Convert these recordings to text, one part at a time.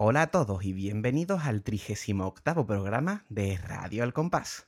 Hola a todos y bienvenidos al 38º programa de Radio Al Compás.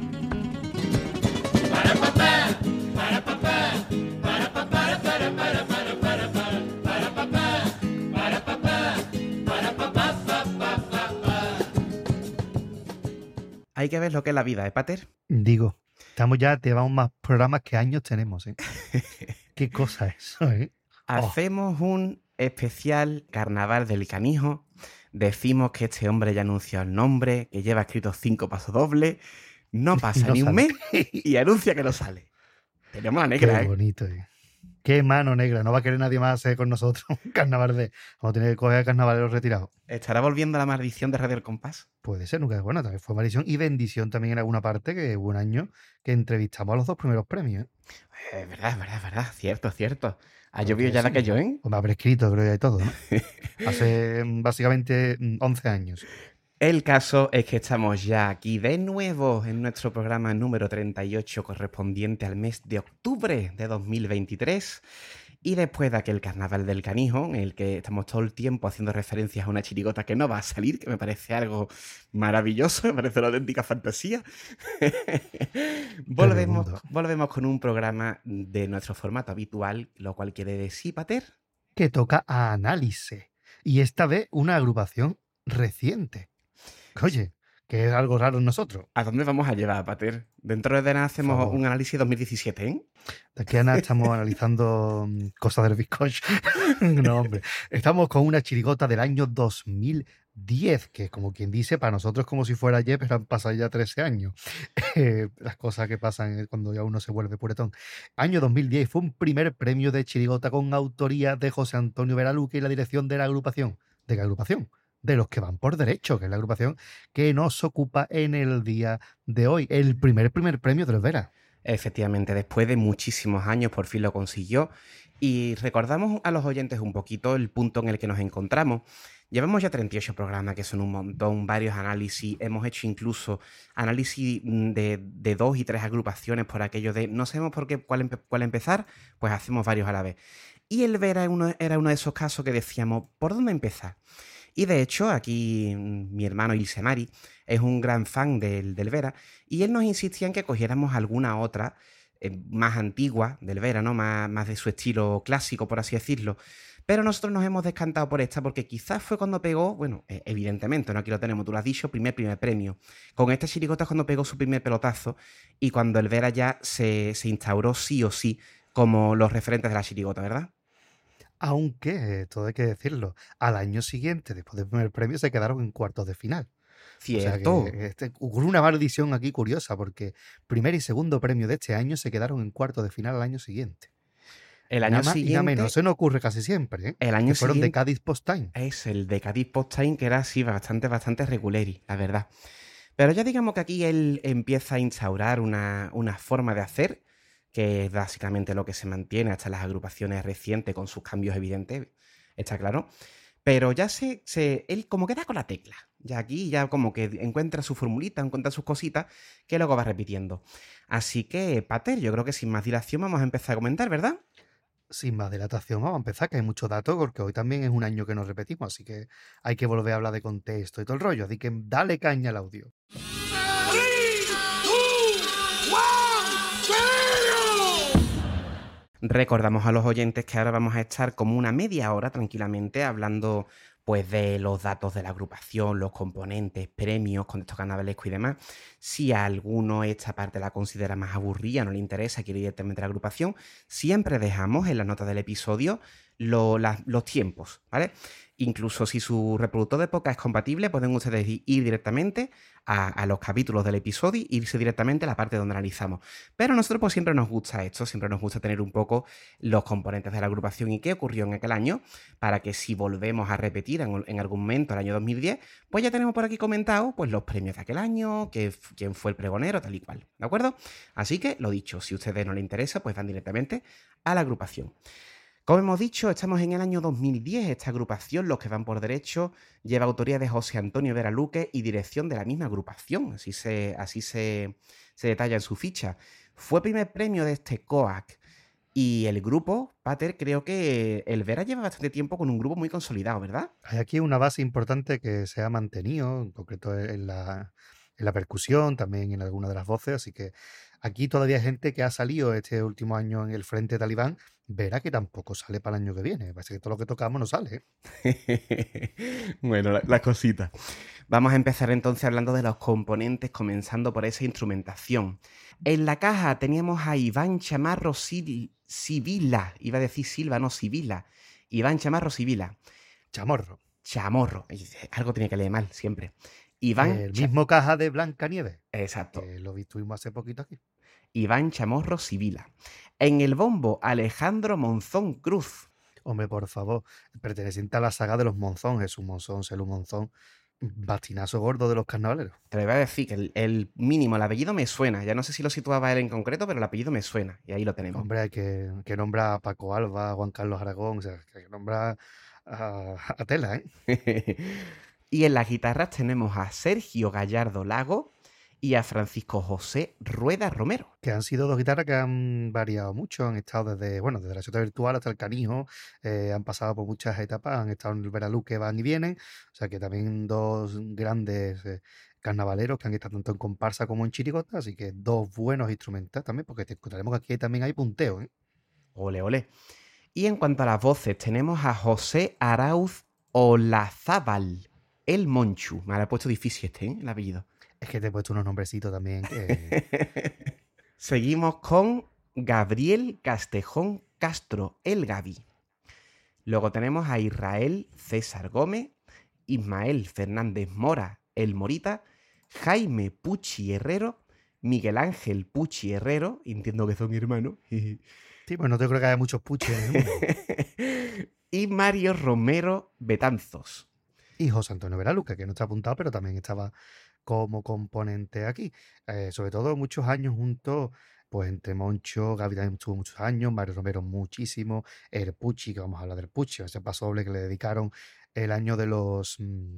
Hay que ver lo que es la vida, ¿eh, Pater? Digo, llevamos más programas que años tenemos, ¿eh? Qué cosa eso, ¿eh? Hacemos un especial Carnaval del Canijo. Decimos que este hombre ya anunció el nombre, que lleva escrito 5 pasodobles, no pasa No ni un sale. mes y anuncia que no sale. Tenemos la negra, Qué bonito, ¿eh? Qué mano negra. No va a querer nadie más hacer con nosotros un carnaval de... Vamos a tener que coger carnavaleros retirados. ¿Estará volviendo la maldición de Radio El Compás? Puede ser, nunca es bueno. También fue maldición y bendición también en alguna parte, que hubo un año que entrevistamos a los 2 primeros premios, ¿eh? Es verdad. Cierto. Ha Claro llovido que ya de sí. aquello, ¿eh? Pues me habré escrito, creo, ya y todo, ¿no? Hace básicamente 11 años. El caso es que estamos ya aquí de nuevo en nuestro programa número 38 correspondiente al mes de octubre de 2023 y después de aquel Carnaval del Canijo en el que estamos todo el tiempo haciendo referencias a una chirigota que no va a salir, que me parece algo maravilloso, me parece una auténtica fantasía. Volvemos con un programa de nuestro formato habitual, lo cual quiere decir, Pater, que toca a Análisis. Y esta vez una agrupación reciente. Oye, que es algo raro en nosotros. ¿a dónde vamos a llevar, Pater? Dentro de nada hacemos un análisis 2017, ¿eh? De aquí a nada estamos analizando cosas del bizcocho. No, hombre. Estamos con una chirigota del año 2010, que como quien dice, para nosotros como si fuera ayer, pero han pasado ya 13 años. Las cosas que pasan cuando ya uno se vuelve puretón. Año 2010 fue un primer premio de chirigota con autoría de José Antonio Veraluque y la dirección de la agrupación. ¿De qué agrupación? De los que van por derecho, que es la agrupación que nos ocupa en el día de hoy. El primer premio de los Vera. Efectivamente, después de muchísimos años por fin lo consiguió. Y recordamos a los oyentes un poquito el punto en el que nos encontramos. Llevamos ya 38 programas, que son un montón, varios análisis. Hemos hecho incluso análisis de 2 y 3 agrupaciones por aquello de no sabemos por qué cuál empezar, pues hacemos varios a la vez. Y el Vera era uno de esos casos que decíamos, ¿por dónde empezar? Y de hecho, aquí mi hermano Ilse Mari es un gran fan del Vera y él nos insistía en que cogiéramos alguna otra más antigua del Vera, ¿no? Más de su estilo clásico, por así decirlo. Pero nosotros nos hemos descantado por esta porque quizás fue cuando pegó, bueno, evidentemente, ¿no? Aquí lo tenemos, tú lo has dicho, primer premio. Con esta chirigota es cuando pegó su primer pelotazo y cuando el Vera ya se instauró sí o sí como los referentes de la chirigota, ¿verdad? Aunque, todo hay que decirlo, al año siguiente, después del primer premio, se quedaron en cuartos de final. Cierto. O sea que ocurrió una maldición aquí curiosa, porque primer y segundo premio de este año se quedaron en cuartos de final al año siguiente. El año siguiente, y nada menos, eso no ocurre casi siempre, ¿eh? El año que fueron siguiente, de Cádiz Post Time. Es el de Cádiz Post Time, que era así bastante reguleri, la verdad. Pero ya digamos que aquí él empieza a instaurar una forma de hacer, que es básicamente lo que se mantiene hasta las agrupaciones recientes con sus cambios evidentes, está claro. Pero ya él como que da con la tecla. Ya aquí ya como que encuentra su formulita, encuentra sus cositas, que luego va repitiendo. Así que, Pater, yo creo que sin más dilación vamos a empezar a comentar, ¿verdad? Sin más dilatación, vamos a empezar, que hay muchos datos, porque hoy también es un año que nos repetimos, así que hay que volver a hablar de contexto y todo el rollo, así que dale caña al audio. Recordamos a los oyentes que ahora vamos a estar como una media hora tranquilamente hablando pues de los datos de la agrupación, los componentes, premios, contexto carnavalesco y demás. Si a alguno esta parte la considera más aburrida, no le interesa, quiere ir directamente a la agrupación, siempre dejamos en la nota del episodio los tiempos, ¿vale? Incluso si su reproductor de podcast es compatible, pueden ustedes ir directamente a los capítulos del episodio e irse directamente a la parte donde analizamos. Pero a nosotros pues siempre nos gusta esto, siempre nos gusta tener un poco los componentes de la agrupación y qué ocurrió en aquel año, para que si volvemos a repetir en algún momento el año 2010, pues ya tenemos por aquí comentado pues los premios de aquel año, quién fue el pregonero, tal y cual, ¿de acuerdo? Así que, lo dicho, si a ustedes no les interesa, pues van directamente a la agrupación. Como hemos dicho, estamos en el año 2010. Esta agrupación, Los que van por derecho, lleva autoría de José Antonio Veraluque y dirección de la misma agrupación. Así se detalla en su ficha. Fue primer premio de este COAC. Y el grupo, Pater, creo que el Vera lleva bastante tiempo con un grupo muy consolidado, ¿verdad? Hay aquí una base importante que se ha mantenido, en concreto en la percusión, también en alguna de las voces, así que aquí todavía hay gente que ha salido este último año en el Frente Talibán, verá que tampoco sale para el año que viene. Parece que todo lo que tocamos no sale, Bueno, la cosita. Vamos a empezar entonces hablando de los componentes, comenzando por esa instrumentación. En la caja teníamos a Iván Chamarro Sibila, iba a decir Silva, no Sibila. Iván Chamarro Sibila. Chamorro. Chamorro. Algo tenía que leer mal, siempre. Iván... El mismo caja de Blancanieves, Exacto. que lo tuvimos hace poquito aquí. Iván Chamorro Sibila. En el bombo, Alejandro Monzón Cruz. Hombre, por favor, perteneciente a la saga de los Monzón, Jesús Monzón, Celu Monzón, bastinazo gordo de los carnavaleros. Te lo iba a decir que el mínimo, el apellido me suena. Ya no sé si lo situaba él en concreto, pero el apellido me suena. Y ahí lo tenemos. Hombre, hay que nombrar a Paco Alba, a Juan Carlos Aragón, o sea, que nombrar a Tela, ¿eh? Y en las guitarras tenemos a Sergio Gallardo Lago y a Francisco José Rueda Romero. Que han sido dos guitarras que han variado mucho, han estado desde la Ciudad Virtual hasta el Canijo, han pasado por muchas etapas, han estado en el Veralú que van y vienen, o sea que también dos grandes carnavaleros que han estado tanto en comparsa como en chirigota, así que dos buenos instrumentos también, porque te encontraremos que aquí también hay punteo, ¿eh? Ole, ole. Y en cuanto a las voces, tenemos a José Arauz Olazábal, el Monchu. Me lo he puesto difícil el apellido. Es que te he puesto unos nombrecitos también que... Seguimos con Gabriel Castejón Castro, el Gaby. Luego tenemos a Israel César Gómez, Ismael Fernández Mora, el Morita, Jaime Pucci Herrero, Miguel Ángel Pucci Herrero, entiendo que son hermanos, Sí, pues no te creo que haya muchos puches en el mundo. y Mario Romero Betanzos. Y José Antonio Veraluca, que no está apuntado, pero también estaba como componente aquí. Sobre todo muchos años juntos, pues entre Moncho, Gaby también estuvo muchos años, Mario Romero muchísimo, el Pucci, que vamos a hablar del Pucci, ese paso doble que le dedicaron el año de los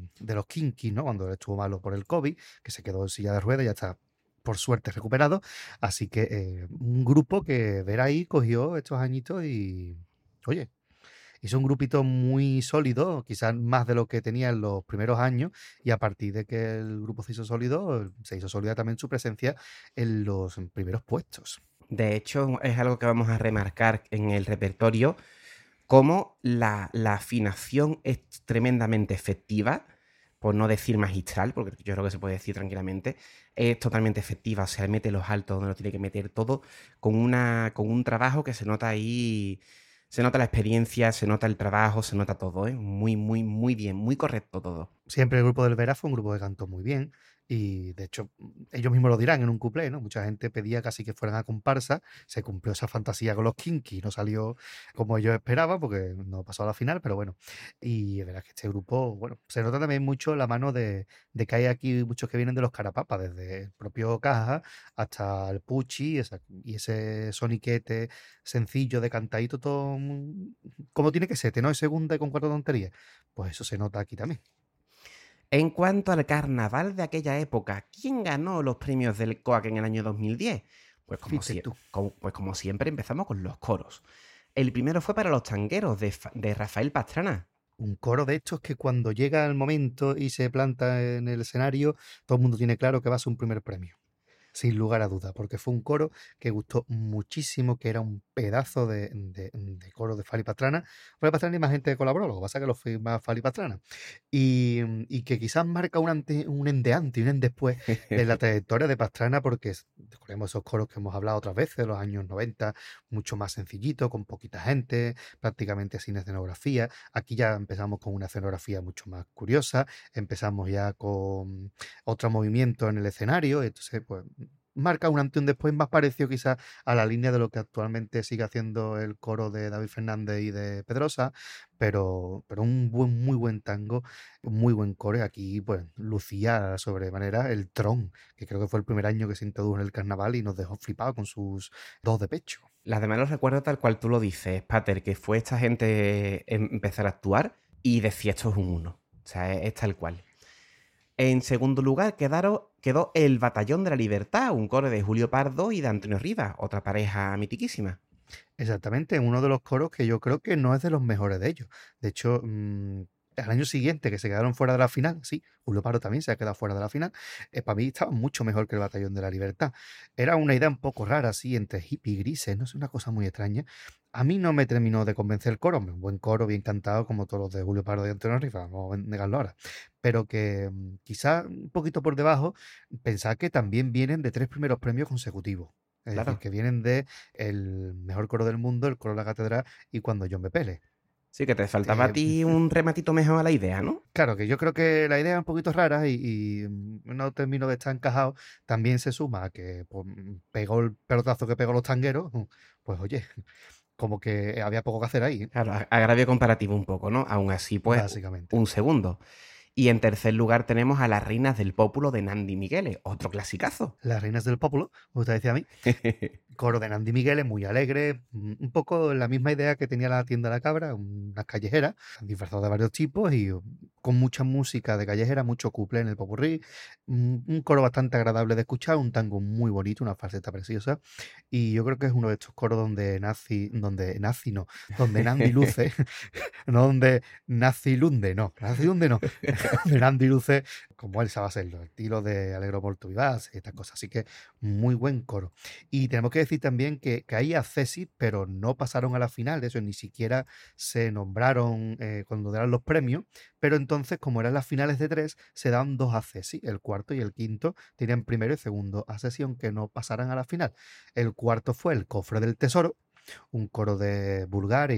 Kinky, ¿no? Cuando él estuvo malo por el COVID, que se quedó en silla de ruedas y ya está por suerte recuperado. Así que un grupo que ver ahí cogió estos añitos y, oye, hizo un grupito muy sólido, quizás más de lo que tenía en los primeros años, y a partir de que el grupo se hizo sólido, se hizo sólida también su presencia en los primeros puestos. De hecho, es algo que vamos a remarcar en el repertorio, como la afinación es tremendamente efectiva, por no decir magistral, porque yo creo que se puede decir tranquilamente, es totalmente efectiva, o sea, mete los altos donde lo tiene que meter todo, con un trabajo que se nota ahí, se nota la experiencia, se nota el trabajo, se nota todo, ¿eh? Muy, muy, muy bien, muy correcto todo. Siempre el grupo del Vera fue un grupo que cantó muy bien y de hecho ellos mismos lo dirán en un cuplé, ¿no? Mucha gente pedía casi que fueran a comparsa, se cumplió esa fantasía con los Kinky, no salió como ellos esperaban porque no pasó a la final, pero bueno, y es verdad que este grupo, bueno, se nota también mucho la mano de que hay aquí muchos que vienen de los Carapapas, desde el propio Caja hasta el Pucci y ese soniquete sencillo de cantadito todo como tiene que ser, ¿no? De segunda y con cuatro tonterías, pues eso se nota aquí también. En cuanto al carnaval de aquella época, ¿quién ganó los premios del COAC en el año 2010? Pues como siempre empezamos con los coros. El primero fue para los tangueros de Rafael Pastrana. Un coro de estos que cuando llega el momento y se planta en el escenario, todo el mundo tiene claro que va a ser un primer premio. Sin lugar a duda, porque fue un coro que gustó muchísimo, que era un pedazo de coro de Fali Pastrana. Fali Pastrana y más gente colaboró, lo que pasa es que lo fue más Fali Pastrana. Y que quizás marca un endeante y un endespués de la trayectoria de Pastrana, porque recordemos esos coros que hemos hablado otras veces, de los años 90, mucho más sencillito, con poquita gente, prácticamente sin escenografía. Aquí ya empezamos con una escenografía mucho más curiosa, empezamos ya con otro movimiento en el escenario, entonces pues marca un antes y un después más parecido quizás a la línea de lo que actualmente sigue haciendo el coro de David Fernández y de Pedrosa, pero un muy buen tango, un muy buen coro, y aquí pues lucía sobremanera el Tron, que creo que fue el primer año que se introdujo en el carnaval y nos dejó flipado con sus dos de pecho. Las demás los recuerdo tal cual tú lo dices, Pater, que fue esta gente empezar a actuar y decía esto es un uno. O sea, es tal cual. En segundo lugar quedó El Batallón de la Libertad, un coro de Julio Pardo y de Antonio Rivas, otra pareja mitiquísima. Exactamente, en uno de los coros que yo creo que no es de los mejores de ellos. De hecho, al año siguiente que se quedaron fuera de la final, sí, Julio Paro también se ha quedado fuera de la final, para mí estaba mucho mejor que el Batallón de la Libertad. Era una idea un poco rara, así, entre hippie y grises, no es una cosa muy extraña. A mí no me terminó de convencer el coro, hombre, un buen coro, bien cantado, como todos los de Julio Pardo y Antonio Rifa, no vamos a negarlo ahora. Pero que quizá un poquito por debajo, pensad que también vienen de 3 primeros premios consecutivos. Es decir, Claro. que vienen de el mejor coro del mundo, el coro de la catedral y Cuando yo me pele. Sí, que te faltaba a Eh, ti un rematito mejor a la idea, ¿no? claro, que yo creo que la idea es un poquito rara y no termino de estar encajado. También se suma a que pues, pegó el pelotazo que pegó los tangueros. Pues oye, como que había poco que hacer ahí, ¿eh? Claro, agravio comparativo un poco, ¿no? Aún así, pues, Básicamente. un segundo. Y en tercer lugar tenemos a Las Reinas del Pópulo de Nandi Migueles, otro clasicazo. Las reinas del pueblo, me gusta decir a mí. Coro de Nandi Miguel es muy alegre, un poco la misma idea que tenía la tienda de la cabra, unas callejeras, disfrazadas de varios tipos y con mucha música de callejera, mucho couplé en el popurrí, un coro bastante agradable de escuchar, un tango muy bonito, una falseta preciosa, y yo creo que es uno de estos coros donde Nandi luce, no donde Nazi Lunde, no, donde Nandi luce como él sabe hacerlo, el estilo de Alegro por tu vivaz y estas cosas, así que muy buen coro. Y tenemos que decir también que hay accesis, pero no pasaron a la final, de eso ni siquiera se nombraron cuando eran los premios, pero entonces, como eran las finales de 3, se dan 2 accesis, el cuarto y el quinto tenían primero y segundo accesis, aunque no pasaran a la final. El cuarto fue el Cofre del Tesoro, un coro de Bulgari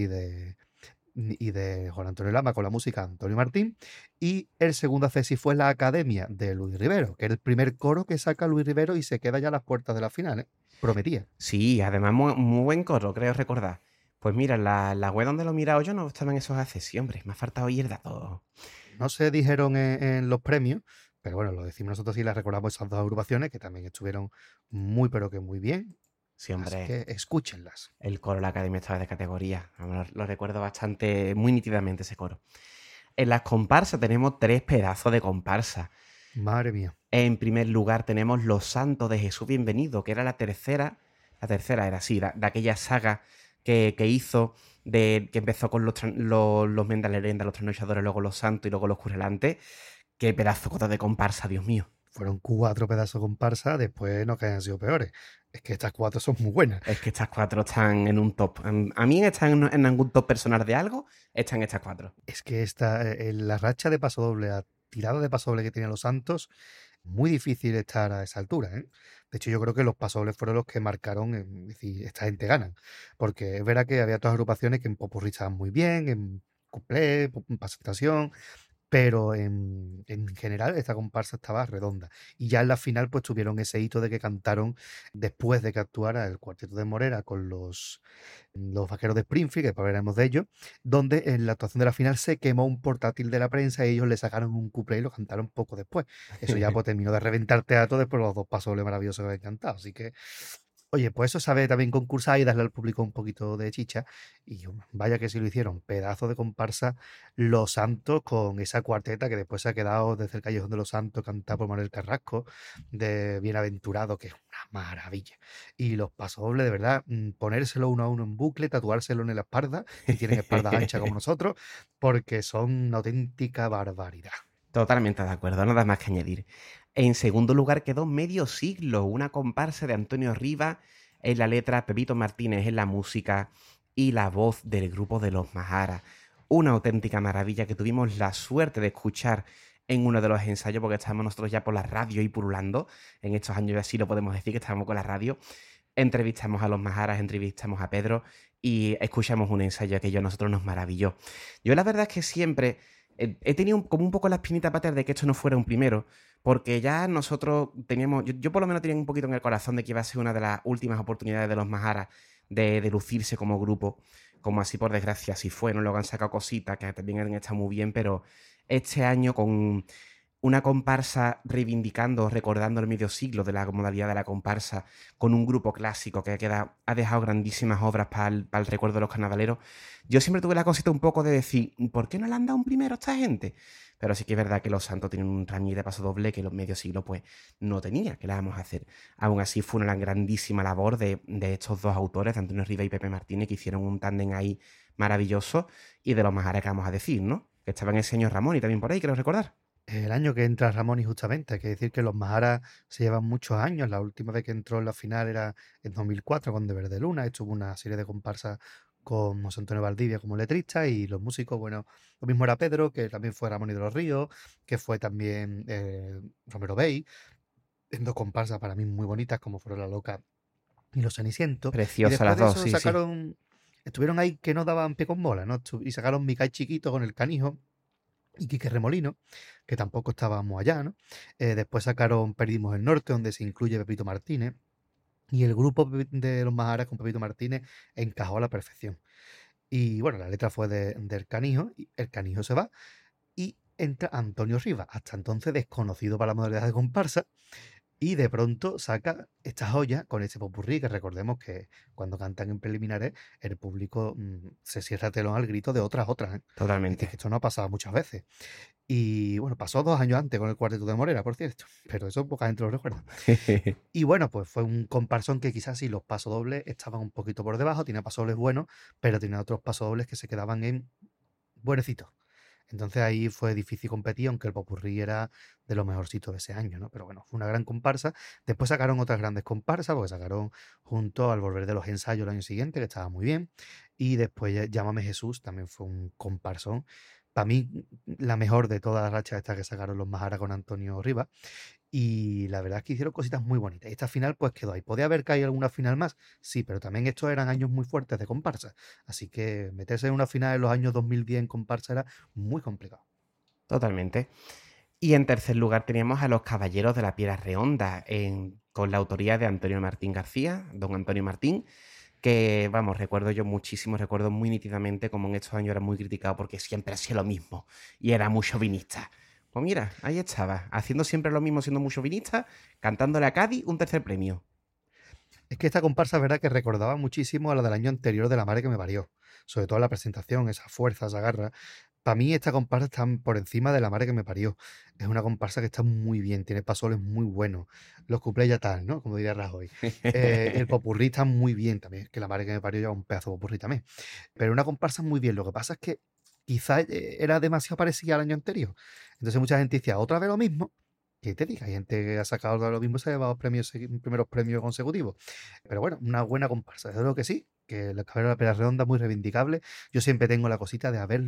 y de Juan Antonio Lama con la música de Antonio Martín. Y el segundo accesis fue la Academia de Luis Rivero, que es el primer coro que saca Luis Rivero y se queda ya a las puertas de la final, ¿eh? Prometía. Sí, además muy buen coro, creo recordar. Pues mira, la web donde lo he mirado yo no estaban esos accesos, hombre. Me ha faltado oír datos. No se dijeron en los premios, pero bueno, lo decimos nosotros y les recordamos esas dos agrupaciones que también estuvieron muy, pero que muy bien. Sí, Así hombre. que escúchenlas. El coro de la Academia estaba de categoría. Lo recuerdo bastante, muy nítidamente ese coro. En las comparsas tenemos 3 pedazos de comparsa. Madre mía. En primer lugar tenemos Los Santos de Jesús Bienvenido, que era la tercera era así, de aquella saga que hizo, que empezó con los Mendalerendas, los Trasnochadores, luego Los Santos y luego Los Currelantes. Qué pedazo de comparsa, Dios mío. Fueron 4 pedazos de comparsa, después no que hayan sido peores. Es que estas 4 son muy buenas. Es que estas 4 están en un top. A mí están en algún top personal de algo, están estas 4. Es que la racha de pasodoble, la tirada de pasodoble que tenían los Santos, muy difícil estar a esa altura, ¿eh? De hecho, yo creo que los pasodobles fueron los que marcaron, es decir, esta gente ganan. Porque es verdad que había otras agrupaciones que en popurrí estaban muy bien, en cuplé, en presentación, pero en general esta comparsa estaba redonda. Y ya en la final pues tuvieron ese hito de que cantaron después de que actuara el Cuarteto de Morera con los Vaqueros de Springfield, que después hablaremos de ellos, donde en la actuación de la final se quemó un portátil de la prensa y ellos le sacaron un cuplé y lo cantaron poco después. Eso ya pues terminó de reventar teatro después de los 2 pasobles maravillosos que habían cantado. Así que oye, pues eso sabe también concursar y darle al público un poquito de chicha. Y vaya que sí lo hicieron. Pedazo de comparsa Los Santos con esa cuarteta que después se ha quedado desde el Callejón de los Santos cantada por Manuel Carrasco de Bienaventurado, que es una maravilla. Y los pasodobles, de verdad, ponérselo uno a uno en bucle, tatuárselo en la espalda, si tienen espalda ancha como nosotros, porque son una auténtica barbaridad. Totalmente de acuerdo, nada más que añadir. En segundo lugar quedó Medio Siglo, una comparsa de Antonio Rivas en la letra, Pepito Martínez en la música y la voz del grupo de los Maharas. Una auténtica maravilla que tuvimos la suerte de escuchar en uno de los ensayos, porque estábamos nosotros ya por la radio y pululando. En estos años así lo podemos decir que estábamos con la radio. Entrevistamos a los Maharas, entrevistamos a Pedro y escuchamos un ensayo que a nosotros nos maravilló. Yo la verdad es que siempre he tenido como un poco la espinita pater de que esto no fuera un primero, porque ya nosotros teníamos, yo por lo menos tenía un poquito en el corazón de que iba a ser una de las últimas oportunidades de los Maharas de lucirse como grupo, como así por desgracia así fue, ¿no? Luego han sacado cositas que también han estado muy bien, pero este año con una comparsa reivindicando, recordando el medio siglo de la modalidad de la comparsa, con un grupo clásico que ha dejado grandísimas obras para el recuerdo de los carnavaleros. Yo siempre tuve la cosita un poco de decir, ¿por qué no le han dado un primero a esta gente? Pero sí que es verdad que los Santos tienen un rañí de paso doble que los medios siglos pues no tenía. ¿Qué le vamos a hacer? Aún así fue una grandísima labor de estos dos autores, de Antonio Riva y Pepe Martínez, que hicieron un tándem ahí maravilloso, y de los más que vamos a decir, ¿no? Que estaba en ese año Ramón y también por ahí, quiero recordar. El año que entra Ramón y justamente, hay que decir que los Maharas se llevan muchos años. La última vez que entró en la final era en 2004 con De Verde Luna. Estuvo una serie de comparsas con José Antonio Valdivia como letrista y los músicos, bueno, lo mismo era Pedro, que también fue Ramón y de los Ríos, que fue también Romero Bey, en dos comparsas para mí muy bonitas como fueron La Loca y Los Cenicientos. Y Preciosa después las de dos, eso sí, sí. estuvieron ahí que no daban pie con bola, ¿no? Y sacaron Micay Chiquito con El Canijo y Quique Remolino, que tampoco estábamos allá, ¿no? Después sacaron Perdimos el Norte, donde se incluye Pepito Martínez, y el grupo de los Maharas con Pepito Martínez encajó a la perfección. Y bueno, la letra fue del Canijo, y el Canijo se va, y entra Antonio Rivas, hasta entonces desconocido para la modalidad de comparsa, y de pronto saca esta joya con ese popurrí, que recordemos que cuando cantan en preliminares, el público se cierra el telón al grito de otras, ¿eh? Es decir, que Totalmente. esto no ha pasado muchas veces. Y bueno, pasó 2 años antes con el Cuarteto de Morera, por cierto, pero eso poca gente lo recuerda. Y bueno, pues fue un comparsón que quizás sí los pasodobles estaban un poquito por debajo, tenía pasodobles buenos, pero tenía otros pasodobles que se quedaban en buenecitos. Entonces ahí fue difícil competir, aunque el popurrí era de los mejorcitos de ese año, ¿no? Pero bueno, fue una gran comparsa. Después sacaron otras grandes comparsas, porque sacaron junto al Volver de los Ensayos el año siguiente, que estaba muy bien. Y después Llámame Jesús, también fue un comparsón. Para mí, la mejor de todas las rachas estas que sacaron los Majara con Antonio Rivas. Y la verdad es que hicieron cositas muy bonitas. Esta final pues quedó ahí. ¿Podía haber caído alguna final más? Sí, pero también estos eran años muy fuertes de comparsa. Así que meterse en una final en los años 2010 en comparsa era muy complicado. Totalmente. Y en tercer lugar teníamos a los Caballeros de la Piedra Redonda, con la autoría de Antonio Martín García, don Antonio Martín, que, vamos, recuerdo yo muchísimo, recuerdo muy nítidamente como en estos años era muy criticado porque siempre hacía lo mismo y era muy chauvinista. Pues mira, ahí estaba, haciendo siempre lo mismo, siendo muy chauvinista, cantándole a Cádiz un tercer premio. Es que esta comparsa es verdad que recordaba muchísimo a la del año anterior de La Madre que me parió. Sobre todo la presentación, esa fuerza, esa garra. Para mí esta comparsa está por encima de La Madre que me parió. Es una comparsa que está muy bien, tiene pasoles muy buenos. Los cuplés ya tal, ¿no? Como diría Rajoy. El popurrí está muy bien también, que La Madre que me parió lleva un pedazo de popurrí también. Pero una comparsa muy bien. Lo que pasa es que quizás era demasiado parecida al año anterior. Entonces mucha gente decía, otra vez lo mismo. Que te diga, hay gente que ha sacado lo mismo y se ha llevado primeros premios consecutivos. Pero bueno, una buena comparsa. Desde luego que sí, que la Caballeros de la Piedra Redonda es muy reivindicable. Yo siempre tengo la cosita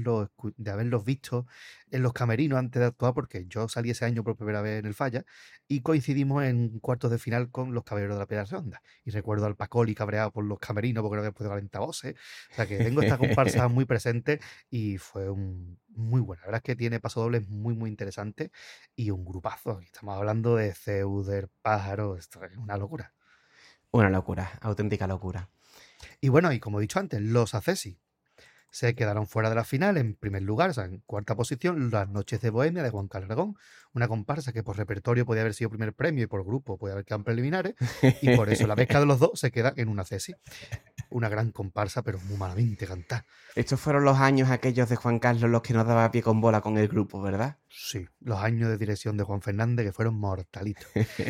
de haberlos visto en los camerinos antes de actuar, porque yo salí ese año por primera vez en el Falla y coincidimos en cuartos de final con los Caballeros de la Piedra Redonda. Y recuerdo al Pacoli cabreado por los camerinos porque no había podido calentar voces. O sea que tengo esta comparsa muy presente y fue muy buena. La verdad es que tiene pasodobles muy, muy interesantes y un grupazo. Aquí estamos hablando de Ceuder, Pájaro, esto es una locura. Una locura, auténtica locura. Y bueno, y como he dicho antes, los Acesi se quedaron fuera de la final en primer lugar, o sea, en cuarta posición, Las Noches de Bohemia de Juan Carlos Aragón, una comparsa que por repertorio podía haber sido primer premio y por grupo podía haber quedado en preliminares, y por eso la pesca de los dos se queda en una Acesi. Una gran comparsa, pero muy malamente cantada. Estos fueron los años aquellos de Juan Carlos los que nos daba pie con bola con el grupo, ¿verdad? Sí, los años de dirección de Juan Fernández que fueron mortalitos.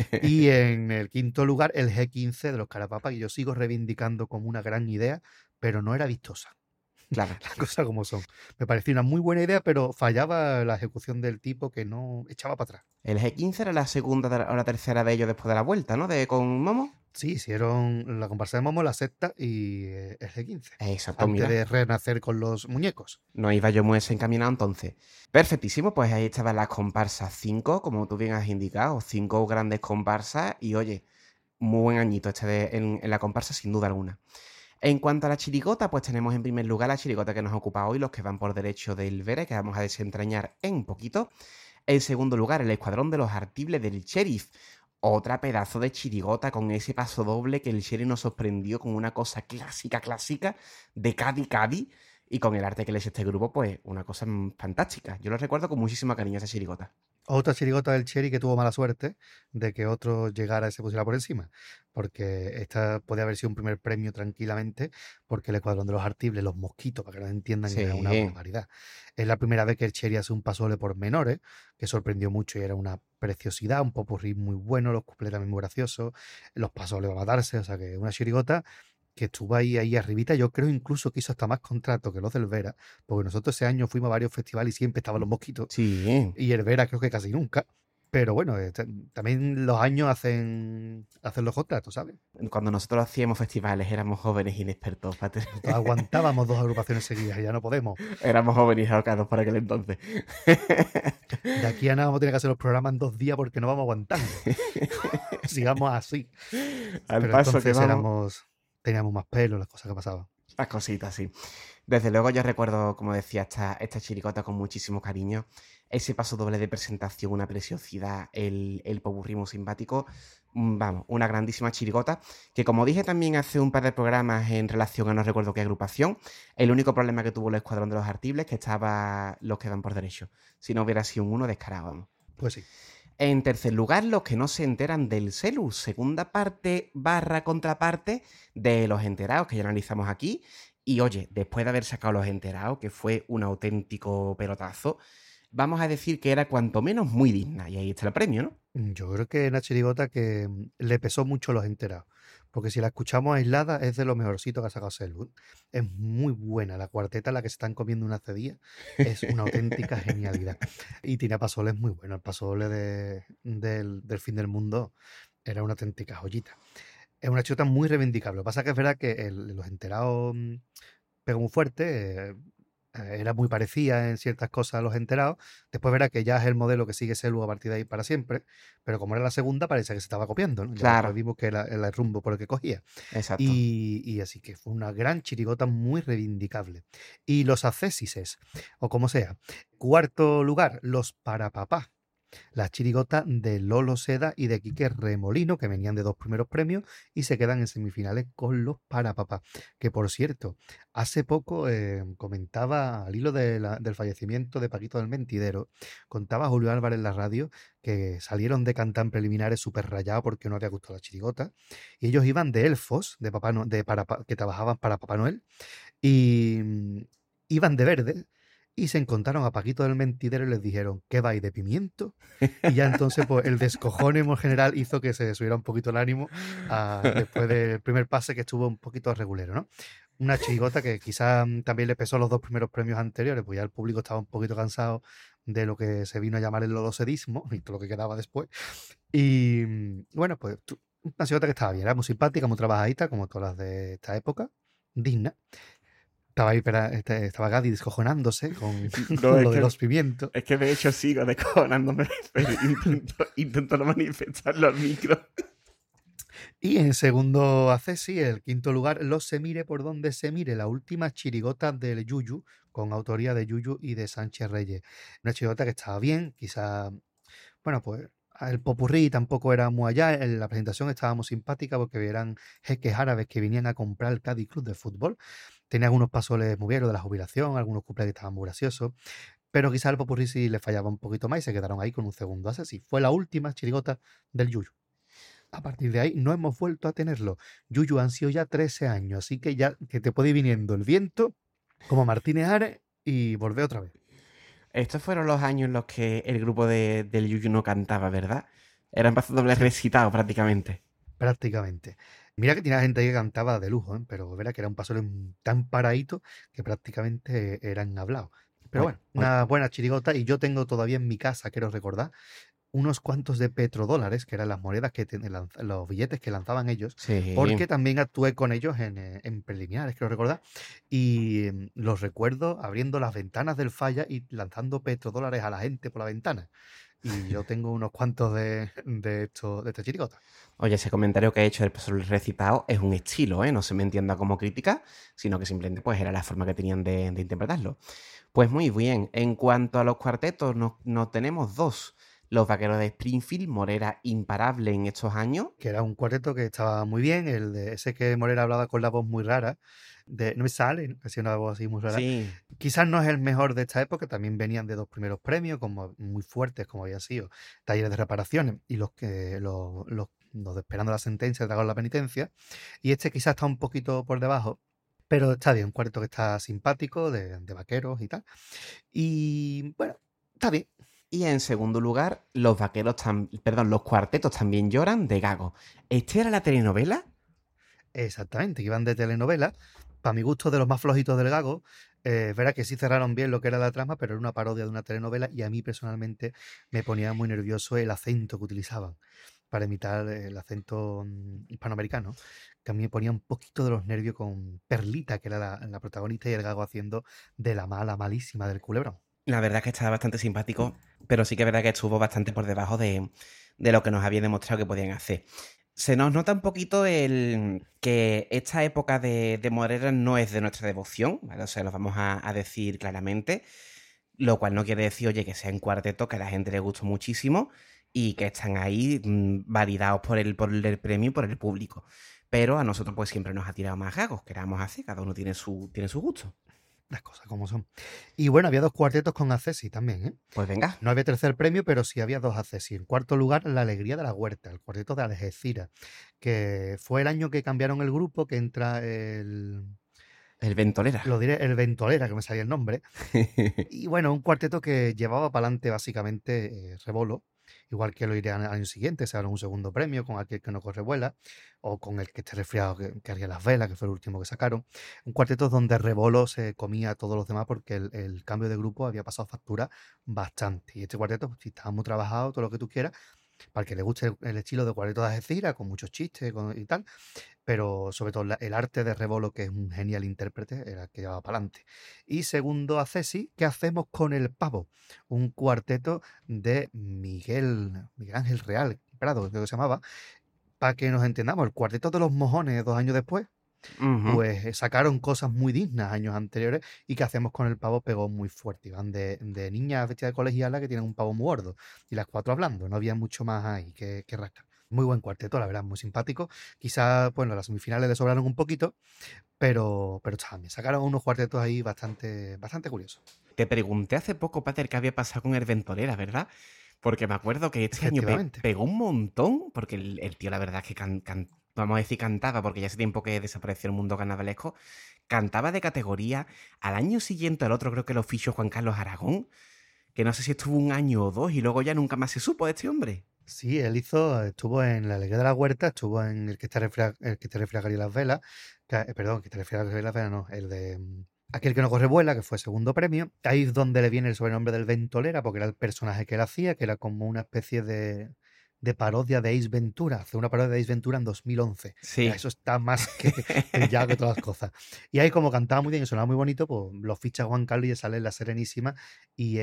Y en el quinto lugar, el G15 de los Carapapa, que yo sigo reivindicando como una gran idea, pero no era vistosa. Claro. Las cosas como son. Me parecía una muy buena idea, pero fallaba la ejecución del tipo que no echaba para atrás. El G15 era la segunda o la tercera de ellos después de la vuelta, ¿no? Con Momo. Sí, hicieron la comparsa de Momo, la sexta y el G15. Exacto, Antes mira. de renacer con los muñecos. No iba yo muy desencaminado entonces. Perfectísimo, pues ahí estaban las comparsas 5, como tú bien has indicado, 5 grandes comparsas y oye, muy buen añito en la comparsa sin duda alguna. En cuanto a la chirigota, pues tenemos en primer lugar la chirigota que nos ocupa hoy, los que van por derecho del Vere, que vamos a desentrañar en un poquito. En segundo lugar, el Escuadrón de los Artibles del Sheriff. Otra pedazo de chirigota con ese paso doble que el Sheriff nos sorprendió con una cosa clásica de Cádiz. Y con el arte que le hizo este grupo, pues una cosa fantástica. Yo lo recuerdo con muchísimo cariño esa chirigota. Otra chirigota del Cherry que tuvo mala suerte de que otro llegara y se pusiera por encima, porque esta podía haber sido un primer premio tranquilamente, porque el Escuadrón de los Artibles, los mosquitos, para que nos entiendan, era una Sí, barbaridad. Es la primera vez que el Cherry hace un pasole por menores, que sorprendió mucho y era una preciosidad, un popurrí muy bueno, los cuplés también muy graciosos, los pasoles va a matarse, o sea que una chirigota que estuvo ahí arribita, yo creo incluso que hizo hasta más contrato que los del Vera, porque nosotros ese año fuimos a varios festivales y siempre estaban los mosquitos, sí. y el Vera creo que casi nunca. Pero bueno, también los años hacen los contratos, ¿sabes? Cuando nosotros hacíamos festivales éramos jóvenes inexpertos, Nosotros aguantábamos 2 agrupaciones seguidas y ya no podemos. éramos jóvenes alocados para aquel entonces. De aquí a nada vamos a tener que hacer los programas en 2 días porque no vamos aguantando. Sigamos así. Al Pero paso que entonces vamos, teníamos más pelo, las cosas que pasaban. las cositas, sí. Desde luego yo recuerdo, como decía, esta chiricota con muchísimo cariño. Ese paso doble de presentación, una preciosidad, el popurrí muy simpático. Vamos, una grandísima chirigota, que como dije también hace un par de programas en relación a no recuerdo qué agrupación, el único problema que tuvo el Escuadrón de los Artibles es que estaba los que dan por derecho. Si no hubiera sido un uno descarado, vamos. Pues sí. En tercer lugar, los que no se enteran del celu, segunda parte barra contraparte de los enterados que ya analizamos aquí. Y oye, después de haber sacado los enterados, que fue un auténtico pelotazo, vamos a decir que era cuanto menos muy digna. Y ahí está el premio, ¿no? Yo creo que es una chirigota que le pesó mucho los enterados. Porque si la escuchamos aislada, es de lo mejorcito que ha sacado Selwood. Es muy buena. La cuarteta, la que se están comiendo una cedilla, es una auténtica genialidad. Y tiene pasoles muy buenos. El pasole del fin del mundo era una auténtica joyita. Es una chirigota muy reivindicable. Lo que pasa es que es verdad que los enterados pegó muy fuerte. Era muy parecida en ciertas cosas a los enterados. Después verá que ya es el modelo que sigue Selwood a partir de ahí para siempre. Pero como era la segunda, parece que se estaba copiando, ¿no? Ya después Claro, vimos que era el rumbo por el que cogía. exacto. Y así que fue una gran chirigota muy reivindicable. Y los accésises, o como sea. Cuarto lugar, los Parapapá. La chirigota de Lolo Seda y de Quique Remolino, que venían de 2 primeros premios y se quedan en semifinales con los Parapapá. Que por cierto, hace poco comentaba, al hilo del fallecimiento de Paquito del Mentidero, contaba Julio Álvarez en la radio que salieron de cantar preliminares súper rayados porque no había gustado la chirigota. Y ellos iban de elfos, que trabajaban para Papá Noel, y iban de verde y se encontraron a Paquito del Mentidero y les dijeron, ¿qué vais de pimiento? Y ya entonces pues el descojónimo general hizo que se subiera un poquito el ánimo después del primer pase que estuvo un poquito regulero, ¿no? Una chirigota que quizá también le pesó los 2 primeros premios anteriores, pues ya el público estaba un poquito cansado de lo que se vino a llamar el lolosedismo y todo lo que quedaba después. Y bueno, pues una chirigota que estaba bien, era muy simpática, muy trabajadita, como todas las de esta época, digna. Estaba ahí, estaba Gadi descojonándose con No, lo de los pimientos. es que de hecho sigo descojonándome, pero intento no manifestarlo al micro. Y en segundo accesi, el quinto lugar, Los se mire por donde se mire, la última chirigota del Yuyu, con autoría de Yuyu y de Sánchez Reyes. Una chirigota que estaba bien, quizá, bueno, pues el popurrí tampoco era muy allá, en la presentación estaba muy simpática porque eran jeques árabes que venían a comprar el Cádiz Club de Fútbol. Tenía algunos pasoles muy bien, lo de la jubilación, algunos cumpleaños que estaban muy graciosos, pero quizá el popurrí sí le fallaba un poquito más y se quedaron ahí con un segundo accesi. Fue la última chirigota del Yuyu. A partir de ahí no hemos vuelto a tenerlo. Yuyu han sido ya 13 años, así que ya que te puede ir viniendo el viento como Martínez Ares y volver otra vez. Estos fueron los años en los que el grupo del Yuyu no cantaba, ¿verdad? Eran pasos dobles recitados prácticamente. Prácticamente. Mira que tenía gente ahí que cantaba de lujo, ¿eh? Pero verá que era un paso tan paradito que prácticamente eran hablados. Pero Oye, bueno, una buena chirigota y yo tengo todavía en mi casa, quiero recordar, unos cuantos de petrodólares, que eran las monedas los billetes que lanzaban ellos, sí. porque también actué con ellos en preliminares, creo recordar, y los recuerdo abriendo las ventanas del falla y lanzando petrodólares a la gente por la ventana. Y yo tengo unos cuantos de esta chirigota. Oye, ese comentario que he hecho del paso doble recitado es un estilo, ¿eh? No se me entienda como crítica, sino que simplemente pues era la forma que tenían de interpretarlo. Pues muy bien, en cuanto a los cuartetos, nos tenemos dos. Los Vaqueros de Springfield, Morera imparable en estos años. Que era un cuarteto que estaba muy bien, el de ese que Morera hablaba con la voz muy rara, no me sale, ¿no? Que hacía una voz así muy rara. Sí, Quizás no es el mejor de esta época, también venían de 2 primeros premios, como muy fuertes, como había sido Talleres de Reparaciones y los de Esperando la Sentencia, de Dragón la Penitencia. Y este quizás está un poquito por debajo, pero está bien, un cuarteto que está simpático, de vaqueros y tal. Y bueno, está bien. y en segundo lugar, los los cuartetos también lloran de Gago. ¿Este era la telenovela? Exactamente, que iban de telenovela. Para mi gusto, de los más flojitos del Gago. Verá que sí cerraron bien lo que era la trama, pero era una parodia de una telenovela y a mí personalmente me ponía muy nervioso el acento que utilizaban para imitar el acento hispanoamericano, que a mí me ponía un poquito de los nervios con Perlita, que era la protagonista, y el Gago haciendo de la mala, malísima del Culebrón. La verdad es que estaba bastante simpático, pero sí que es verdad que estuvo bastante por debajo de lo que nos había demostrado que podían hacer. Se nos nota un poquito que esta época de Morera no es de nuestra devoción, ¿vale? O sea, lo vamos a decir claramente, lo cual no quiere decir, oye, que sea un cuarteto que a la gente le gustó muchísimo y que están ahí validados por el premio y por el público. Pero a nosotros pues siempre nos ha tirado más Gagos, que éramos así, cada uno tiene su gusto. Las cosas como son. Y bueno, había 2 cuartetos con Accesi también, ¿eh? Pues venga. No había tercer premio, pero sí había 2 Accesi. En cuarto lugar, La Alegría de la Huerta, el cuarteto de Algeciras, que fue el año que cambiaron el grupo, que entra El Ventolera. lo diré, el Ventolera, que me salía el nombre. Y bueno, un cuarteto que llevaba para adelante básicamente Rebolo, igual que lo iré al año siguiente, se ganó un segundo premio con aquel que no corre vuela, o con el que esté resfriado que haría las velas, que fue el último que sacaron. Un cuarteto donde Rebolo se comía a todos los demás porque el cambio de grupo había pasado factura bastante. Y este cuarteto, pues, sí, estaba muy trabajado, todo lo que tú quieras, para el que le guste el estilo de cuarteto de Algeciras, con muchos chistes y tal, pero sobre todo el arte de Rebolo, que es un genial intérprete, era el que llevaba para adelante. Y segundo a Ceci, ¿qué hacemos con el pavo? Un cuarteto de Miguel Ángel Real Prado, creo que se llamaba, para que nos entendamos, el cuarteto de los mojones 2 años después, Ujú. pues sacaron cosas muy dignas años anteriores y que hacemos con el pavo pegó muy fuerte. Iban de niñas vestidas de colegiala que tienen un pavo muy gordo y las 4 hablando, no había mucho más ahí que rascar. Muy buen cuarteto, la verdad, muy simpático. Quizás, bueno, las semifinales le sobraron un poquito, pero también sacaron unos cuartetos ahí bastante curiosos. Te pregunté hace poco, Pater, qué había pasado con el Ventolera, ¿verdad? Porque me acuerdo que este año Efectivamente. pegó un montón, porque el tío, la verdad es que vamos a decir cantaba, porque ya hace tiempo que desapareció el mundo carnavalesco, cantaba de categoría. Al año siguiente, al otro creo que lo fichó Juan Carlos Aragón, que no sé si estuvo un año o dos y luego ya nunca más se supo de este hombre. Sí, estuvo en La Alegría de la Huerta, estuvo en el que te refriagaría las velas, perdón, que te refriagaría las velas, no, el de aquel que no corre vuela, que fue segundo premio. Ahí es donde le viene el sobrenombre del Ventolera, porque era el personaje que él hacía, que era como una especie de parodia de Ace Ventura, hace una parodia de Ace Ventura en 2011. Ya Sí. eso está más que ya que todas las cosas. Y ahí como cantaba muy bien y sonaba muy bonito, pues lo ficha Juan Carlos y sale en La Serenísima y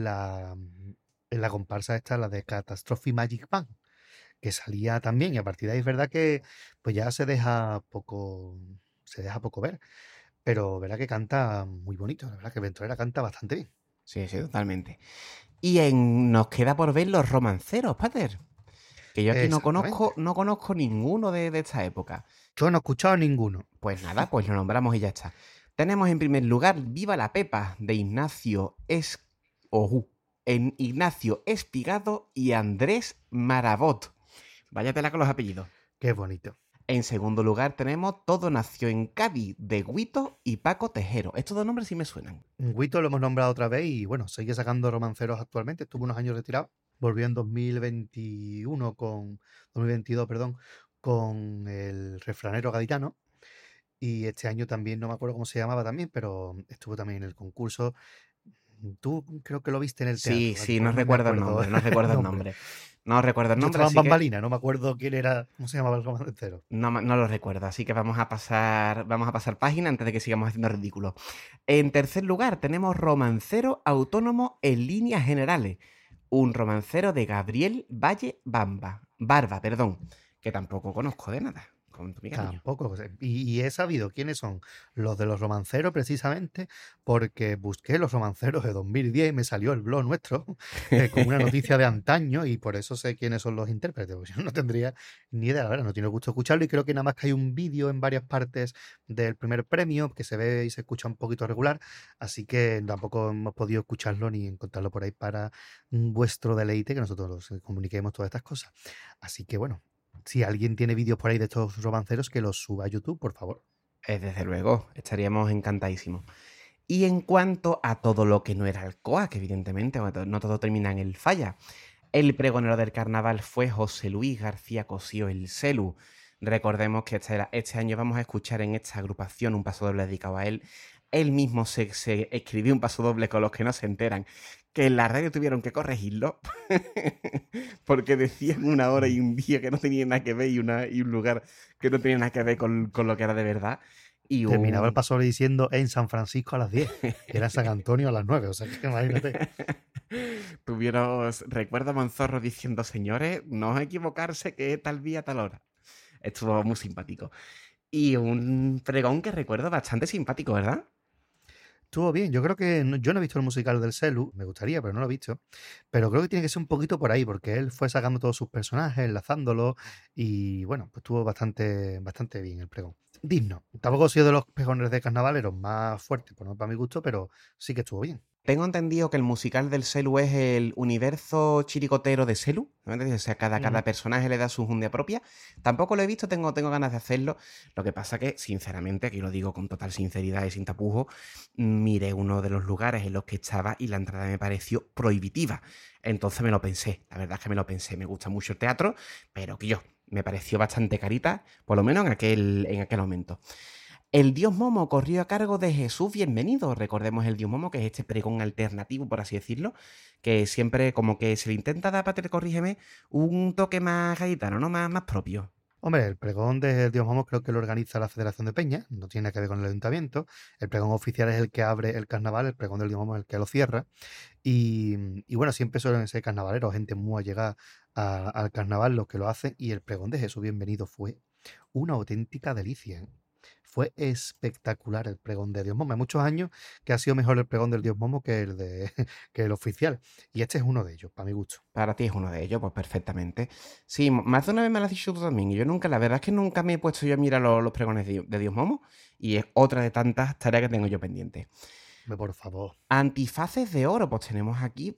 en la comparsa esta, la de Catastrophe Magic Band, que salía también, y a partir de ahí es verdad que pues ya se deja poco ver, pero verdad que canta muy bonito, la verdad que Venturera canta bastante bien. Sí, sí, totalmente. Y nos queda por ver los romanceros, Pater. Que yo aquí no conozco, Exactamente. no conozco ninguno de esta época. Yo no he escuchado ninguno. Pues nada, pues lo nombramos y ya está. Tenemos en primer lugar Viva la Pepa de Ignacio Espigado y Andrés Marabot. Váyatela con los apellidos. Qué bonito. En segundo lugar tenemos Todo nació en Cádiz de Guito y Paco Tejero. Estos dos nombres sí me suenan. Guito lo hemos nombrado otra vez y bueno, sigue sacando romanceros actualmente. Estuvo unos años retirado. Volvió en 2022, perdón, con el refranero gaditano. Y este año también, no me acuerdo cómo se llamaba también, pero estuvo también en el concurso. Tú creo que lo viste en el Sí, teatro, sí, no pues no me recuerdo el acuerdo nombre, no el recuerdo el nombre. nombre. No recuerdo el Yo nombre, estaba en así que bambalina, no me acuerdo quién era, cómo se llamaba el romancero. no lo recuerdo. Así que vamos a pasar página antes de que sigamos haciendo ridículo. En tercer lugar tenemos Romancero Autónomo en Líneas Generales. Un romancero de Gabriel Valle Barba, perdón, que tampoco conozco de nada. con tu Miguelillo. Tampoco. Y he sabido quiénes son los de los romanceros precisamente porque busqué los romanceros de 2010 y me salió el blog nuestro con una noticia de antaño y por eso sé quiénes son los intérpretes. Pues yo no tendría ni idea, la verdad, no tiene gusto escucharlo y creo que nada más que hay un vídeo en varias partes del primer premio que se ve y se escucha un poquito regular, así que tampoco hemos podido escucharlo ni encontrarlo por ahí para vuestro deleite, que nosotros os comuniquemos todas estas cosas. Así que bueno. Si alguien tiene vídeos por ahí de estos romanceros, que los suba a YouTube, por favor. Desde luego, estaríamos encantadísimos. Y en cuanto a todo lo que no era Alcoa, que evidentemente no todo termina en el falla, el pregonero del carnaval fue José Luis García Cosío el Celu. Recordemos que este año vamos a escuchar en esta agrupación un paso doble dedicado a él. Él mismo se escribió un paso doble con los que no se enteran, que en la radio tuvieron que corregirlo, porque decían una hora y un día que no tenía nada que ver y un lugar que no tenía nada que ver con lo que era de verdad. Y terminaba el paso diciendo en San Francisco a las 10, que era en San Antonio a las 9, o sea que imagínate. Recuerdo a Monzorro diciendo, señores, no os equivocarse que es tal día, tal hora. Estuvo muy simpático. Y un pregón que recuerdo bastante simpático, ¿verdad? Estuvo bien, yo creo que yo no he visto el musical del Celu, me gustaría, pero no lo he visto. Pero creo que tiene que ser un poquito por ahí, porque él fue sacando todos sus personajes, enlazándolos, y bueno, pues estuvo bastante bien el pregón. Digno. Tampoco ha sido de los pregones de carnavaleros más fuertes, pues no para mi gusto, pero sí que estuvo bien. Tengo entendido que el musical del Celu es el universo chiricotero de Celu, ¿no? O sea, cada personaje le da su jundia propia. Tampoco lo he visto, tengo ganas de hacerlo. Lo que pasa que, sinceramente, aquí lo digo con total sinceridad y sin tapujos, miré uno de los lugares en los que estaba y la entrada me pareció prohibitiva. Entonces me lo pensé, la verdad es que me lo pensé. Me gusta mucho el teatro, pero que me pareció bastante carita, por lo menos en aquel momento. El Dios Momo corrió a cargo de Jesús Bienvenido. Recordemos el Dios Momo, que es este pregón alternativo, por así decirlo, que siempre como que se le intenta dar, Pater, corrígeme, un toque más gaditano, ¿no? Más propio. Hombre, el pregón de Dios Momo creo que lo organiza la Federación de Peñas, no tiene nada que ver con el ayuntamiento. El pregón oficial es el que abre el carnaval, el pregón del Dios Momo es el que lo cierra. Y bueno, siempre suelen ser carnavaleros, gente muy allegada al carnaval los que lo hacen. Y el pregón de Jesús Bienvenido fue una auténtica delicia. Fue espectacular el pregón de Dios Momo. Hay muchos años que ha sido mejor el pregón del Dios Momo que que el oficial. Y este es uno de ellos, para mi gusto. Para ti es uno de ellos, pues perfectamente. Sí, más de una vez me lo has dicho tú también. Y yo nunca, la verdad es que nunca me he puesto yo a mirar los pregones de Dios Momo. Y es otra de tantas tareas que tengo yo pendientes. Por favor. Antifaces de oro, pues tenemos aquí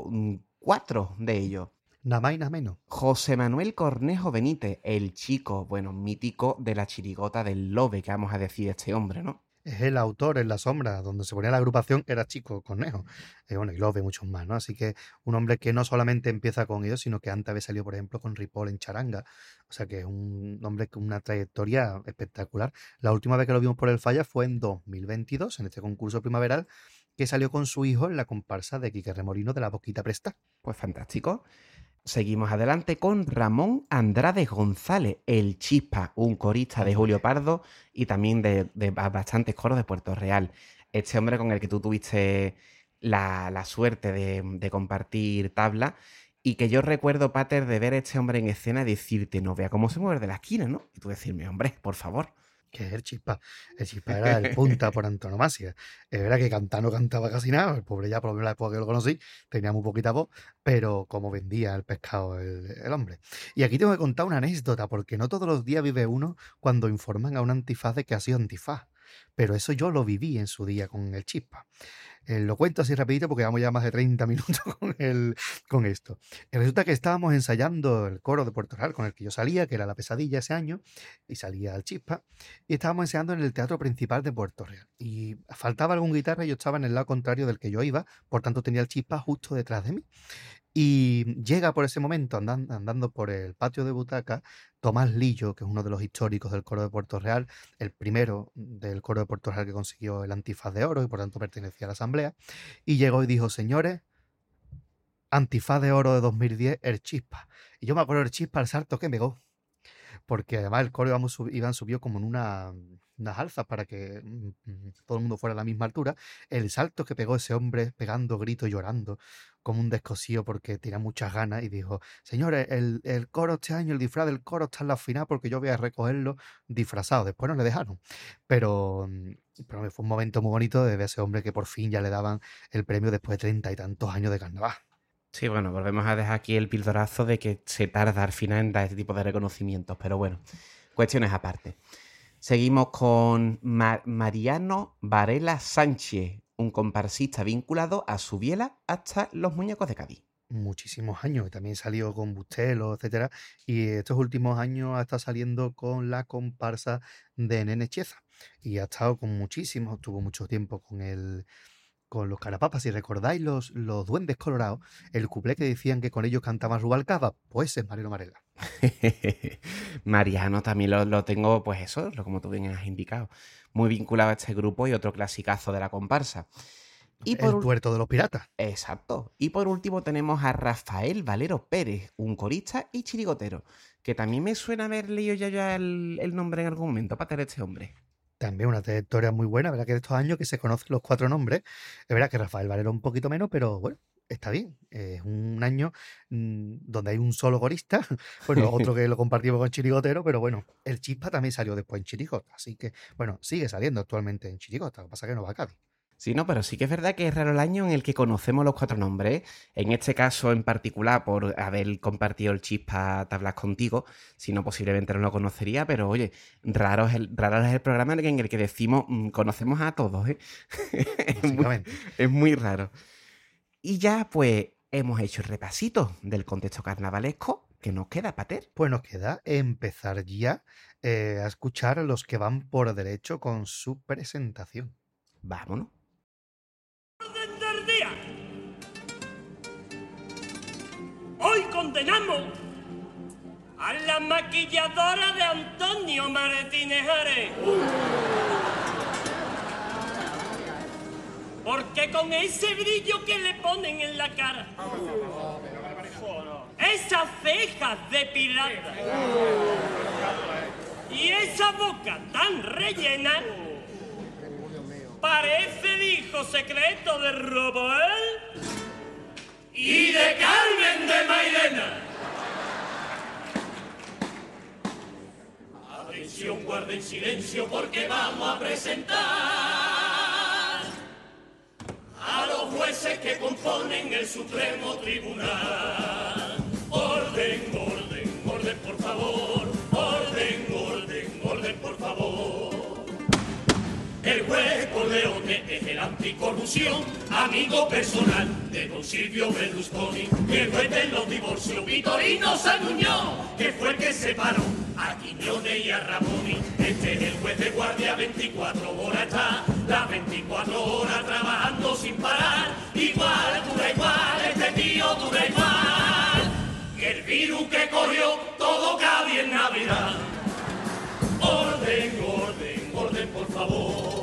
4 de ellos. Nada más y nada menos. José Manuel Cornejo Benítez, el chico, bueno, mítico de la chirigota del Lobe, que vamos a decir este hombre, ¿no? Es el autor en La Sombra, donde se ponía la agrupación, era Chico Cornejo. Bueno, y lo ve muchos más, ¿no? Así que un hombre que no solamente empieza con ellos, sino que antes había salido, por ejemplo, con Ripoll en Charanga. O sea que es un hombre con una trayectoria espectacular. La última vez que lo vimos por el Falla fue en 2022, en este concurso primaveral, que salió con su hijo en la comparsa de Quique Remolino de La Boquita Presta. Pues fantástico. Seguimos adelante con Ramón Andrade González, el Chispa, un corista de Julio Pardo y también de bastantes coros de Puerto Real. Este hombre con el que tú tuviste la suerte de compartir tabla y que yo recuerdo, Pater, de ver a este hombre en escena y decirte, no vea cómo se mueve de la esquina, ¿no? Y tú decirme, hombre, por favor. Que es el Chispa. El Chispa era el punta por antonomasia. Es verdad que cantar no cantaba casi nada. El pobre ya, por lo menos la época que lo conocí, tenía muy poquita voz, pero como vendía el pescado el hombre. Y aquí tengo que contar una anécdota, porque no todos los días vive uno cuando informan a un antifaz de que ha sido antifaz. Pero eso yo lo viví en su día con el Chispa. Lo cuento así rapidito porque llevamos ya más de 30 minutos con esto. Resulta que estábamos ensayando el coro de Puerto Real con el que yo salía, que era La Pesadilla ese año, y salía el Chispa, y estábamos ensayando en el Teatro Principal de Puerto Real. Y faltaba algún guitarra y yo estaba en el lado contrario del que yo iba, por tanto tenía el Chispa justo detrás de mí. Y llega por ese momento, andando por el patio de butaca, Tomás Lillo, que es uno de los históricos del coro de Puerto Real, el primero del coro de Puerto Real que consiguió el antifaz de oro y por tanto pertenecía a la asamblea, y llegó y dijo, señores, antifaz de oro de 2010, el Chispa. Y yo me acuerdo del Chispa, el salto que pegó, porque además el coro iban subido como en unas alzas para que todo el mundo fuera a la misma altura. El salto que pegó ese hombre pegando gritos y llorando como un descosío porque tenía muchas ganas y dijo, señores, el coro este año, el disfraz del coro está en la final porque yo voy a recogerlo disfrazado. Después no le dejaron. Pero fue un momento muy bonito de ver a ese hombre que por fin ya le daban el premio después de 30 y tantos años de carnaval. Sí, bueno, volvemos a dejar aquí el pildorazo de que se tarda al final en dar este tipo de reconocimientos, pero bueno, cuestiones aparte. Seguimos con Mariano Varela Sánchez, un comparsista vinculado a Subiela hasta Los Muñecos de Cádiz. Muchísimos años, y también salió con Bustelo, etcétera, y estos últimos años ha estado saliendo con la comparsa de Nene Chieza, y ha estado con muchísimos, tuvo mucho tiempo con los Carapapas. Si recordáis los Duendes Colorados, el cuplé que decían que con ellos cantaban Rubalcaba, pues es Mariano Varela. Mariano también lo tengo, pues eso, como tú bien has indicado, muy vinculado a este grupo y otro clasicazo de la comparsa. Y el Tuerto de los Piratas. Exacto. Y por último tenemos a Rafael Valero Pérez, un corista y chirigotero, que también me suena haber leído ya el nombre en algún momento para tener este hombre. También una trayectoria muy buena, ¿verdad? Que de estos años que se conocen los 4 nombres. Es verdad que Rafael Valero un poquito menos, pero bueno, está bien. Es un año donde hay un solo corista, bueno, otro que lo compartimos con Chirigotero, pero bueno, el Chispa también salió después en Chirigota, así que, bueno, sigue saliendo actualmente en Chirigota, lo que pasa es que no va a Cádiz. Sí, no, pero sí que es verdad que es raro el año en el que conocemos los 4 nombres. En este caso en particular, por haber compartido el Chispa tablas contigo, si no posiblemente no lo conocería, pero oye, raro es el programa en el que decimos conocemos a todos, ¿eh? Es muy raro. Y ya pues hemos hecho el repasito del contexto carnavalesco que nos queda, Pater. Pues nos queda empezar ya a escuchar a los que van por derecho con su presentación. Vámonos. ¡Orden del día! Hoy condenamos a la maquilladora de Antonio Martínez Ares. Porque con ese brillo que le ponen en la cara, esas cejas de pirata y esa boca tan rellena, parece el hijo secreto de Roboel y de Carmen de Mairena. Atención, guarden silencio porque vamos a presentar a los jueces que componen el Supremo Tribunal. Orden, orden, orden, por favor. Orden, orden, orden, por favor. El juez Corleone es el anticorrupción, amigo personal de don Silvio Berlusconi. Y el juez de los divorcios, Vitorino Sanguñó, que fue el que separó a Quiñones y a Ramoni. Este es el juez de guardia, 24 horas está, las 24 horas trabajando sin parar. Igual, dura igual, este tío dura igual que el virus que corrió todo Cádiz en Navidad. Orden, orden, orden, por favor.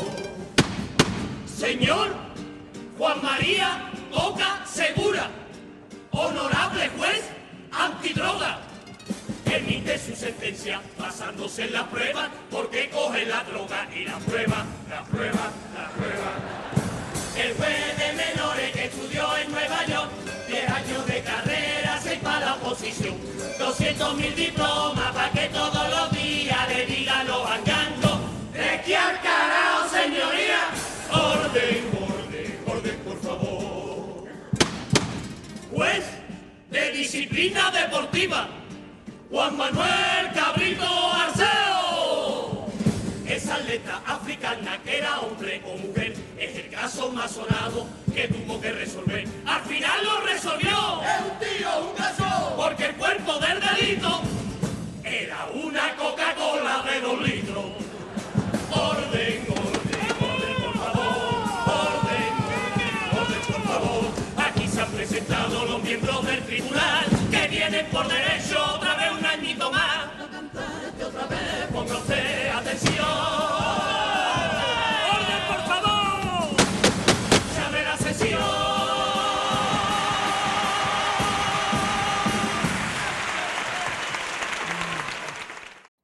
Señor Juan María Boca Segura, honorable juez antidroga, emite su sentencia basándose en la prueba, porque coge la droga y la prueba, la prueba, la prueba. El juez de menores que estudió en Nueva York, 10 años de carrera, 6 para la oposición, 200.000 diplomas para que todos los días le digan los angangos. ¿De qué al carajo, señoría? Orden, orden, orden, por favor. Juez de disciplina deportiva, Juan Manuel Cabrito Arceo. Esa atleta africana que era hombre o mujer es el caso más sonado que tuvo que resolver. Al final lo resolvió. Es un tío, un caso. Porque el cuerpo del delito era una Coca-Cola de 2 litros. Orden, orden, orden, por favor. Orden, orden, orden, por favor. Aquí se han presentado los miembros del tribunal que vienen por derecho otra vez un añito más. No cantaste otra vez, ponga usted atención. ¡Orden, por favor! ¡Llame la sesión!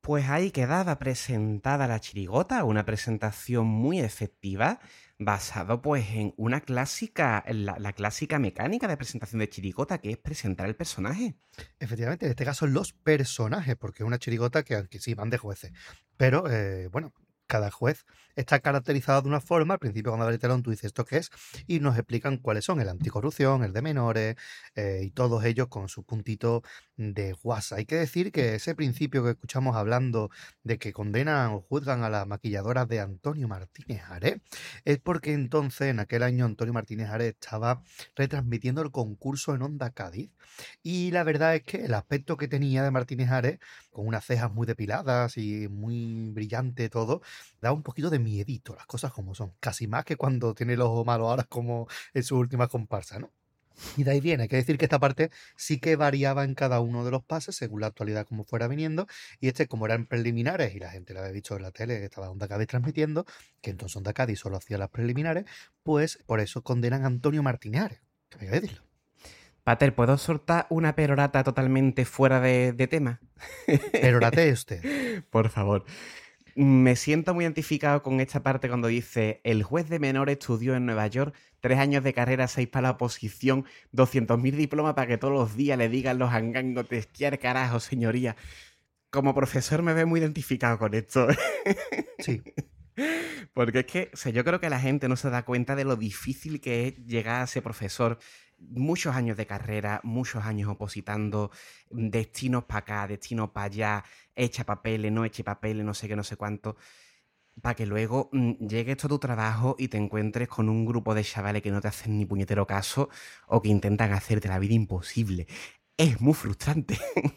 Pues ahí quedaba presentada la chirigota, una presentación muy efectiva, basado pues en una clásica, la clásica mecánica de presentación de chirigota, que es presentar el personaje. Efectivamente, en este caso los personajes, porque es una chirigota que aunque sí van de jueces, pero bueno, cada juez está caracterizado de una forma. Al principio, cuando abre el telón, tú dices esto qué es, y nos explican cuáles son: el anticorrupción, el de menores, y todos ellos con su puntito de guasa. Hay que decir que ese principio que escuchamos hablando de que condenan o juzgan a las maquilladoras de Antonio Martínez Ares, es porque entonces, en aquel año, Antonio Martínez Ares estaba retransmitiendo el concurso en Onda Cádiz, y la verdad es que el aspecto que tenía de Martínez Ares, con unas cejas muy depiladas y muy brillante todo, da un poquito de miedito, las cosas como son. Casi más que cuando tiene el ojo malo ahora, como en su última comparsa, ¿no? Y de ahí viene, hay que decir que esta parte sí que variaba en cada uno de los pases, según la actualidad como fuera viniendo, y como eran preliminares y la gente lo había visto en la tele, que estaba Onda Cádiz transmitiendo, que entonces Onda Cádiz solo hacía las preliminares, pues por eso condenan a Antonio Martínez Ares, que hay que decirlo. Pater, ¿puedo soltar una perorata totalmente fuera de tema? Perorate usted. Por favor. Me siento muy identificado con esta parte cuando dice: el juez de menores estudió en Nueva York, 3 años de carrera, 6 para la oposición, 200.000 diplomas para que todos los días le digan los angangos de esquiar, carajo, señoría. Como profesor me veo muy identificado con esto. Sí. Porque es que, o sea, yo creo que la gente no se da cuenta de lo difícil que es llegar a ser profesor. Muchos años de carrera, muchos años opositando, destinos para acá, destinos para allá, echa papeles, no eche papeles, no sé qué, no sé cuánto, para que luego llegues a tu trabajo y te encuentres con un grupo de chavales que no te hacen ni puñetero caso o que intentan hacerte la vida imposible. Es muy frustrante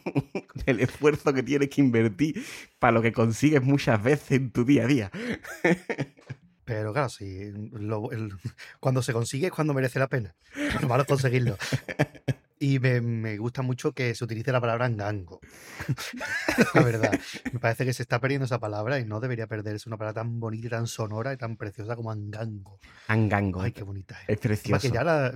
el esfuerzo que tienes que invertir para lo que consigues muchas veces en tu día a día. Pero claro, sí, cuando se consigue es cuando merece la pena. Lo malo es conseguirlo. Y me gusta mucho que se utilice la palabra angango. La verdad, me parece que se está perdiendo esa palabra y no debería perderse. Una palabra tan bonita y tan sonora y tan preciosa como angango. Angango. Ay, qué bonita es. Es precioso. Que ya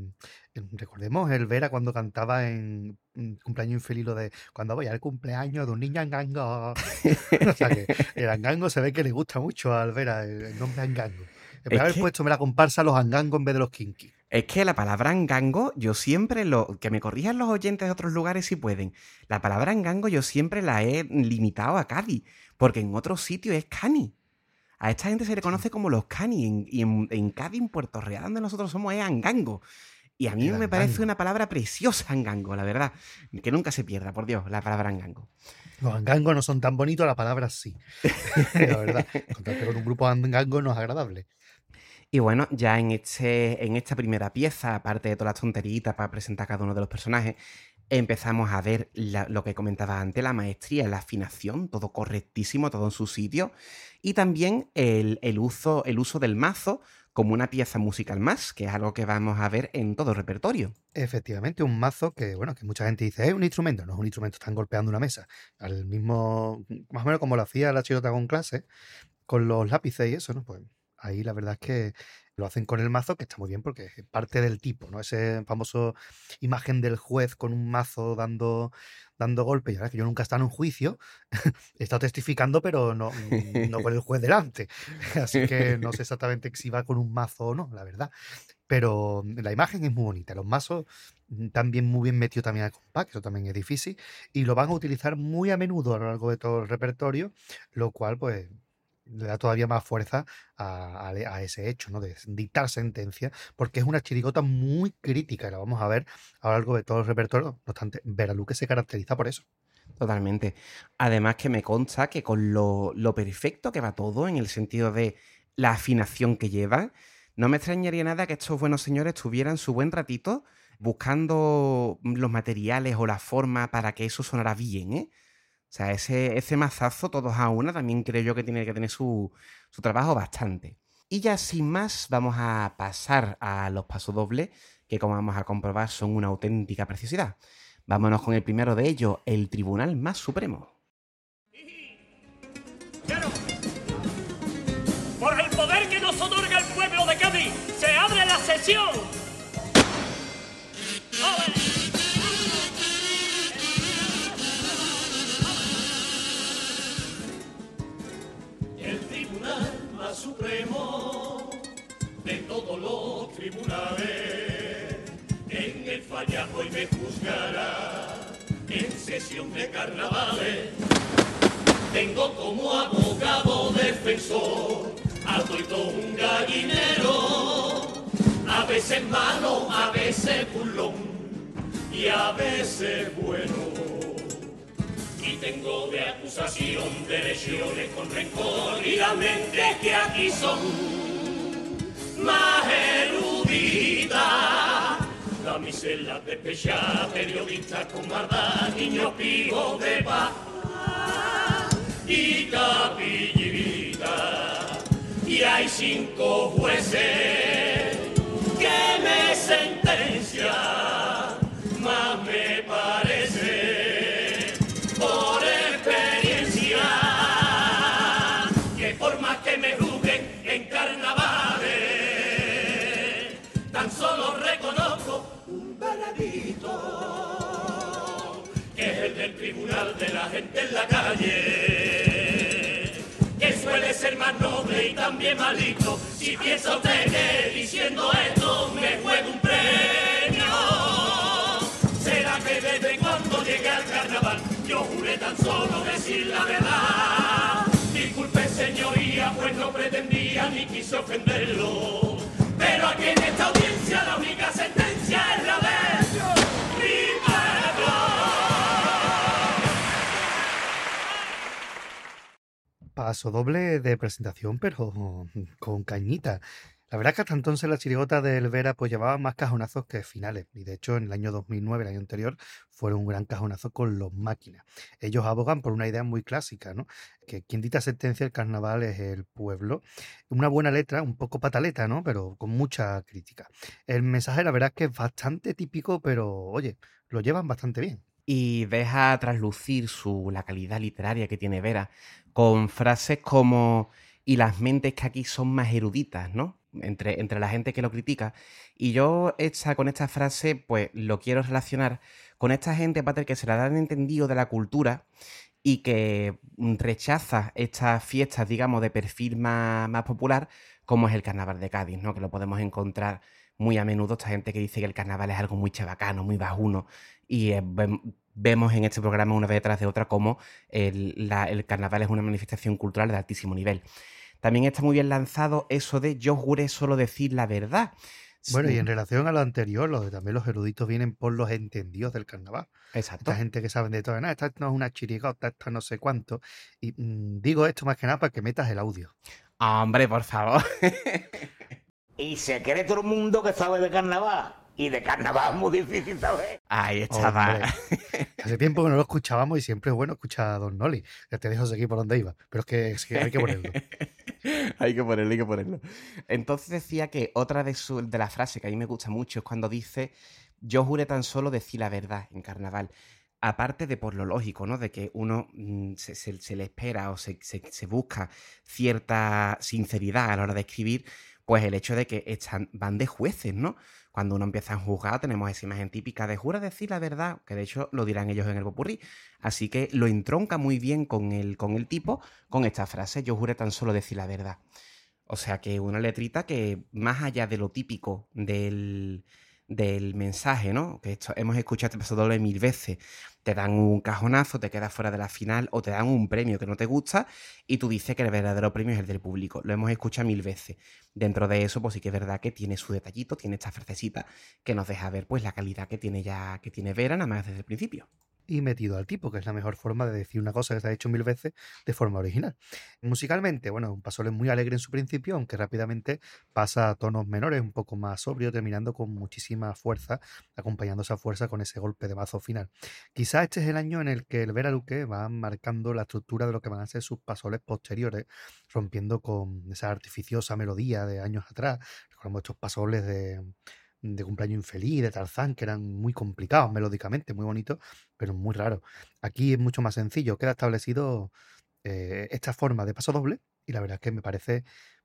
recordemos el Vera cuando cantaba en Cumpleaños Infeliz, lo de cuando voy al cumpleaños de un niño angango. O sea que el angango se ve que le gusta mucho al Vera, el nombre angango. Debería haber puesto la comparsa los angangos en vez de los kinky. Es que la palabra angango, yo siempre que me corrijan los oyentes de otros lugares si pueden. La palabra angango yo siempre la he limitado a Cádiz, porque en otros sitios es cani. A esta gente se le conoce como los cani, y en Cádiz, en Puerto Real, donde nosotros somos, es angango. Y a mí me parece una palabra preciosa, angango, la verdad. Que nunca se pierda, por Dios, la palabra angango. Los angangos no son tan bonitos, la palabra sí. La verdad, contarte con un grupo de angangos no es agradable. Y bueno, ya en esta primera pieza, aparte de todas las tonteritas para presentar cada uno de los personajes, empezamos a ver lo que comentaba antes, la maestría, la afinación, todo correctísimo, todo en su sitio, y también el uso del mazo como una pieza musical más, que es algo que vamos a ver en todo el repertorio. Efectivamente, un mazo que, bueno, que mucha gente dice, es un instrumento. No es un instrumento, están golpeando una mesa. Al mismo, más o menos como lo hacía la chirota con clase, con los lápices y eso, ¿no? Pues ahí la verdad es que lo hacen con el mazo, que está muy bien porque es parte del tipo, ¿no? Ese famoso imagen del juez con un mazo dando golpes. Y ahora que yo nunca he estado en un juicio, he estado testificando, pero no con el juez delante. Así que no sé exactamente si va con un mazo o no, la verdad. Pero la imagen es muy bonita. Los mazos también muy bien metidos también al compás, que eso también es difícil. Y lo van a utilizar muy a menudo a lo largo de todo el repertorio, lo cual, pues, le da todavía más fuerza a ese hecho, ¿no? De dictar sentencia, porque es una chirigota muy crítica y la vamos a ver a lo largo de todo el repertorio. No obstante, Veraluque se caracteriza por eso. Totalmente. Además que me consta que con lo perfecto que va todo, en el sentido de la afinación que lleva, no me extrañaría nada que estos buenos señores tuvieran su buen ratito buscando los materiales o la forma para que eso sonara bien, ¿eh? O sea, ese mazazo, todos a una, también creo yo que tiene que tener su trabajo bastante. Y ya sin más, vamos a pasar a los pasodobles, que como vamos a comprobar son una auténtica preciosidad. Vámonos con el primero de ellos, el Tribunal Más Supremo. Claro. Por el poder que nos otorga el pueblo de Cádiz, se abre la sesión. Asociación de Carnavales. Tengo como abogado defensor a todo un gallinero, a veces malo, a veces burlón y a veces bueno. Y tengo de acusación de lesiones con rencor y la mente que aquí son más eruditas. Damiselas despechadas, periodistas con maldad, niños pijos de paz y capillita. Y hay 5 jueces que me sentencian, más me parece por experiencia que por más que me juzguen en carnavales, tan solo reconozco un veredicto, que es el del tribunal de la gente en la calle, que suele ser más noble y también malito. Si piensa usted que diciendo esto me juego un premio, será que desde cuando llegué al carnaval yo juré tan solo decir la verdad. Disculpe señoría, pues no pretendía ni quise ofenderlo, pero aquí en esta audiencia la única sentencia es la de mi pueblo. Paso doble de presentación, pero con cañita. La verdad es que hasta entonces la chirigota del Vera pues llevaba más cajonazos que finales. Y de hecho en el año 2009, el año anterior, fueron un gran cajonazo con Los Máquinas. Ellos abogan por una idea muy clásica, ¿no? Que quien dicta sentencia el carnaval es el pueblo. Una buena letra, un poco pataleta, ¿no? Pero con mucha crítica. El mensaje la verdad es que es bastante típico, pero oye, lo llevan bastante bien. Y deja traslucir la calidad literaria que tiene Vera con frases como y las mentes que aquí son más eruditas, ¿no? Entre la gente que lo critica. Y yo con esta frase pues lo quiero relacionar con esta gente, Pater, que se la dan entendido de la cultura y que rechaza estas fiestas, digamos, de perfil más popular, como es el Carnaval de Cádiz, ¿no? Que lo podemos encontrar muy a menudo, esta gente que dice que el carnaval es algo muy chabacano, muy bajuno, y vemos en este programa una vez detrás de otra cómo el carnaval es una manifestación cultural de altísimo nivel. También está muy bien lanzado eso de yo juré solo decir la verdad. Bueno, y en relación a lo anterior, también los eruditos vienen por los entendidos del carnaval. Exacto. Esta gente que saben de todo, esta no es una chirigota, esta no sé cuánto. Y digo esto más que nada para que metas el audio. Hombre, por favor. Y se cree todo el mundo que sabe de carnaval. Y de carnaval es muy difícil saber. Ahí estaba. Hace tiempo que no lo escuchábamos y siempre es bueno escuchar a Don Noli. Ya te dejo seguir por donde iba. Pero es que hay que ponerlo. Hay que ponerlo. Entonces decía que otra de las frases que a mí me gusta mucho es cuando dice yo juré tan solo decir la verdad en carnaval. Aparte de por lo lógico, ¿no? De que uno se le espera o se busca cierta sinceridad a la hora de escribir, pues el hecho de que van de jueces, ¿no? Cuando uno empieza a juzgar tenemos esa imagen típica de jura decir la verdad, que de hecho lo dirán ellos en el popurrí. Así que lo entronca muy bien con el tipo, con esta frase, yo juré tan solo decir la verdad. O sea que una letrita que más allá de lo típico del mensaje, ¿no? Que hemos escuchado este paso doble 1000 veces. Te dan un cajonazo, te quedas fuera de la final o te dan un premio que no te gusta y tú dices que el verdadero premio es el del público. Lo hemos escuchado 1000 veces. Dentro de eso, pues sí que es verdad que tiene su detallito, tiene esta frasecita que nos deja ver pues la calidad que tiene Vera nada más desde el principio. Y metido al tipo, que es la mejor forma de decir una cosa que se ha hecho 1000 veces de forma original. Musicalmente, bueno, un pasoble muy alegre en su principio, aunque rápidamente pasa a tonos menores, un poco más sobrio, terminando con muchísima fuerza, acompañando esa fuerza con ese golpe de mazo final. Quizás este es el año en el que el Vera Luque va marcando la estructura de lo que van a ser sus pasoles posteriores, rompiendo con esa artificiosa melodía de años atrás. Recordamos estos pasoles de Cumpleaños Infeliz, de Tarzán, que eran muy complicados melódicamente, muy bonitos, pero muy raros. Aquí es mucho más sencillo, queda establecido esta forma de paso doble y la verdad es que me parece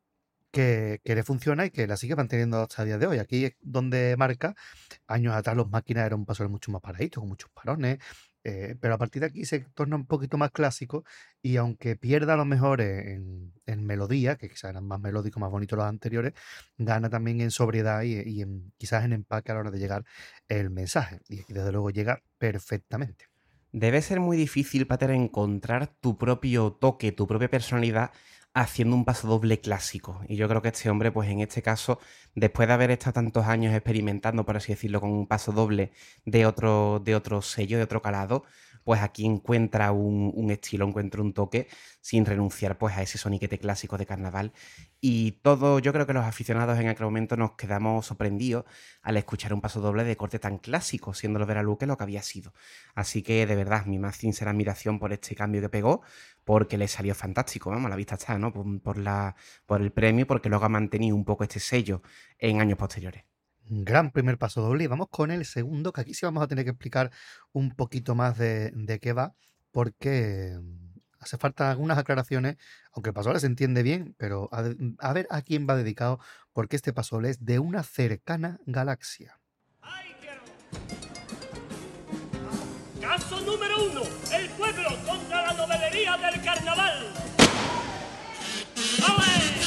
que le funciona y que la sigue manteniendo hasta el día de hoy. Aquí es donde marca, años atrás Los Máquinas eran un paso mucho más paradito, con muchos parones, pero a partir de aquí se torna un poquito más clásico y aunque pierda a lo mejor en melodía, que quizás eran más melódicos, más bonitos los anteriores, gana también en sobriedad y quizás en empaque a la hora de llegar el mensaje. Y desde luego llega perfectamente. Debe ser muy difícil, Pater, encontrar tu propio toque, tu propia personalidad haciendo un pasodoble clásico. Y yo creo que este hombre, pues en este caso, después de haber estado tantos años experimentando, por así decirlo, con un pasodoble de otro sello, de otro calado, pues aquí encuentra un estilo, encuentra un toque sin renunciar pues a ese soniquete clásico de carnaval. Y todo, yo creo que los aficionados en aquel momento nos quedamos sorprendidos al escuchar un pasodoble de corte tan clásico, siendo lo Veraluque lo que había sido. Así que de verdad, mi más sincera admiración por este cambio que pegó, porque le salió fantástico, vamos, a la vista está, ¿no? Por el premio, porque luego ha mantenido un poco este sello en años posteriores. Un gran primer paso doble. Y vamos con el segundo, que aquí sí vamos a tener que explicar un poquito más de qué va, porque hace falta algunas aclaraciones, aunque el paso doble se entiende bien, pero a ver a quién va dedicado, porque este paso doble es de una cercana galaxia. ¡Ay, quiero! Caso número 1. El pueblo contra la novelería del carnaval. ¡Ale!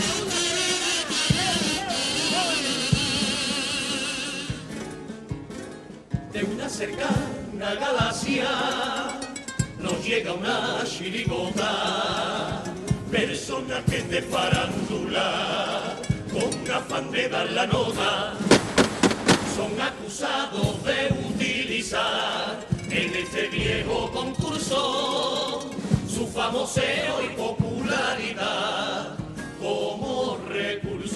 De una cercana galaxia nos llega una chirigota, personajes de farándula con afán de dar la nota, son acusados de utilizar en este viejo concurso su famoseo y popularidad como recurso.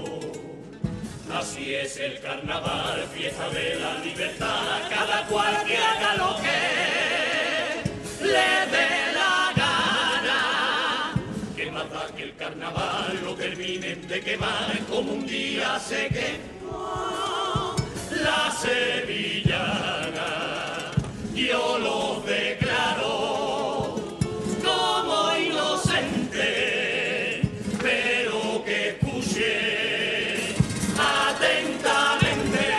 Así es el carnaval, fiesta de la libertad, cada cual que haga lo que le dé la gana. Que más da que el carnaval lo terminen de quemar como un día se quemó la sevillana. Yo lo declaro como inocente, pero que escuche atentamente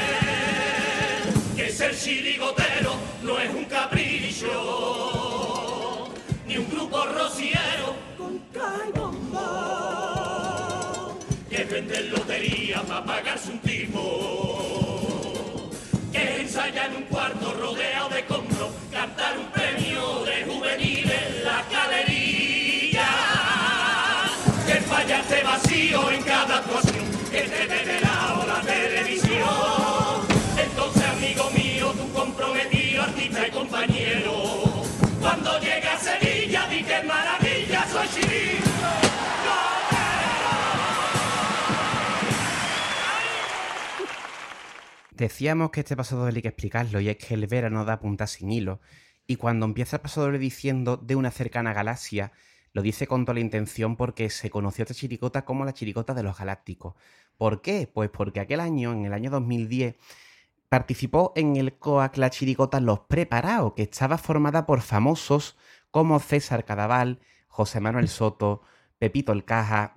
que ser chirigotero no es un capricho, ni un grupo rociero con caibombo que venden lotería para pagarse un tipo, que ensaya en un cuarto rodeado de compro, cantar un premio de juvenil en la galería, que falla este vacío en cada actuación, que te debe la televisión. Entonces, amigo mío, tu comprometido artista y compañero, cuando llegue a Sevilla, di que maravilla, soy chirigotero. Decíamos que este pasodoble hay que explicarlo, y es que el Vera no da punta sin hilo. Y cuando empieza el pasodoble diciendo de una cercana galaxia, lo dice con toda la intención porque se conoció a esta chirigota como la chirigota de los galácticos. ¿Por qué? Pues porque aquel año, en el año 2010, participó en el COAC la chirigota Los Preparados, que estaba formada por famosos como César Cadaval, José Manuel Soto, Pepito el Caja,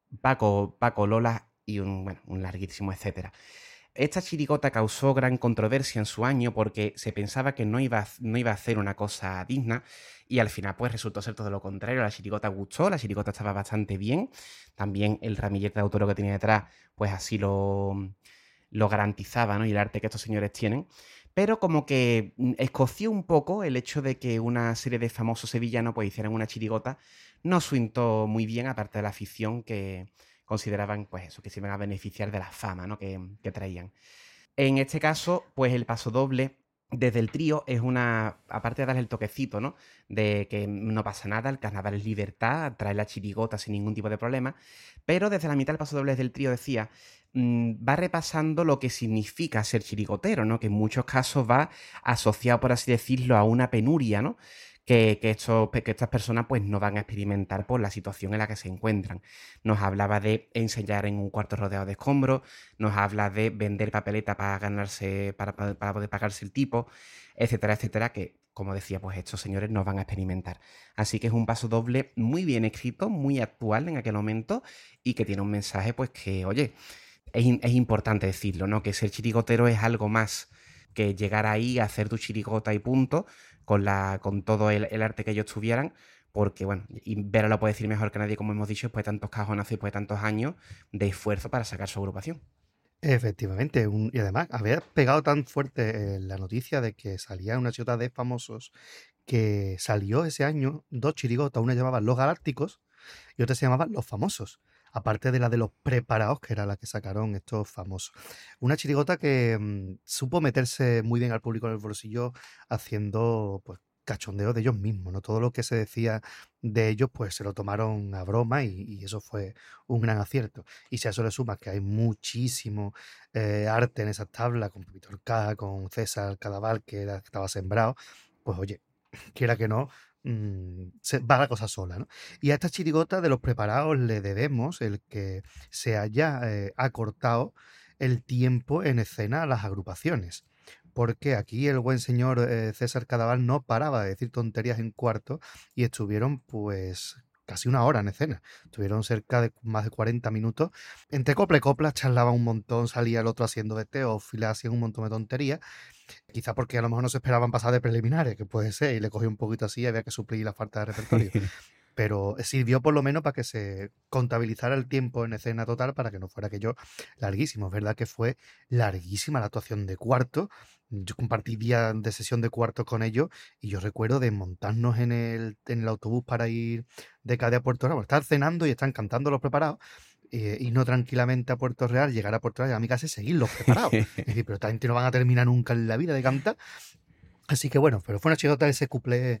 Paco Lola y un larguísimo etcétera. Esta chirigota causó gran controversia en su año porque se pensaba que no iba a hacer una cosa digna, y al final pues resultó ser todo lo contrario. La chirigota gustó, la chirigota estaba bastante bien, también el ramillete de autor que tenía detrás pues así lo garantizaba, ¿no? Y el arte que estos señores tienen, pero como que escoció un poco el hecho de que una serie de famosos sevillanos pues hicieran una chirigota. No suentó muy bien, aparte de la afición que consideraban pues eso, que se iban a beneficiar de la fama, ¿no? que traían. En este caso, pues el pasodoble desde el trío es una, aparte de darle el toquecito, ¿no? De que no pasa nada, el carnaval es libertad, trae la chirigota sin ningún tipo de problema, pero desde la mitad del pasodoble del trío decía, va repasando lo que significa ser chirigotero, ¿no? Que en muchos casos va asociado, por así decirlo, a una penuria, ¿no? Que estas personas pues no van a experimentar por la situación en la que se encuentran. Nos hablaba de ensayar en un cuarto rodeado de escombros, nos habla de vender papeleta para ganarse, para poder pagarse el tipo, etcétera, etcétera, que, como decía, pues estos señores no van a experimentar. Así que es un pasodoble muy bien escrito, muy actual en aquel momento, y que tiene un mensaje, pues que, oye, es importante decirlo, ¿no? Que ser chirigotero es algo más que llegar ahí a hacer tu chirigota y punto, con todo el arte que ellos tuvieran, porque, bueno, y Vera lo puede decir mejor que nadie, como hemos dicho, después de tantos cajonazos y después de tantos años de esfuerzo para sacar su agrupación. Efectivamente, y además había pegado tan fuerte la noticia de que salía una chirigota de famosos que salió ese año 2 chirigotas, una llamaba Los Galácticos y otra se llamaba Los Famosos, aparte de la de Los Preparados, que era la que sacaron estos famosos. Una chirigota que supo meterse muy bien al público en el bolsillo haciendo pues cachondeo de ellos mismos, ¿no? Todo lo que se decía de ellos pues se lo tomaron a broma y eso fue un gran acierto. Y si a eso le sumas que hay muchísimo arte en esas tablas, con Víctor K, con César Cadaval, que estaba sembrado, pues oye, quiera que no, va la cosa sola, ¿no? Y a esta chirigota de Los Preparados le debemos el que se haya acortado el tiempo en escena a las agrupaciones. Porque aquí el buen señor César Cadaval no paraba de decir tonterías en cuarto y estuvieron pues casi una hora en escena. Estuvieron cerca de más de 40 minutos. Entre copla y copla charlaban un montón, salía el otro haciendo de teófila, hacían un montón de tonterías. Quizá porque a lo mejor no se esperaban pasar de preliminares, que puede ser, y le cogió un poquito así y había que suplir la falta de repertorio. Pero sirvió por lo menos para que se contabilizara el tiempo en escena total para que no fuera aquello larguísimo. Es verdad que fue larguísima la actuación de cuarto. Yo compartí día de sesión de cuarto con ellos y yo recuerdo de montarnos en el autobús para ir de Cádiz a Puerto Real. Estar cenando y están cantando Los Preparados y no tranquilamente a Puerto Real, llegar a Puerto Real y a mi casa y seguir Los Preparados. Es decir, pero esta gente no van a terminar nunca en la vida de cantar. Así que bueno, pero fue una chirigota ese cuplé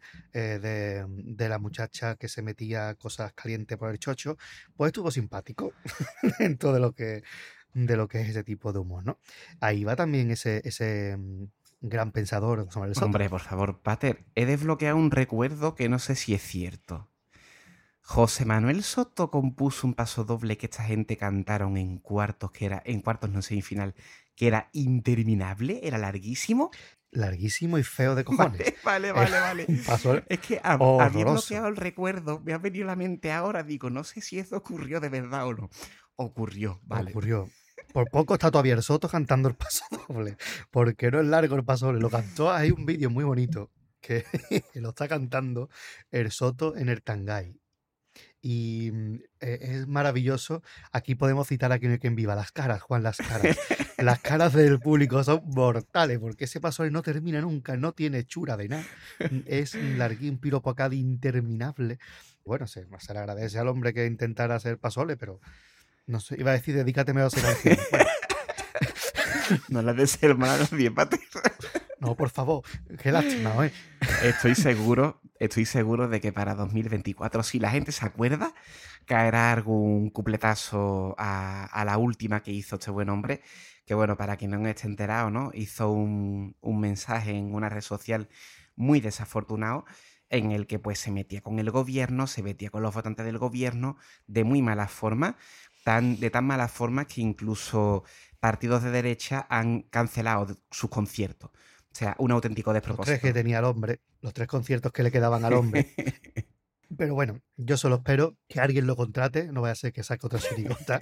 de la muchacha que se metía cosas calientes por el chocho, pues estuvo simpático dentro de lo que es ese tipo de humor, ¿no? Ahí va también ese gran pensador José Manuel Soto. Hombre, por favor, Pater, he desbloqueado un recuerdo que no sé si es cierto. José Manuel Soto compuso un pasodoble que esta gente cantaron en cuartos, no semifinal, que era interminable, era larguísimo. Larguísimo y feo de cojones. Vale. Es que había bloqueado el recuerdo, me ha venido a la mente ahora, digo, no sé si eso ocurrió de verdad o no. Ocurrió, vale. Ocurrió. Por poco está todavía el Soto cantando el pasodoble, porque no es largo el pasodoble, lo cantó, hay un vídeo muy bonito que lo está cantando el Soto en el Tangay. Y es maravilloso. Aquí podemos citar a quien viva. Las caras, Juan, las caras. Las caras del público son mortales, porque ese paso no termina nunca, no tiene hechura de nada. Es un larguín piropo acá de interminable. Bueno, se le agradece al hombre que intentara hacer pasole, pero no sé, iba a decir, dedícateme a hacer canción. Bueno. No la de ser malo, bien, Pater. No, por favor, qué lástima, ¿eh? Estoy seguro de que para 2024, si la gente se acuerda, caerá algún cupletazo a la última que hizo este buen hombre, que bueno, para quien no esté enterado, ¿no? Hizo un mensaje en una red social muy desafortunado, en el que pues se metía con el gobierno, se metía con los votantes del gobierno, de muy mala forma, de tan mala forma que incluso partidos de derecha han cancelado sus conciertos. O sea, un auténtico despropósito. Los 3 que tenía el hombre, los 3 conciertos que le quedaban al hombre. Pero bueno, yo solo espero que alguien lo contrate, no vaya a ser que saque otra chirigota,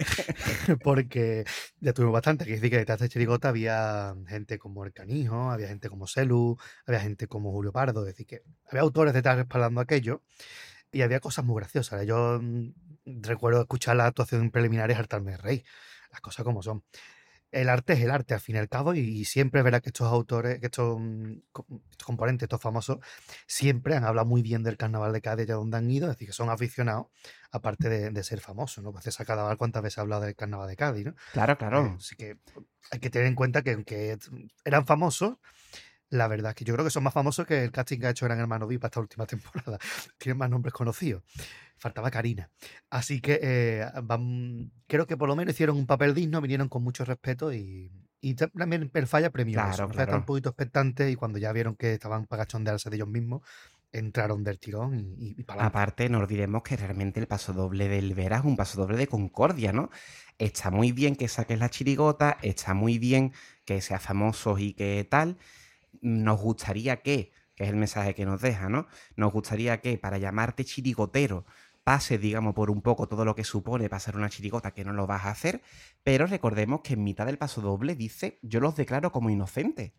porque ya tuvimos bastante. Que decir que detrás de chirigota había gente como El Canijo, había gente como Celu, había gente como Julio Pardo, es decir, que había autores detrás respaldando aquello y había cosas muy graciosas. Yo recuerdo escuchar la actuación en preliminares hartarme de reír, las cosas como son. El arte es el arte, al fin y al cabo, y siempre verá que estos autores, que estos componentes, estos famosos, siempre han hablado muy bien del Carnaval de Cádiz y a donde han ido, es decir, que son aficionados, aparte de ser famosos, ¿no? Pues César Cadaval, ¿cuántas veces ha hablado del Carnaval de Cádiz, ¿no? Claro. Así que hay que tener en cuenta que aunque eran famosos, la verdad es que yo creo que son más famosos que el casting que ha hecho Gran Hermano VIP esta última temporada. Tienen más nombres conocidos. Faltaba Karina. Así que creo que por lo menos hicieron un papel digno, vinieron con mucho respeto y también Perfalla premió eso. Estaban un poquito expectantes y cuando ya vieron que estaban para cachondearse de ellos mismos, entraron del tirón y para adelante. Aparte, no olvidemos que realmente el pasodoble del Vera es un pasodoble de concordia, ¿no? Está muy bien que saques la chirigota, está muy bien que seas famoso y que tal. Nos gustaría que es el mensaje que nos deja, ¿no? Nos gustaría que para llamarte chirigotero pases, digamos, por un poco todo lo que supone pasar una chirigota, que no lo vas a hacer, pero recordemos que en mitad del pasodoble dice, yo los declaro como inocentes.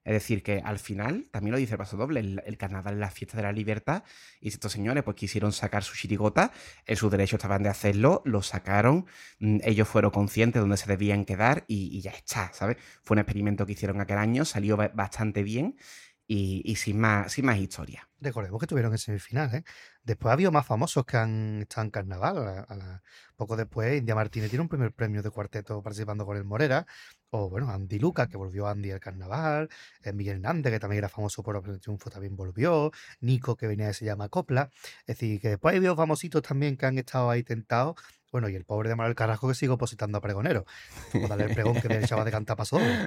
Es decir, que al final, también lo dice el Paso Doble, el carnaval es la fiesta de la libertad, y estos señores pues quisieron sacar su chirigota, en sus derechos estaban de hacerlo, lo sacaron, ellos fueron conscientes de dónde se debían quedar y ya está, ¿sabes? Fue un experimento que hicieron aquel año, salió bastante bien y sin más historia. Recordemos que estuvieron en semifinal, ¿eh? Después ha habido más famosos que han estado en carnaval. Poco después, India Martínez tiene un primer premio de cuarteto participando con el Morera. O bueno, Andy Lucas, que volvió a Andy al carnaval. Miguel Hernández, que también era famoso por Operación Triunfo, también volvió. Nico, que venía de Se llama Copla. Es decir, que después ha habido famositos también que han estado ahí tentados. Bueno, y el pobre de Manuel Carrasco que sigue opositando a pregonero. Como darle el pregón que le echaba de cantar Paso Doble.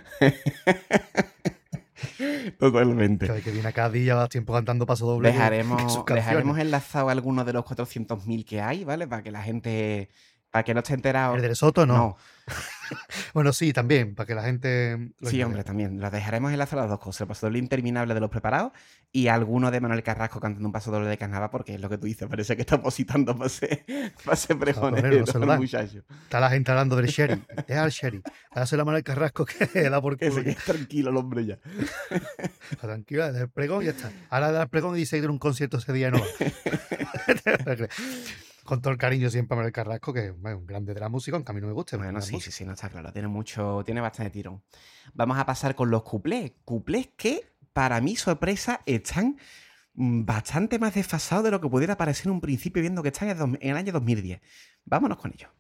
Totalmente. Que viene cada día, va tiempo cantando Paso Doble. Dejaremos enlazado algunos de los 400.000 que hay, ¿vale? Para que la gente... Para que no esté enterado. ¿El del Soto no? Bueno, sí, también, para que la gente... Sí, hombre, también. Los dejaremos enlazar las dos cosas. El Paso Doble interminable de los preparados y alguno de Manuel Carrasco cantando un Paso Doble de carnaval, porque es lo que tú dices, parece que está positando para ser pregonero, el muchacho. Está la gente hablando del Sherry. Deja al Sherry. Dáselo a Manuel Carrasco que da por culo. Que se quede tranquilo el hombre ya. Tranquilo, del pregón y ya está. Ahora da el pregón y dice que un concierto ese día no va. Con todo el cariño siempre a Manuel Carrasco, que es un grande de la música, aunque a mí no me gusta. Bueno, sí, no está claro. Tiene bastante tirón. Vamos a pasar con los cuplés. Cuplés que, para mi sorpresa, están bastante más desfasados de lo que pudiera parecer en un principio, viendo que están en el año 2010. Vámonos con ellos.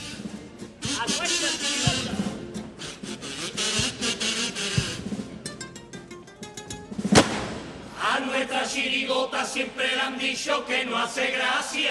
A nuestra chirigota siempre le han dicho que no hace gracia.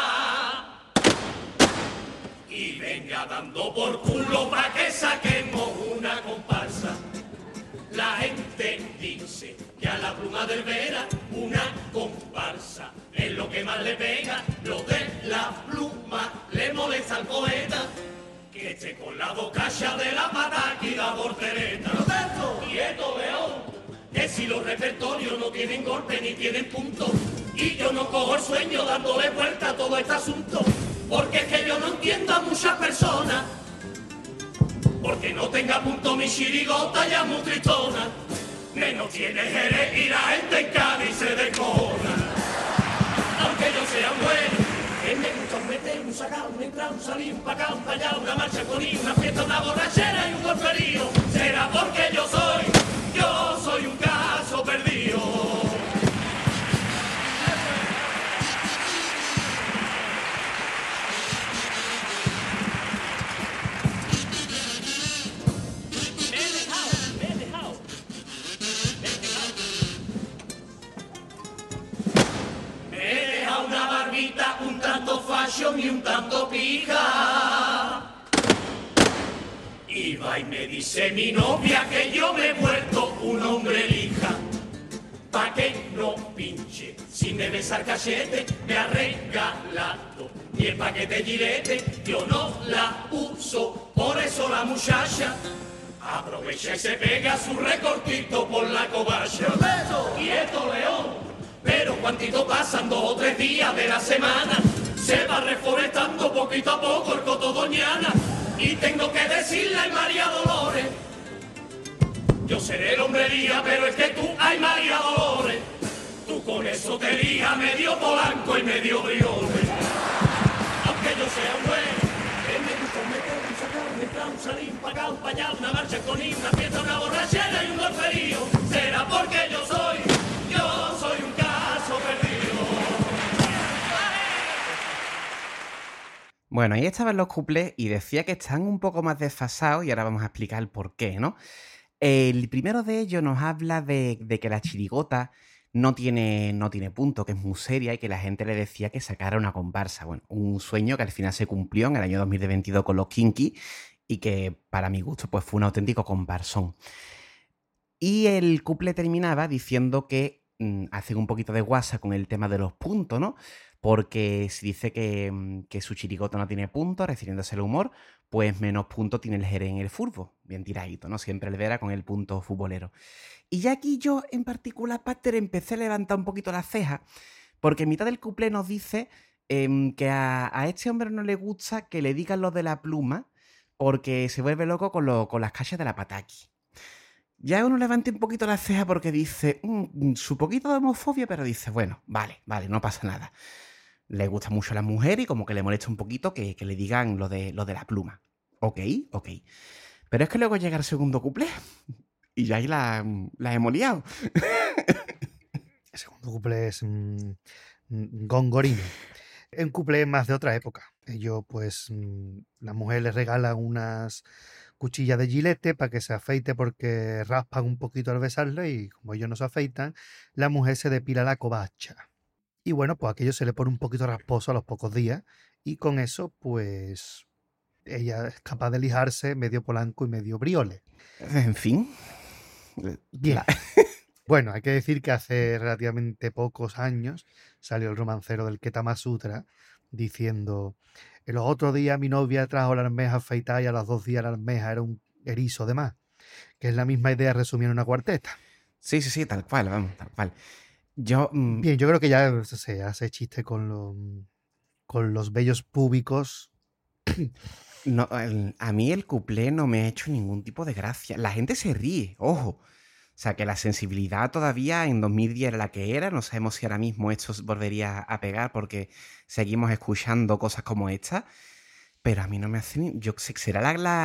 Y venga dando por culo pa' que saquemos una comparsa. La gente dice que a la pluma del Vera una comparsa es lo que más le pega. Lo de la pluma le molesta al poeta, que esté con la bocacha de la pataca y la voltereta. Quieto, León, que si los repertorios no tienen golpe ni tienen punto, y yo no cojo el sueño dándole vuelta a todo este asunto, porque es que yo no entiendo a muchas personas, porque no tenga punto mi chirigota ya muy tristona, menos tiene Jerez y la gente en Cádiz se descojona. Aunque yo sea bueno, que me gusta un meter, un sacar, un entrar, un salir, un pa' acá, un pa' allá, una marcha con ir, una fiesta, una borrachera y un golperío, será porque yo soy un caso perdido. Un tanto fashion y un tanto pija. Y va y me dice mi novia que yo me he vuelto un hombre lija. Pa' que no pinche, si me besa el cachete, me ha regalado. Y el paquete girete, yo no la uso, por eso la muchacha aprovecha y se pega su recortito por la covacha. Quieto, León. Pero cuantito pasan 2 o 3 días de la semana, se va reforestando poquito a poco el coto Doñana. Y tengo que decirle a María Dolores, yo seré el hombrería, pero es que tú, ay María Dolores, tú con eso te lija medio Polanco y medio Briones. Aunque yo sea un bueno, que me gusta meter, un sacar, un entrar, un salir, un pa' acá, un pa' allá, una marcha con ir, una fiesta, una borrachera y un golperío, será porque yo soy un caso perdido. Bueno, ahí estaban los cuplés y decía que están un poco más desfasados y ahora vamos a explicar el por qué, ¿no? El primero de ellos nos habla de que la chirigota no tiene punto, que es muy seria y que la gente le decía que sacara una comparsa. Bueno, un sueño que al final se cumplió en el año 2022 con los Kinky y que para mi gusto pues fue un auténtico comparsón. Y el cuplé terminaba diciendo que hacen un poquito de guasa con el tema de los puntos, ¿no? Porque si dice que su chirigota no tiene puntos, refiriéndose al humor, pues menos puntos tiene el Jerez en el fútbol. Bien tiradito, ¿no? Siempre el Vera con el punto futbolero. Y ya aquí yo, en particular, Pater, empecé a levantar un poquito las cejas, porque en mitad del cuplé nos dice que a este hombre no le gusta que le digan lo de la pluma, porque se vuelve loco con las calles de la pataki. Ya uno levanta un poquito la ceja porque dice, su poquito de homofobia, pero dice, bueno, vale, no pasa nada. Le gusta mucho a la mujer y como que le molesta un poquito que le digan lo de la pluma. Ok. Pero es que luego llega el segundo cuplé y ya ahí la hemos liado. El segundo cuplé es Gongorino. Es un cuplé más de otra época. Ellos, pues, la mujer les regala unas cuchillas de Gillette para que se afeite porque raspan un poquito al besarle y como ellos no se afeitan, la mujer se depila la covacha. Y bueno, pues aquello se le pone un poquito rasposo a los pocos días y con eso, pues, ella es capaz de lijarse medio Polanco y medio Briole. En fin. Bien. Bueno, hay que decir que hace relativamente pocos años salió el romancero del Ketama Sutra diciendo: en los otros días mi novia trajo la almeja afeitada y a los 2 días la almeja era un erizo de más. Que es la misma idea resumida en una cuarteta. Sí, tal cual, vamos, tal cual. Yo... Bien, yo creo que ya se hace chiste con los vellos púbicos. No, a mí el cuplé no me ha hecho ningún tipo de gracia. La gente se ríe, ojo. O sea, que la sensibilidad todavía en 2010 era la que era. No sabemos si ahora mismo esto volvería a pegar porque seguimos escuchando cosas como esta. Pero a mí no me hace ni... Yo sé que será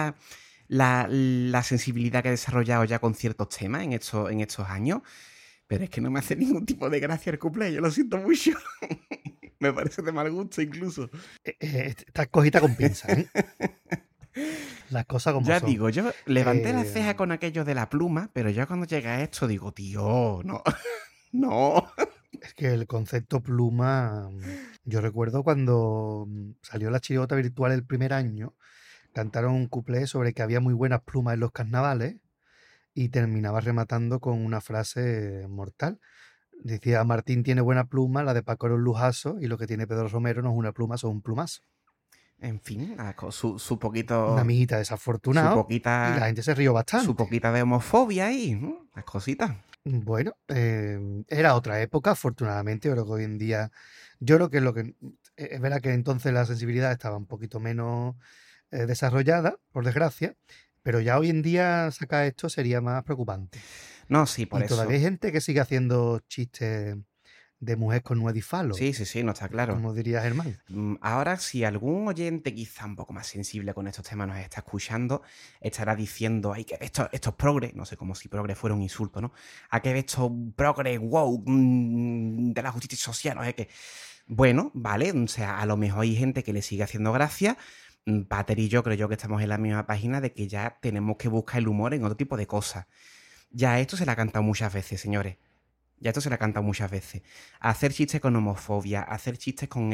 la sensibilidad que he desarrollado ya con ciertos temas en estos años. Pero es que no me hace ningún tipo de gracia el cuplé. Yo lo siento mucho. Me parece de mal gusto incluso. Esta cosita con pinza, ¿eh? Las cosas como ya son. digo, yo levanté la ceja con aquello de la pluma, pero ya cuando llega a esto digo, tío, no, no. Es que el concepto pluma, yo recuerdo cuando salió la chirigota virtual el primer año, cantaron un cuplé sobre que había muy buenas plumas en los carnavales y terminaba rematando con una frase mortal. Decía: Martín tiene buena pluma, la de Paco era un lujazo y lo que tiene Pedro Romero no es una pluma, son un plumazo. En fin, su poquito... Una mijita desafortunado su poquita, y la gente se rió bastante. Su poquita de homofobia ahí, ¿no? Las cositas. Bueno, era otra época, afortunadamente. Yo creo que hoy en día, yo creo que lo que es verdad que entonces la sensibilidad estaba un poquito menos desarrollada, por desgracia, pero ya hoy en día sacar esto sería más preocupante. No, sí, por y eso. Todavía hay gente que sigue haciendo chistes de mujer con nuez y falo. Sí, no está claro. Como diría Germán. Ahora, si algún oyente quizá un poco más sensible con estos temas nos está escuchando, estará diciendo, ay, que estos progres, no sé, como si progres fuera un insulto, ¿no? A que estos progres, wow, de la justicia social, no sé qué. Bueno, vale, o sea, a lo mejor hay gente que le sigue haciendo gracia. Pater y yo creo yo que estamos en la misma página de que ya tenemos que buscar el humor en otro tipo de cosas. Ya esto se la ha cantado muchas veces, señores. Ya esto se la ha cantado muchas veces. Hacer chistes con homofobia, hacer chistes con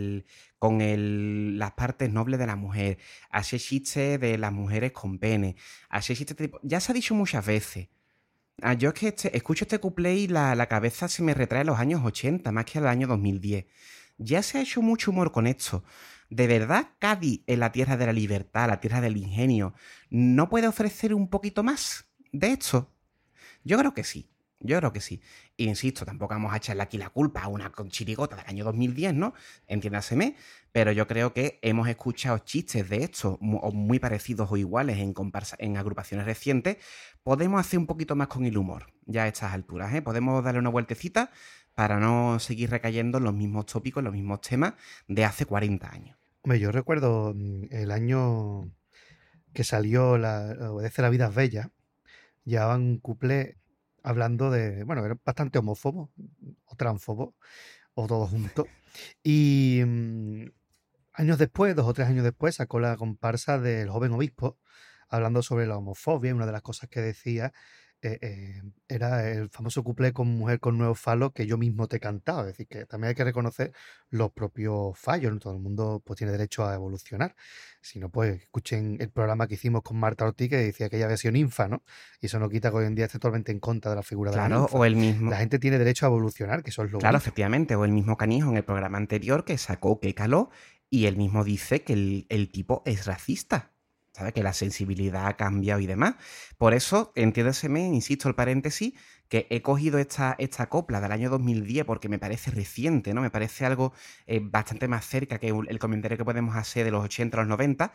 las partes nobles de la mujer, hacer chistes de las mujeres con pene, hacer chistes de tipo... Ya se ha dicho muchas veces. Yo es que escucho este cuplé y la cabeza se me retrae a los años 80, más que al año 2010. Ya se ha hecho mucho humor con esto. ¿De verdad Cádiz, en la tierra de la libertad, la tierra del ingenio, no puede ofrecer un poquito más de esto? Yo creo que sí. Insisto, tampoco vamos a echarle aquí la culpa a una chirigota del año 2010, ¿no? Entiéndaseme, pero yo creo que hemos escuchado chistes de estos, muy parecidos o iguales en agrupaciones recientes. Podemos hacer un poquito más con el humor, ya a estas alturas, ¿eh? Podemos darle una vueltecita para no seguir recayendo en los mismos tópicos, en los mismos temas de hace 40 años. Hombre, yo recuerdo el año que salió Obedece la vida es bella, llevaban un cuplé hablando de, bueno, era bastante homófobo o transfobo o todo junto. Y años después, 2 o 3 años después, sacó la comparsa del joven obispo hablando sobre la homofobia. Y una de las cosas que decía era el famoso cuplé con mujer con nuevo falo que yo mismo te he cantado. Es decir, que también hay que reconocer los propios fallos, ¿no? Todo el mundo pues tiene derecho a evolucionar. Si no, pues escuchen el programa que hicimos con Marta Ortiz, que decía que ella había sido ninfa, ¿no? Y eso no quita que hoy en día esté totalmente en contra de la figura de la ninfa. Claro, o el mismo... La gente tiene derecho a evolucionar, que eso es lo Claro, bonito. efectivamente, o el mismo Canijo en el programa anterior que sacó que caló y él mismo dice que el tipo es racista. ¿Sabe? Que la sensibilidad ha cambiado y demás. Por eso, entiéndeseme, insisto, el paréntesis, que he cogido esta copla del año 2010 porque me parece reciente, ¿no? Me parece algo bastante más cerca que el comentario que podemos hacer de los 80 a los 90.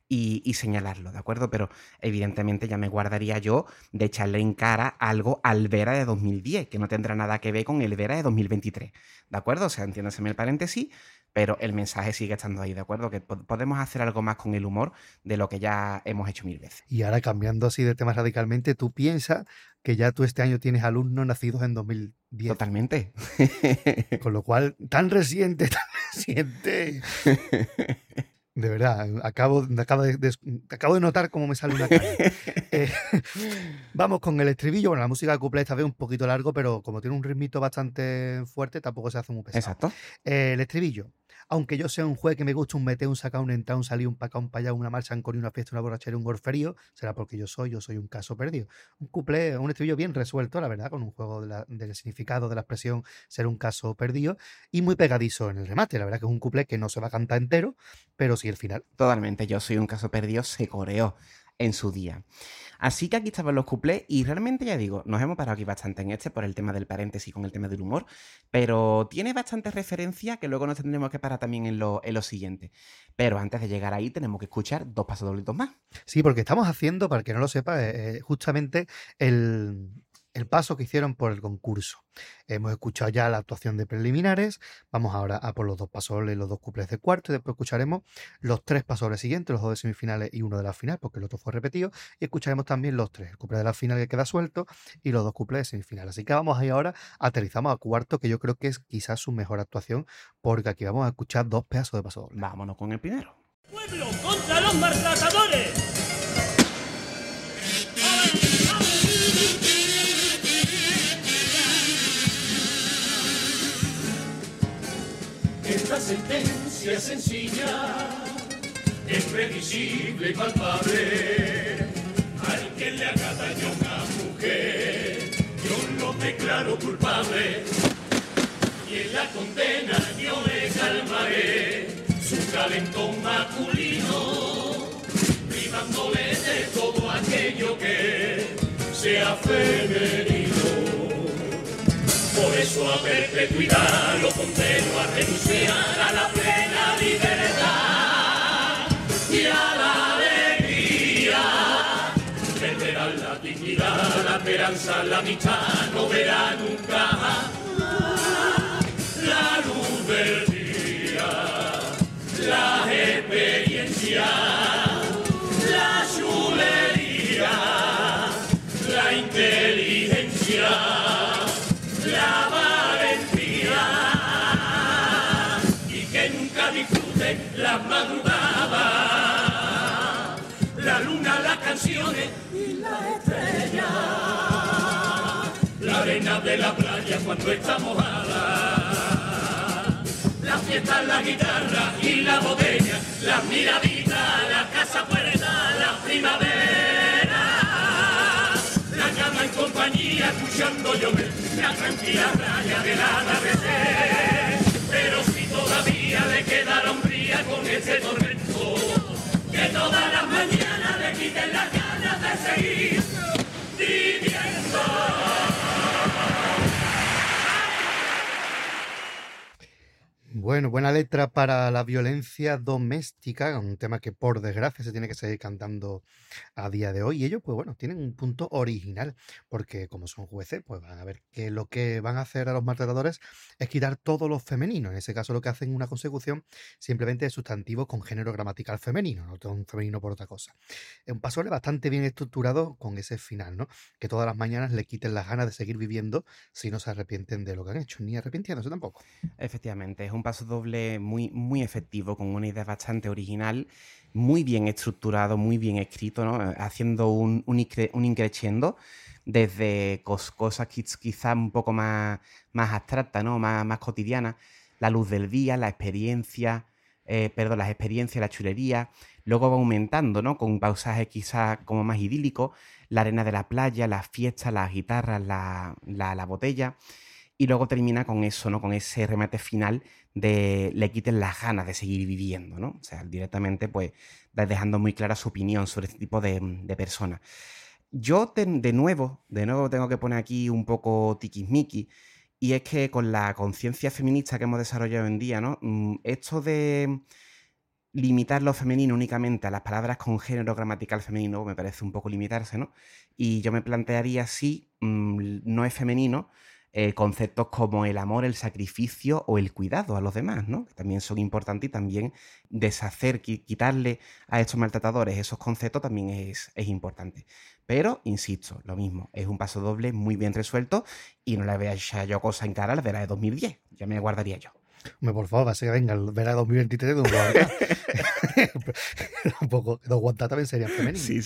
y señalarlo, ¿de acuerdo? Pero evidentemente ya me guardaría yo de echarle en cara algo al Vera de 2010, que no tendrá nada que ver con el Vera de 2023, ¿de acuerdo? O sea, entiéndaseme el paréntesis, pero el mensaje sigue estando ahí, ¿de acuerdo? Que podemos hacer algo más con el humor de lo que ya hemos hecho 1000 veces. Y ahora cambiando así de tema radicalmente, ¿tú piensas que ya tú este año tienes alumnos nacidos en 2010? Totalmente. Con lo cual, tan reciente, tan reciente. De verdad, acabo de notar cómo me sale una cara. Vamos con el estribillo. Bueno, la música de cuplé esta vez un poquito largo, pero como tiene un ritmito bastante fuerte, tampoco se hace muy pesado. Exacto. El estribillo. Aunque yo sea un juez que me gusta un mete, un saca, un entra, un salí, un paca, un payá, una marcha, un cori, una fiesta, una borrachera, un golferío, será porque yo soy un caso perdido. Un cuplé, un estribillo bien resuelto, la verdad, con un juego del significado de la expresión ser un caso perdido y muy pegadizo en el remate. La verdad que es un cuplé que no se va a cantar entero, pero sí el final. Totalmente, yo soy un caso perdido, se coreó en su día. Así que aquí estaban los cuplés y realmente ya digo, nos hemos parado aquí bastante en por el tema del paréntesis con el tema del humor, pero tiene bastante referencia que luego nos tendremos que parar también en lo siguiente. Pero antes de llegar ahí tenemos que escuchar 2 pasodoblitos más. Sí, porque estamos haciendo, para el que no lo sepa, justamente el paso que hicieron por el concurso. Hemos escuchado ya la actuación de preliminares, vamos ahora a por los 2 pasodobles y los 2 cuplés de cuarto, y después escucharemos los 3 pasodobles siguientes, los 2 de semifinales y uno de la final, porque el otro fue repetido, y escucharemos también los 3, el cuplé de la final que queda suelto y los 2 cuplés de semifinal. Así que vamos ahí ahora, aterrizamos a cuarto, que yo creo que es quizás su mejor actuación, porque aquí vamos a escuchar 2 pedazos de pasodobles. Vámonos con el primero. ¡Pueblo contra los maltratadores! Esta sentencia es sencilla, es previsible y palpable. Al que le haga daño a una mujer, yo lo declaro culpable. Y en la condena yo le calmaré su calentón masculino, privándole de todo aquello que sea femenino. Por eso a perpetuidad lo condeno a renunciar a la plena libertad y a la alegría. Perderán la dignidad, la esperanza, la amistad, no verá nunca más la luz del día, la experiencia, la chulería, la inteligencia, la valentía, y que nunca disfruten las madrugadas, la luna, las canciones y las estrellas, la arena de la playa cuando está mojada, la fiesta, la guitarra y la botella, las miraditas, la casa puerta, la primavera, la cama en compañía escuchando llover, la tranquila raya del atardecer. Pero si todavía le queda la hombría con ese tormento, que todas las mañanas le quiten las ganas de seguir viviendo. Bueno, buena letra para la violencia doméstica, un tema que por desgracia se tiene que seguir cantando a día de hoy. Y ellos, pues bueno, tienen un punto original, porque como son jueces, pues van a ver que lo que van a hacer a los maltratadores es quitar todo lo femenino. En ese caso lo que hacen es una consecución simplemente de sustantivos con género gramatical femenino, no un femenino por otra cosa. Es un pasodoble bastante bien estructurado con ese final, ¿no? Que todas las mañanas le quiten las ganas de seguir viviendo si no se arrepienten de lo que han hecho, ni arrepintiéndose tampoco. Efectivamente, es un pasodoble muy, muy efectivo, con una idea bastante original, muy bien estructurado, muy bien escrito, ¿no? Haciendo un increciendo desde cosas quizás un poco más abstractas, ¿no? Más cotidianas, la luz del día, las experiencias, la chulería, luego va aumentando, ¿no? Con pausajes quizás como más idílicos, la arena de la playa, las fiestas, las guitarras, la botella. Y luego termina con eso, ¿no? Con ese remate final de le quiten las ganas de seguir viviendo, ¿no? O sea, directamente, pues, dejando muy clara su opinión sobre este tipo de personas. Yo, de nuevo tengo que poner aquí un poco tiquismiqui, y es que con la conciencia feminista que hemos desarrollado hoy en día, ¿no? Esto de limitar lo femenino únicamente a las palabras con género gramatical femenino me parece un poco limitarse, ¿no? Y yo me plantearía si no es femenino conceptos como el amor, el sacrificio o el cuidado a los demás, ¿no? Que también son importantes y también deshacer, quitarle a estos maltratadores esos conceptos también es importante. Pero, insisto, lo mismo, es un paso doble muy bien resuelto y no le voy a echar yo cosa en cara a la de la de 2010, ya me guardaría yo. Hombre, por favor, va a ser que venga el verano 2023 de Don Guantá. Un poco, Don Guantá también sería femenino. Sí.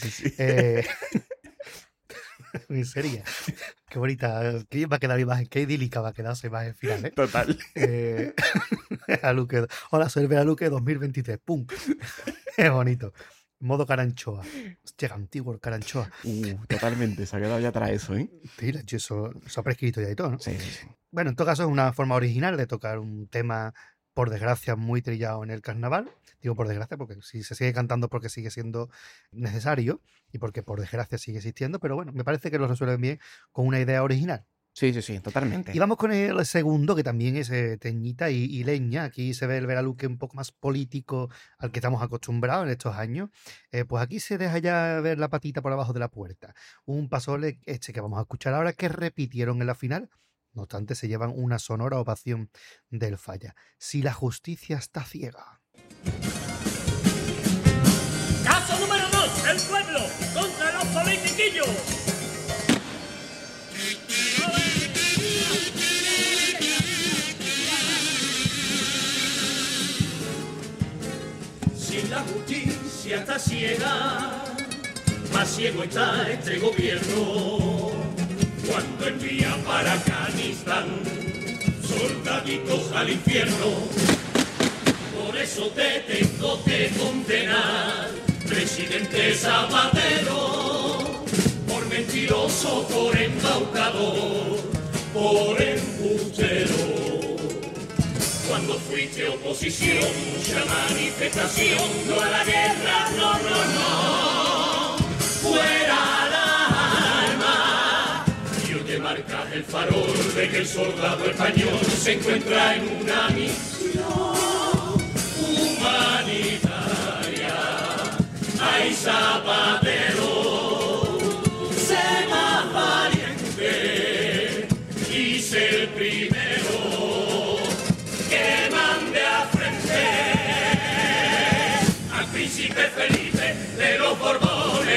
Sería. Qué bonita. ¿Qué va a quedar la imagen? Qué idílica va a quedar esa imagen final, ¿eh? Total. Luque. Hola, soy el Veraluque 2023. ¡Pum! Es bonito. Modo Caranchoa. Hostia, antiguo el Caranchoa. Totalmente, se ha quedado ya atrás eso, ¿eh? Tira, eso ha prescrito ya y todo, ¿no? Sí. Bueno, en todo caso es una forma original de tocar un tema, por desgracia, muy trillado en el carnaval. Digo por desgracia porque si se sigue cantando porque sigue siendo necesario y porque por desgracia sigue existiendo, pero bueno, me parece que lo resuelven bien con una idea original. Sí, totalmente. Y vamos con el segundo, que también es teñita y leña. Aquí se ve el Veraluque un poco más político al que estamos acostumbrados en estos años. Pues aquí se deja ya ver la patita por abajo de la puerta. Un pasoble que vamos a escuchar ahora que repitieron en la final. No obstante, se llevan una sonora ovación del Falla. Si la justicia está ciega. Caso número 2, el pueblo contra los politiquillos. Si la justicia está ciega, más ciego está este gobierno. Cuando envía para Afganistán soldaditos al infierno. Por eso te tengo que condenar, presidente Zapatero, por mentiroso, por embaucador, por embustero. Cuando fuiste oposición, mucha manifestación, no a la guerra, no, fuera la arma. Y hoy te marcas el farol de que el soldado español se encuentra en una misión humanitaria. Ay, Zapatero, sé más valiente y sé el primero que mande a frente al príncipe Felipe de los Borbones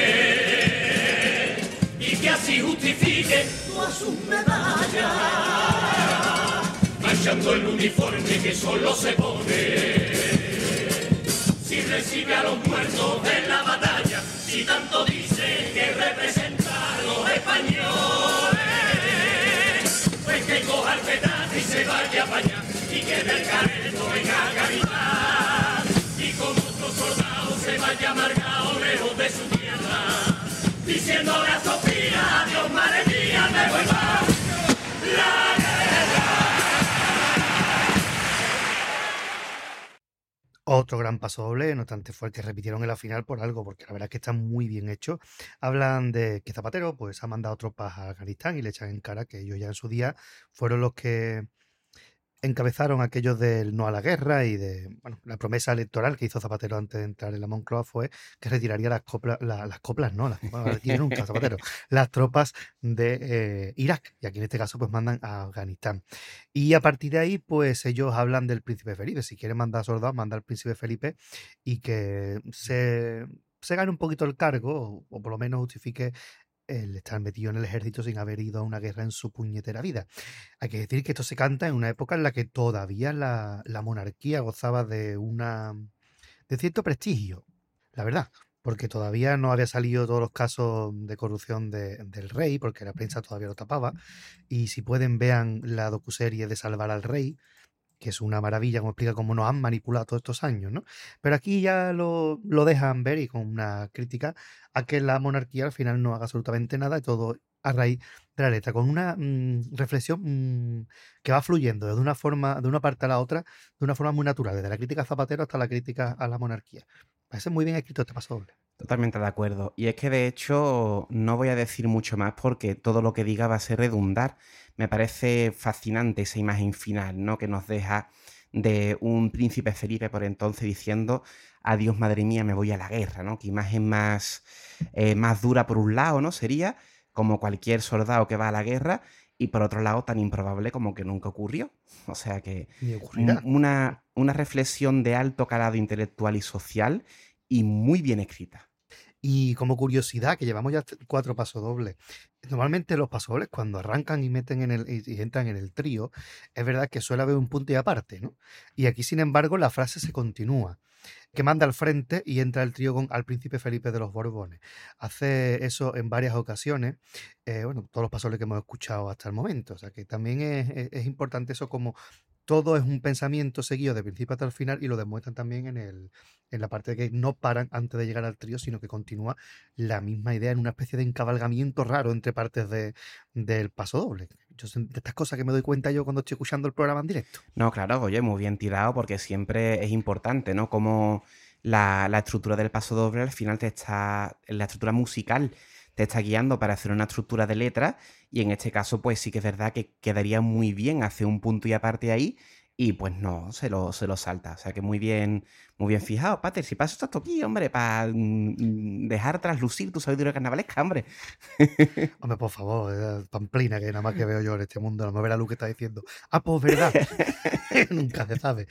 y que así justifique todas sus medallas, manchando el uniforme que solo se pone si recibe a los muertos en la batalla, si tanto dice que representa a los españoles, pues que coja el petate y se vaya para allá. Y que del careto venga a cavitar y como otro soldado se vaya amargado lejos de su tierra, diciéndole a Sofía, Dios madre mía, devuelva la guerra. Otro gran paso doble, no obstante fue el que repitieron en la final por algo, porque la verdad es que está muy bien hecho. Hablan de que Zapatero pues ha mandado tropas a Afganistán y le echan en cara que ellos ya en su día fueron los que encabezaron aquellos del no a la guerra y de la promesa electoral que hizo Zapatero antes de entrar en la Moncloa fue que retiraría las tropas de Irak, y aquí en este caso pues mandan a Afganistán. Y a partir de ahí pues ellos hablan del príncipe Felipe, si quieren mandar soldados, manda al príncipe Felipe y que se gane un poquito el cargo o por lo menos justifique el estar metido en el ejército sin haber ido a una guerra en su puñetera vida. Hay que decir que esto se canta en una época en la que todavía la monarquía gozaba de cierto prestigio, la verdad, porque todavía no había salido todos los casos de corrupción del rey, porque la prensa todavía lo tapaba, y si pueden vean la docuserie de Salvar al Rey, que es una maravilla, como explica cómo nos han manipulado todos estos años, ¿no? Pero aquí ya lo dejan ver y con una crítica a que la monarquía al final no haga absolutamente nada y todo a raíz de la letra, con una reflexión que va fluyendo de una parte a la otra, de una forma muy natural, desde la crítica a Zapatero hasta la crítica a la monarquía. Parece muy bien escrito este paso doble. Totalmente de acuerdo. Y es que de hecho no voy a decir mucho más porque todo lo que diga va a ser redundar. Me parece fascinante esa imagen final, ¿no? Que nos deja de un príncipe Felipe por entonces diciendo adiós madre mía, me voy a la guerra, ¿no? Qué imagen más dura por un lado, ¿no? Sería como cualquier soldado que va a la guerra y por otro lado tan improbable como que nunca ocurrió. O sea que Ni ocurrirá. una reflexión de alto calado intelectual y social y muy bien escrita. Y como curiosidad, que llevamos ya 4 pasodobles. Normalmente los pasodobles, cuando arrancan y meten y entran en el trío, es verdad que suele haber un punto y aparte, ¿no? Y aquí, sin embargo, la frase se continúa, que manda al frente y entra el trío al príncipe Felipe de los Borbones. Hace eso en varias ocasiones, bueno, todos los pasodobles que hemos escuchado hasta el momento. O sea que también es importante eso, como todo es un pensamiento seguido de principio hasta el final, y lo demuestran también en la parte de que no paran antes de llegar al trío, sino que continúa la misma idea en una especie de encabalgamiento raro entre partes del pasodoble. De estas cosas que me doy cuenta yo cuando estoy escuchando el programa en directo. No, claro, oye, muy bien tirado porque siempre es importante, ¿no? Como la estructura del pasodoble al final la estructura musical te está guiando para hacer una estructura de letra, y en este caso pues sí que es verdad que quedaría muy bien hacer un punto y aparte ahí, y pues no, se lo salta. O sea que muy bien fijado, Pater. Si paso esto aquí, hombre, para dejar traslucir tu sabiduría carnavalesca, hombre. Hombre, por favor, pamplina, que nada más que veo yo en este mundo, no me verá Lu que está diciendo. Ah, pues verdad. Nunca se sabe.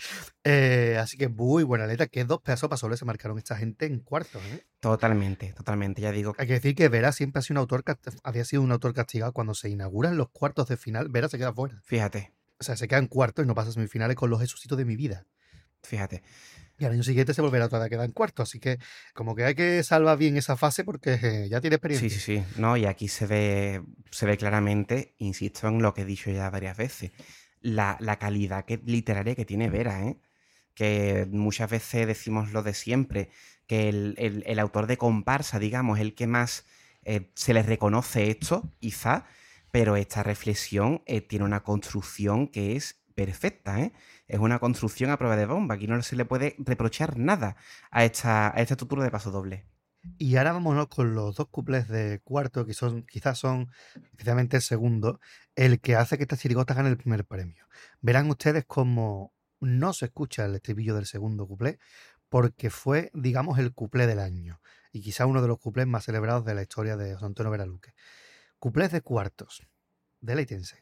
Así que muy buena letra. Qué 2 pedazos pasodobles se marcaron esta gente en cuartos, ¿eh? Totalmente, ya digo. Hay que decir que Vera siempre había sido un autor castigado. Cuando se inauguran los cuartos de final, Vera se queda fuera. Fíjate. O sea, se queda en cuartos y no pasa a semifinales con los Jesucitos de mi vida. Fíjate. Y al año siguiente se volverá otra vez a quedar en cuartos. Así que como que hay que salvar bien esa fase porque ya tiene experiencia. Sí. No, y aquí se ve claramente, insisto en lo que he dicho ya varias veces, la calidad literaria que tiene Vera, ¿eh? Que muchas veces decimos lo de siempre, que el autor de comparsa, digamos, el que más se le reconoce esto, quizá, pero esta reflexión tiene una construcción que es perfecta, ¿eh? Es una construcción a prueba de bomba. Aquí no se le puede reprochar nada a esta estructura de pasodoble. Y ahora vámonos con los 2 cuplés de cuarto, que quizás son, especialmente el segundo, el que hace que esta chirigota gane el primer premio. Verán ustedes cómo no se escucha el estribillo del segundo cuplé, porque fue, digamos, el cuplé del año, y quizá uno de los cuplés más celebrados de la historia de José Antonio Veraluque. Cuplés de cuartos. Deleítense.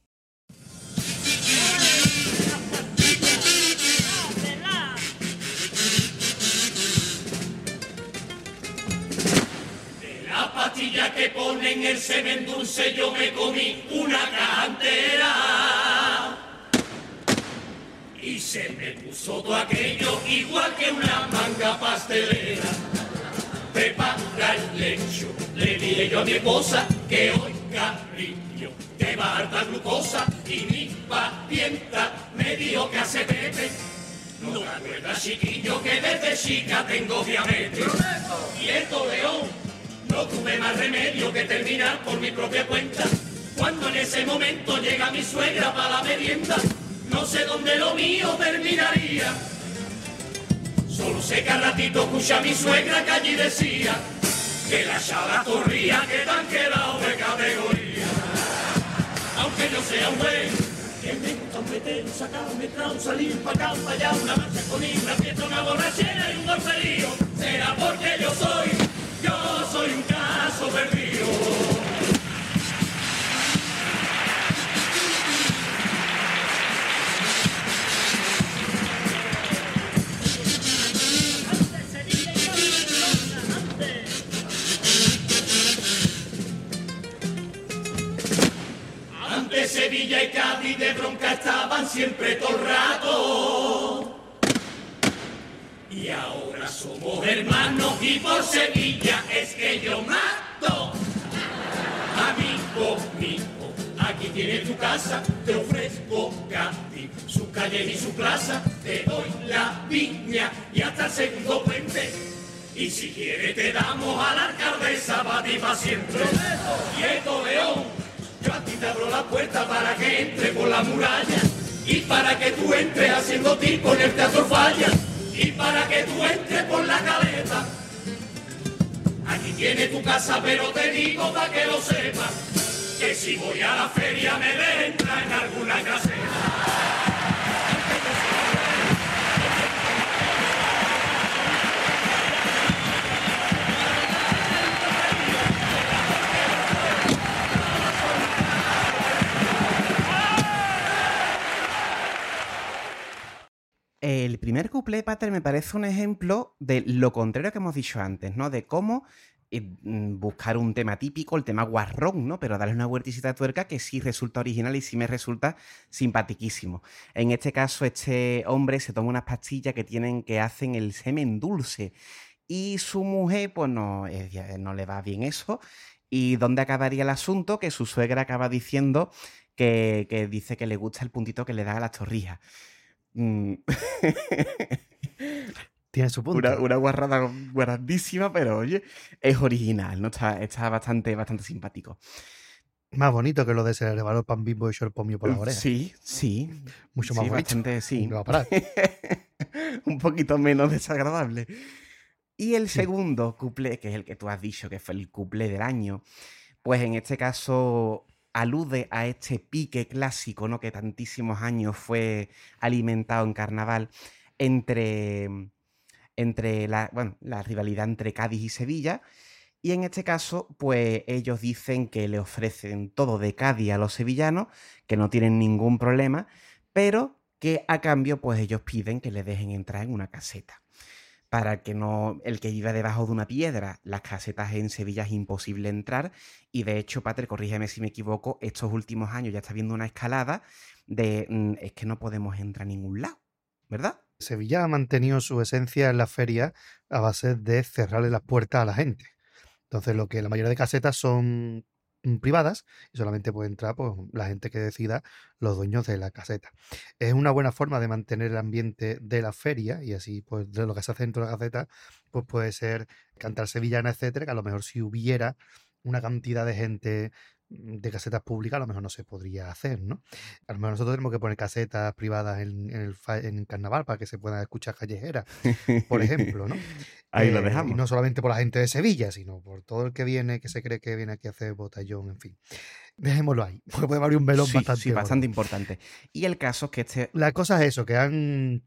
La pastilla que ponen el semen dulce yo me comí una caja entera y se me puso todo aquello igual que una manga pastelera. Prepara el lecho, le dije yo a mi esposa que hoy, cariño, te va a harta glucosa, y mi parienta me dijo que hace Pepe. No te acuerdas, chiquillo, que desde chica tengo diabetes. Y esto, León, no tuve más remedio que terminar por mi propia cuenta. Cuando en ese momento llega mi suegra para la merienda, no sé dónde lo mío terminaría. Solo sé que al ratito escucha a mi suegra que allí decía que la chala corría, que te han quedado de categoría. Aunque yo sea un güey que me gusta un metero, sacar un metrao, salir pa' acá, pa' allá, una marcha con una fiesta, una borrachera y un golperío. Será porque yo soy un caso perdido. Antes Sevilla y Cádiz de bronca estaban siempre todo el rato. Y ahora somos hermanos y por Sevilla es que yo mato. Amigo mío, aquí tienes tu casa, te ofrezco Cádiz, sus calles y su plaza, te doy la viña y hasta el segundo puente. Y si quieres te damos a la alcaldesa para ti pa' siempre. Y esto, León, yo a ti te abro la puerta para que entre por la muralla y para que tú entres haciendo tipo en el Teatro Falla y para que tú entres por la caleta. Aquí tienes tu casa, pero te digo para que lo sepas, que si voy a la feria me de entrar en alguna caseta. El primer cuplé, Pater, me parece un ejemplo de lo contrario que hemos dicho antes, ¿no? De cómo buscar un tema típico, el tema guarrón, ¿no? Pero darle una vueltecita de tuerca que sí resulta original y sí me resulta simpaticísimo. En este caso, este hombre se toma unas pastillas que hacen el semen dulce y su mujer, pues no, no le va bien eso. ¿Y dónde acabaría el asunto? Que su suegra acaba diciendo que dice que le gusta el puntito que le da a las torrijas. Tiene su punto. Una guarrada grandísima, pero oye, es original, ¿no? Está bastante simpático. Más bonito que lo de se le rebaló el pan Bimbo y yo el pomio por la oreja. Sí. Mucho más sí, bonito. bastante, sí. No va a parar. Un poquito menos desagradable. Y el segundo cuplé, que es el que tú has dicho que fue el cuplé del año, pues en este caso alude a este pique clásico, ¿no? Que tantísimos años fue alimentado en carnaval entre la rivalidad entre Cádiz y Sevilla. Y en este caso, pues ellos dicen que le ofrecen todo de Cádiz a los sevillanos, que no tienen ningún problema, pero que a cambio, pues ellos piden que le dejen entrar en una caseta. Para que no, el que viva debajo de una piedra, las casetas en Sevilla es imposible entrar. Y de hecho, Pater, corrígeme si me equivoco, estos últimos años ya está viendo una escalada de es que no podemos entrar a ningún lado, ¿verdad? Sevilla ha mantenido su esencia en la feria a base de cerrarle las puertas a la gente. Entonces, lo que la mayoría de casetas son privadas y solamente puede entrar pues, la gente que decida, los dueños de la caseta. Es una buena forma de mantener el ambiente de la feria y así, pues, de lo que se hace dentro de la caseta, pues puede ser cantar sevillana, etcétera, que a lo mejor si hubiera una cantidad de gente de casetas públicas a lo mejor no se podría hacer, ¿no? A lo mejor nosotros tenemos que poner casetas privadas en el carnaval para que se puedan escuchar callejeras, por ejemplo, ¿no? Ahí lo Y dejamos. no solamente por la gente de Sevilla, sino por todo el que viene, que se cree que viene aquí a hacer botellón, en fin. Dejémoslo ahí, porque puede abrir un melón Sí, bastante gordo. bastante importante. Y el caso es que La cosa es eso, que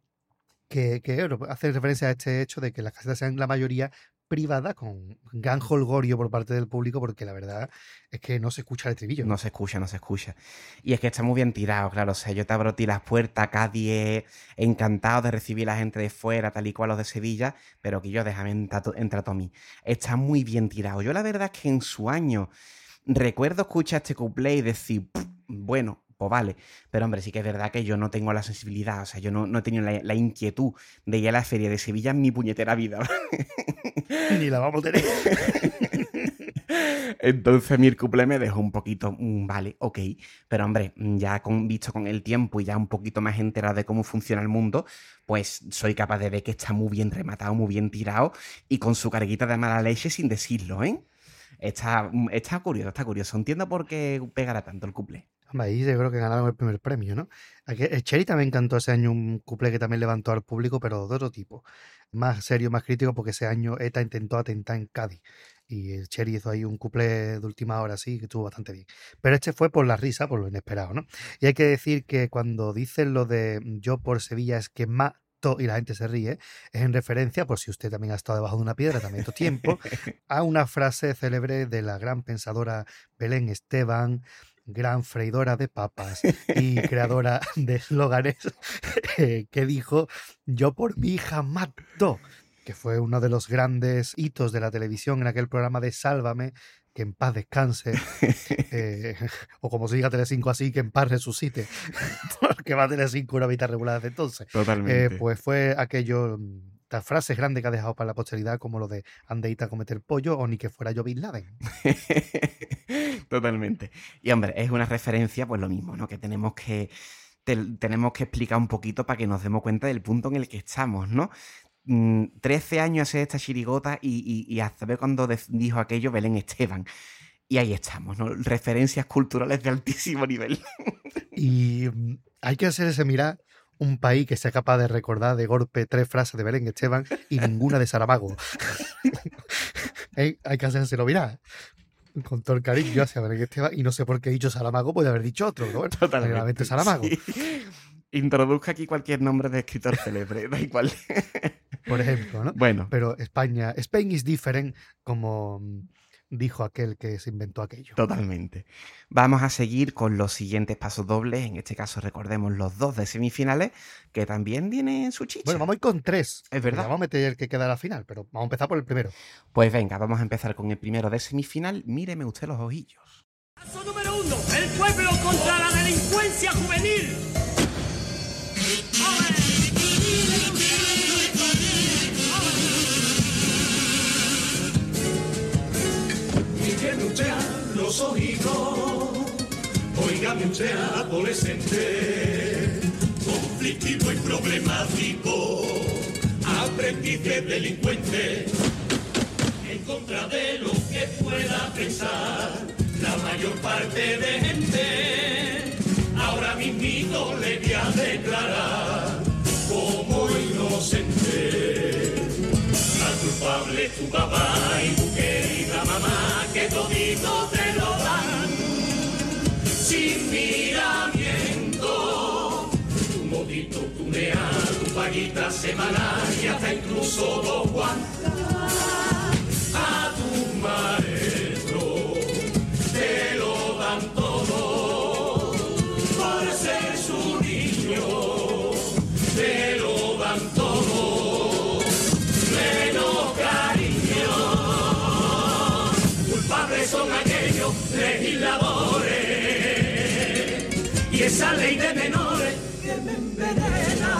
hace referencia a este hecho de que las casetas sean la mayoría privadas, con gran jolgorio por parte del público, porque la verdad es que no se escucha el estribillo. No se escucha. Y es que está muy bien tirado, claro. O sea, yo te abro ti las puertas, Cádiz es encantado de recibir a la gente de fuera, tal y cual los de Sevilla, pero que yo déjame entrar a mí. Está muy bien tirado. Yo la verdad es que en su año recuerdo escuchar este cuplé y decir, bueno, pues vale. Pero hombre, sí que es verdad que yo no tengo la sensibilidad, o sea, yo no he tenido la inquietud de ir a la feria de Sevilla en mi puñetera vida. Ni la vamos a tener. Entonces mi cuplé me dejó un poquito, vale, ok, pero hombre, ya visto con el tiempo y ya un poquito más enterado de cómo funciona el mundo, pues soy capaz de ver que está muy bien rematado, muy bien tirado y con su carguita de mala leche sin decirlo, ¿eh? Está curioso. Entiendo por qué pegará tanto el cuplé. Ahí yo creo que ganaron el primer premio, ¿no? El Cherry también cantó ese año un cuplé que también levantó al público, pero de otro tipo. Más serio, más crítico, porque ese año ETA intentó atentar en Cádiz. Y el Cherry hizo ahí un cuplé de última hora, sí, que estuvo bastante bien. Pero este fue por la risa, por lo inesperado, ¿no? Y hay que decir que cuando dicen lo de yo por Sevilla es que mato y la gente se ríe, es en referencia, por si usted también ha estado debajo de una piedra también estos tiempos, a una frase célebre de la gran pensadora Belén Esteban, gran freidora de papas y creadora de eslóganes, que dijo yo por mi hija mato, que fue uno de los grandes hitos de la televisión en aquel programa de Sálvame, que en paz descanse, o como se diga Telecinco así, que en paz resucite, porque va a Telecinco una vida regular desde entonces. Totalmente. Pues fue aquello, estas frases grandes que ha dejado para la posteridad, como lo de andeíta a cometer pollo o ni que fuera yo Bin Laden. Totalmente. Y hombre, es una referencia, pues lo mismo, ¿no? Que tenemos que explicar un poquito para que nos demos cuenta del punto en el que estamos, ¿no? 13 años hace esta chirigota y hasta ver cuando dijo aquello Belén Esteban. Y ahí estamos, ¿no? Referencias culturales de altísimo nivel. Y hay que hacerse mirar un país que sea capaz de recordar de golpe 3 frases de Belén Esteban y ninguna de Saramago. Hay que hacérselo mirar. Con todo el cariño hacia Belén Esteban, y no sé por qué he dicho Saramago, puede haber dicho otro, pero bueno, realmente Saramago. Sí. Introduzca aquí cualquier nombre de escritor célebre, da igual. Por ejemplo, ¿no? Bueno. Pero Spain is different, como dijo aquel que se inventó aquello. Totalmente. Vamos a seguir con los siguientes pasos dobles. En este caso recordemos los 2 de semifinales, que también tienen su chicha. Bueno, vamos a ir con 3. Es verdad. Vamos a meter el que queda a la final, pero vamos a empezar por el primero. Pues venga, vamos a empezar con el primero de semifinal. Míreme usted los ojillos. Paso número 1. El pueblo contra la delincuencia juvenil. Míreme usted a los ojitos, óigame usted adolescente, conflictivo y problemático, aprendiz de delincuente, en contra de lo que pueda pensar la mayor parte de gente. Ahora mismito le voy a declarar como inocente. La culpable es tu papá y tu querida mamá, que todito te lo dan sin miramiento. Tu modito tunea, tu paguita semanal y hasta incluso 2 guantas a tu maestro te lo dan todo por ser su niño, te lo dan todo menos cariño. Culpables son aquellos legisladores y esa ley de menores que me envenena,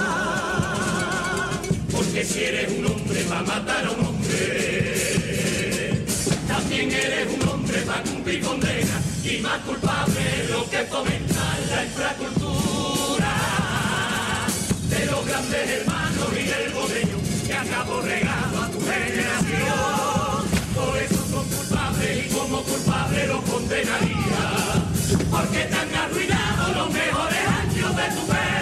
porque si eres un hombre para matar a un hombre, también eres un hombre para cumplir condena, y más culpable lo que fomenta la infracultura de los grandes hermanos y del bodeño que acabó regado a tu generación. Por eso son culpables y como culpables los condenaría, porque te han arruinado los mejores años de tu vida.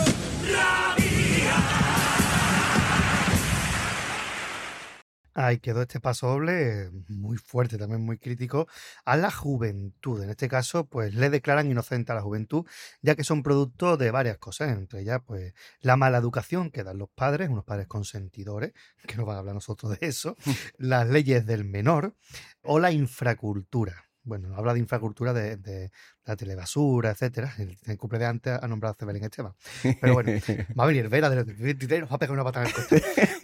Ahí quedó este paso doble muy fuerte, también muy crítico a la juventud. En este caso, pues le declaran inocente a la juventud, ya que son producto de varias cosas, entre ellas, pues la mala educación que dan los padres, unos padres consentidores, que no van a hablar nosotros de eso, las leyes del menor o la infracultura. Bueno, habla de infracultura de la telebasura, etcétera. El cumple de antes ha nombrado a Cebelín Esteban. Pero bueno, va a venir Vera de los 23 y nos va a pegar una patada en el coche.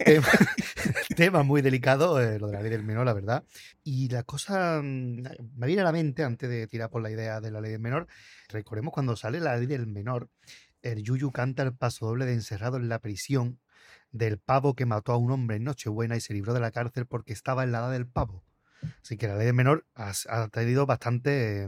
Tema muy delicado, lo de la ley del menor, la verdad. Y la cosa me viene a la mente, antes de tirar por la idea de la ley del menor, recordemos cuando sale la ley del menor, el Yuyu canta el paso doble de Encerrado en la prisión, del pavo que mató a un hombre en Nochebuena y se libró de la cárcel porque estaba en la edad del pavo. Así que la ley del menor ha tenido bastantes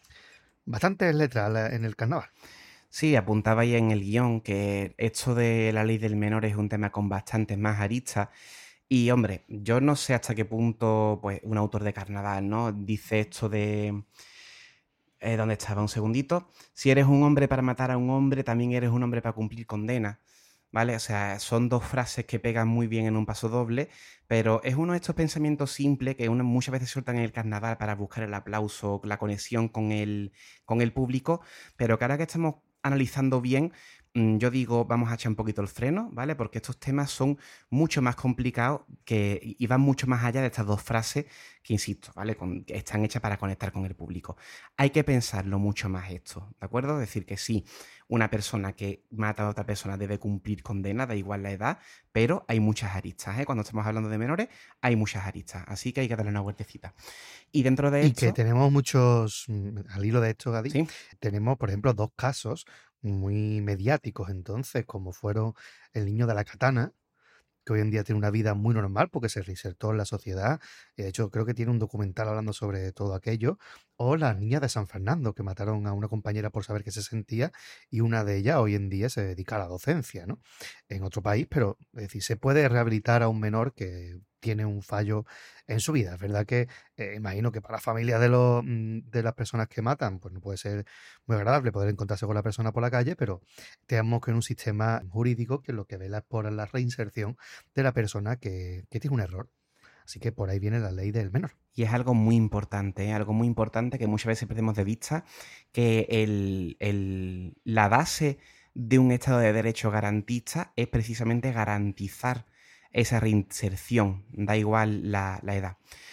letras en el carnaval. Sí, apuntaba ahí en el guión que esto de la ley del menor es un tema con bastantes más aristas. Y, hombre, yo no sé hasta qué punto pues, un autor de carnaval, ¿no?, dice esto de... ¿Dónde estaba? Un segundito. Si eres un hombre para matar a un hombre, también eres un hombre para cumplir condena. ¿Vale? O sea, son 2 frases que pegan muy bien en un paso doble, pero es uno de estos pensamientos simples que uno muchas veces sueltan en el carnaval para buscar el aplauso, la conexión con el público, pero que ahora que estamos analizando bien, yo digo, vamos a echar un poquito el freno, ¿vale? Porque estos temas son mucho más complicados y van mucho más allá de estas 2 frases que, insisto, ¿vale? Que están hechas para conectar con el público. Hay que pensarlo mucho más esto, ¿de acuerdo? Es decir, que sí, una persona que mata a otra persona debe cumplir condena, da igual la edad, pero hay muchas aristas, ¿eh? Cuando estamos hablando de menores, hay muchas aristas, así que hay que darle una vueltecita. Y dentro de esto... Y que tenemos muchos, al hilo de esto, Gadi, ¿Sí? tenemos, por ejemplo, 2 casos muy mediáticos entonces, como fueron el niño de la katana, que hoy en día tiene una vida muy normal porque se reinsertó en la sociedad. De hecho, creo que tiene un documental hablando sobre todo aquello. O las niñas de San Fernando, que mataron a una compañera por saber qué se sentía, y una de ellas hoy en día se dedica a la docencia, ¿no? En otro país, pero es decir, se puede rehabilitar a un menor que tiene un fallo en su vida. Es verdad que imagino que para las familias de las personas que matan, pues no puede ser muy agradable poder encontrarse con la persona por la calle, pero tenemos que en un sistema jurídico que lo que vela es por la reinserción de la persona que tiene un error. Así que por ahí viene la ley del menor. Y es algo muy importante, ¿eh? Algo muy importante que muchas veces perdemos de vista, que la base de un Estado de Derecho garantista es precisamente garantizar esa reinserción, da igual la edad.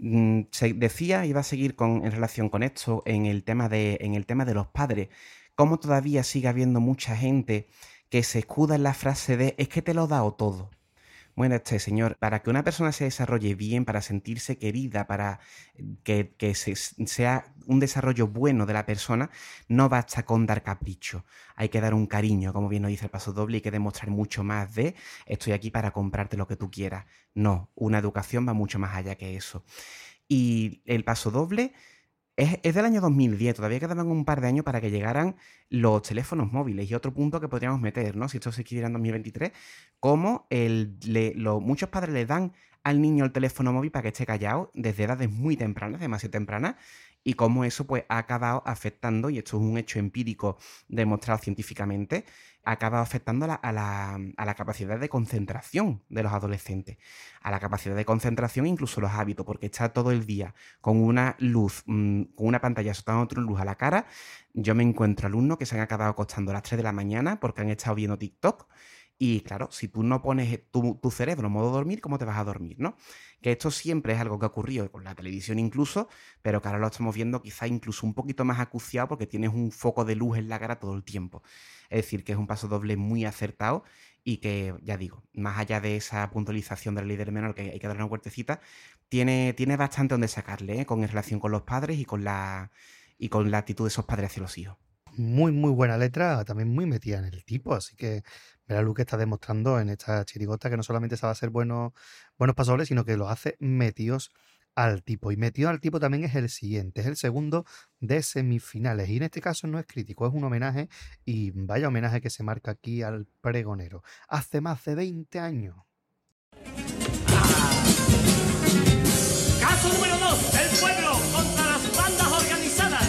Se decía, iba a seguir en relación con esto, en el tema de los padres, cómo todavía sigue habiendo mucha gente que se escuda en la frase de es que te lo he dado todo. Bueno, señor, para que una persona se desarrolle bien, para sentirse querida, para que sea un desarrollo bueno de la persona, no basta con dar capricho. Hay que dar un cariño, como bien nos dice el Paso Doble, y hay que demostrar mucho más de estoy aquí para comprarte lo que tú quieras. No, una educación va mucho más allá que eso. Y el Paso Doble es del año 2010, todavía quedaban un par de años para que llegaran los teléfonos móviles. Y otro punto que podríamos meter, ¿no? Si esto se quiere en 2023, como muchos padres le dan al niño el teléfono móvil para que esté callado desde edades muy tempranas, demasiado tempranas, y cómo eso pues ha acabado afectando, y esto es un hecho empírico demostrado científicamente, ha acabado afectando a la capacidad de concentración de los adolescentes, a la capacidad de concentración e incluso los hábitos, porque está todo el día con una luz, con una pantalla soltando otra luz a la cara. Yo me encuentro alumnos que se han acabado acostando a las 3 de la mañana porque han estado viendo TikTok. Y claro, si tú no pones tu cerebro en modo dormir, ¿cómo te vas a dormir, no? Que esto siempre es algo que ha ocurrido con la televisión incluso, pero que ahora lo estamos viendo quizá incluso un poquito más acuciado porque tienes un foco de luz en la cara todo el tiempo. Es decir, que es un Paso Doble muy acertado y que, ya digo, más allá de esa puntualización de la ley del menor, que hay que darle una vueltecita, tiene bastante donde sacarle, ¿eh? En relación con los padres y con la actitud de esos padres hacia los hijos. Muy, muy buena letra, también muy metida en el tipo, así que verá lo que está demostrando en esta chirigota, que no solamente sabe hacer buenos pasodobles, sino que los hace metidos al tipo. Y metido al tipo también es el siguiente, es el segundo de semifinales. Y en este caso no es crítico, es un homenaje, y vaya homenaje que se marca aquí al pregonero. Hace más de 20 años. Caso número 2, el pueblo contra las bandas organizadas.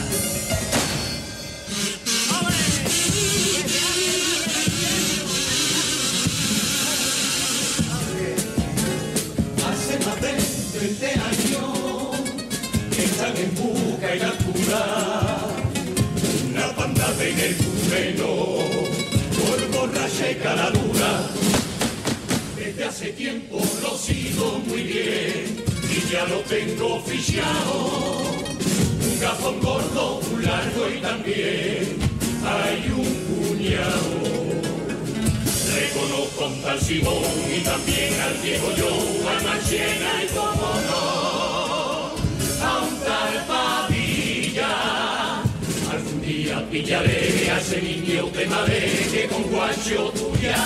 Hace más de 20 años que están en busca y la cura. Una banda de energúmenos por borracha y caladura. Desde hace tiempo lo sigo muy bien y ya lo tengo fichado. Un gafón gordo, un largo y también hay un puñado. Reconozco a un tal Simón y también al Diego Joe, a Marchena y como no, a un tal Padilla. Algún día pillaré a ese niño de madera que con guacho tuya.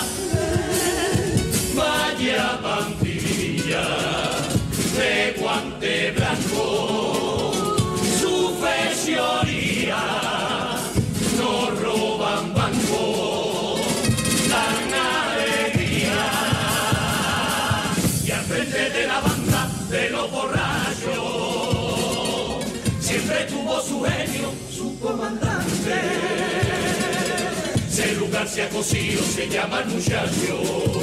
Vaya pandilla de guante blanco, su fechoría, no roban banco, dan alegría. Y al frente de la banda de los borrachos, siempre tuvo su genio, su comandante. Ese lugar se ha cosido, se llama el muchacho.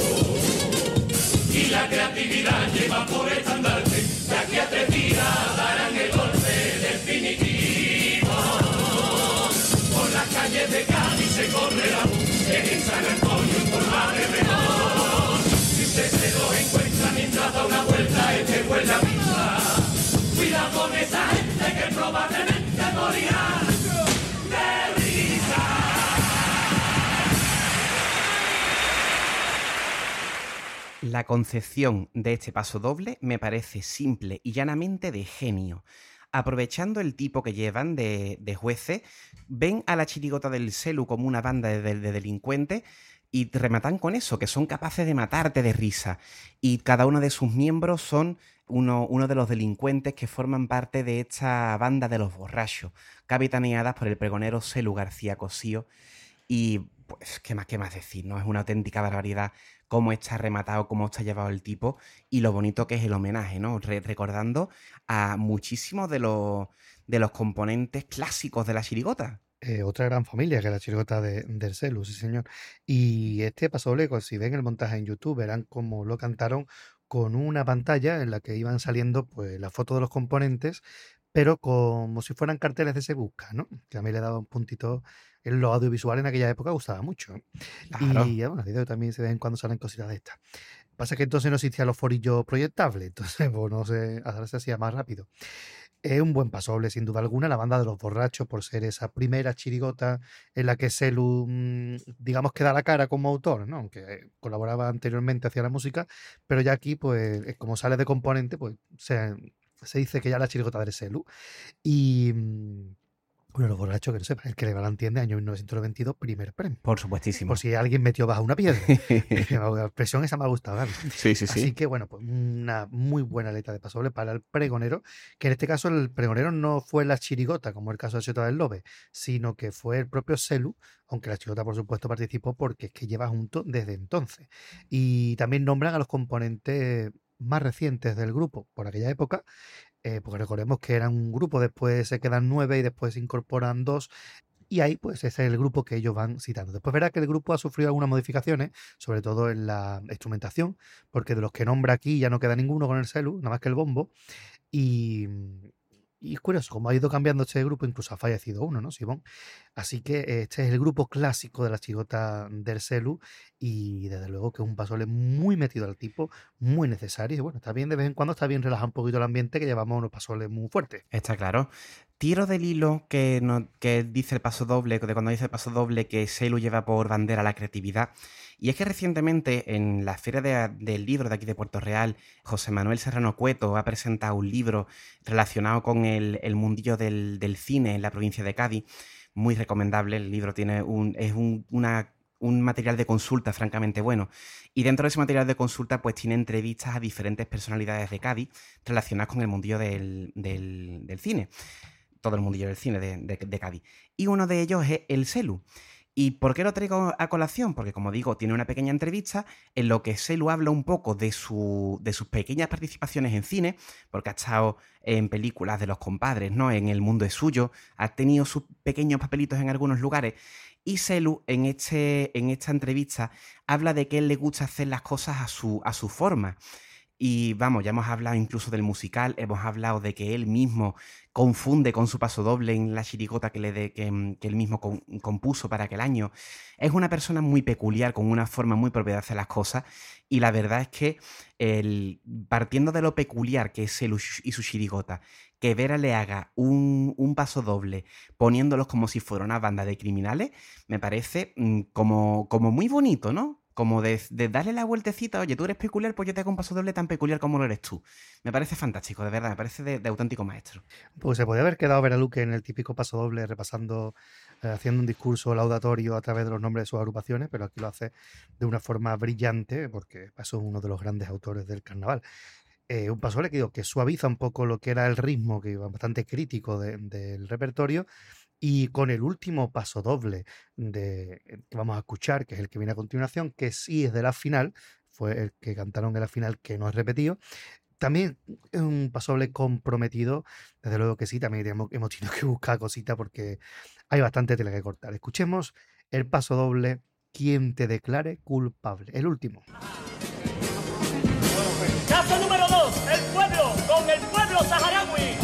Y la creatividad lleva por estandarte, de aquí a 3 días darán el golpe definitivo. Por las calles de Cádiz se corre la voz, que en San Antonio en forma de reloj. Si usted se lo encuentra mientras da una vuelta, este fue la vida. Cuidado con esa gente que probablemente morirá de risa. La concepción de este Paso Doble me parece simple y llanamente de genio. Aprovechando el tipo que llevan de jueces, ven a la chirigota del Celu como una banda de delincuentes y rematan con eso, que son capaces de matarte de risa. Y cada uno de sus miembros son uno de los delincuentes que forman parte de esta banda de los borrachos, capitaneadas por el pregonero Celu García Cosío. Y pues, ¿qué más decir? ¿No? Es una auténtica barbaridad cómo está rematado, cómo está llevado el tipo y lo bonito que es el homenaje, ¿no? Recordando a muchísimos de los componentes clásicos de la chirigota. Otra gran familia que es la chirigota del Celu, sí señor. Y este pasodoble, si ven el montaje en YouTube, verán cómo lo cantaron con una pantalla en la que iban saliendo pues las fotos de los componentes, pero como si fueran carteles de Se Busca, ¿no? Que a mí le daba un puntito. En lo audiovisual en aquella época gustaba mucho. Claro. Y bueno, a día de hoy también se ven cuando salen cositas de estas. Pasa que entonces no existían los forillos proyectables, entonces pues no sé, ahora se hacía más rápido. Es un buen pasoble, sin duda alguna, la banda de los borrachos, por ser esa primera chirigota en la que Selu, digamos, que da la cara como autor, ¿no? Aunque colaboraba anteriormente hacia la música, pero ya aquí, pues, como sale de componente, pues se dice que ya la chirigota de Selu. Y bueno, los borrachos, que no sepa, el que le va la entiende, año 1992, primer premio. Por supuestísimo. Por si alguien metió bajo una piedra. La expresión esa me ha gustado, ¿vale? Sí. Así que, bueno, pues una muy buena letra de pasoble para el pregonero, que en este caso el pregonero no fue la chirigota, como el caso de Chota del Lobe, sino que fue el propio Selu, aunque la chirigota, por supuesto, participó porque es que lleva junto desde entonces. Y también nombran a los componentes más recientes del grupo por aquella época, porque recordemos que eran un grupo, después se quedan 9 y después se incorporan 2. Y ahí, pues, ese es el grupo que ellos van citando. Después verá que el grupo ha sufrido algunas modificaciones, sobre todo en la instrumentación, porque de los que nombra aquí ya no queda ninguno con el Selu, nada más que el bombo. Y es curioso, como ha ido cambiando este grupo, incluso ha fallecido uno, ¿no? Simón. Así que este es el grupo clásico de la chirigota del Selu, y desde luego que es un pasoble muy metido al tipo, muy necesario. Y bueno, está bien, de vez en cuando está bien relajar un poquito el ambiente, que llevamos unos pasobles muy fuertes. Está claro. Tiro del hilo que dice el paso doble, de cuando dice el paso doble, que Selu lleva por bandera la creatividad. Y es que recientemente en la Feria del Libro de aquí de Puerto Real, José Manuel Serrano Cueto ha presentado un libro relacionado con el mundillo del cine en la provincia de Cádiz. Muy recomendable. El libro tiene un material de consulta francamente bueno. Y dentro de ese material de consulta pues tiene entrevistas a diferentes personalidades de Cádiz relacionadas con el mundillo del cine. Todo el mundillo del cine de Cádiz. Y uno de ellos es el Selu. ¿Y por qué lo traigo a colación? Porque, como digo, tiene una pequeña entrevista en lo que Selu habla un poco de sus pequeñas participaciones en cine, porque ha estado en películas de los compadres, ¿no? En El mundo es suyo, ha tenido sus pequeños papelitos en algunos lugares. Y Selu, en esta entrevista, habla de que él le gusta hacer las cosas a su forma. Y vamos, ya hemos hablado incluso del musical, hemos hablado de que él mismo confunde con su pasodoble en la chirigota que él mismo compuso para aquel año. Es una persona muy peculiar, con una forma muy propia de hacer las cosas, y la verdad es que partiendo de lo peculiar que es Selu y su chirigota, que Vera le haga un pasodoble poniéndolos como si fuera una banda de criminales, me parece como muy bonito, ¿no? Como de darle la vueltecita, oye, tú eres peculiar, pues yo te hago un pasodoble tan peculiar como lo eres tú. Me parece fantástico, de verdad, me parece de auténtico maestro. Pues se podría haber quedado Vera Luque en el típico pasodoble, repasando, haciendo un discurso laudatorio a través de los nombres de sus agrupaciones, pero aquí lo hace de una forma brillante, porque es uno de los grandes autores del carnaval. Un pasodoble que suaviza un poco lo que era el ritmo, que iba bastante crítico del repertorio. Y con el último pasodoble que vamos a escuchar, que es el que viene a continuación, que sí es de la final, fue el que cantaron en la final, que no es repetido. También es un pasodoble comprometido, desde luego que sí, también hemos tenido que buscar cositas porque hay bastante tela que cortar. Escuchemos el pasodoble Quien te declare culpable, el último. Caso número 2, el pueblo con el pueblo saharaui.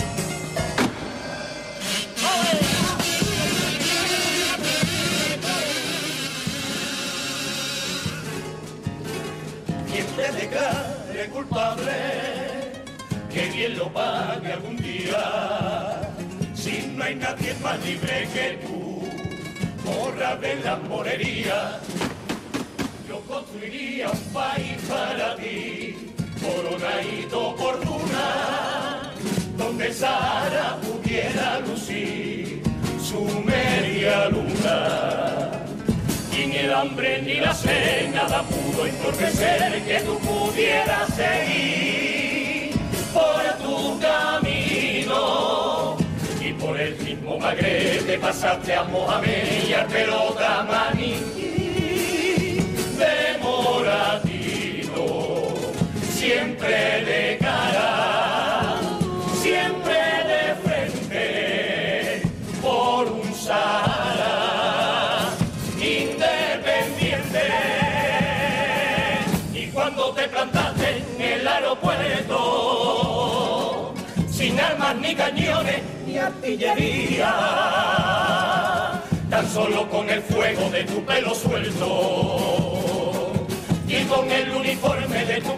Quien te declare culpable, que bien lo pague algún día. Si no hay nadie más libre que tú, morra de la morería. Yo construiría un país para ti, coronadito por luna, donde Sahara pudiera lucir su media luna. Y ni el hambre ni la sed nada pudo entorpecer que tú pudieras seguir por tu camino. Y por el mismo Magreb te pasaste a Mohamed y al pelota maniquí de moratino, siempre de cara, siempre de frente, por un Sahara independiente. Y cuando te plantaste en el aeropuerto, sin armas ni cañones ni artillería, tan solo con el fuego de tu pelo suelto y con el uniforme de tu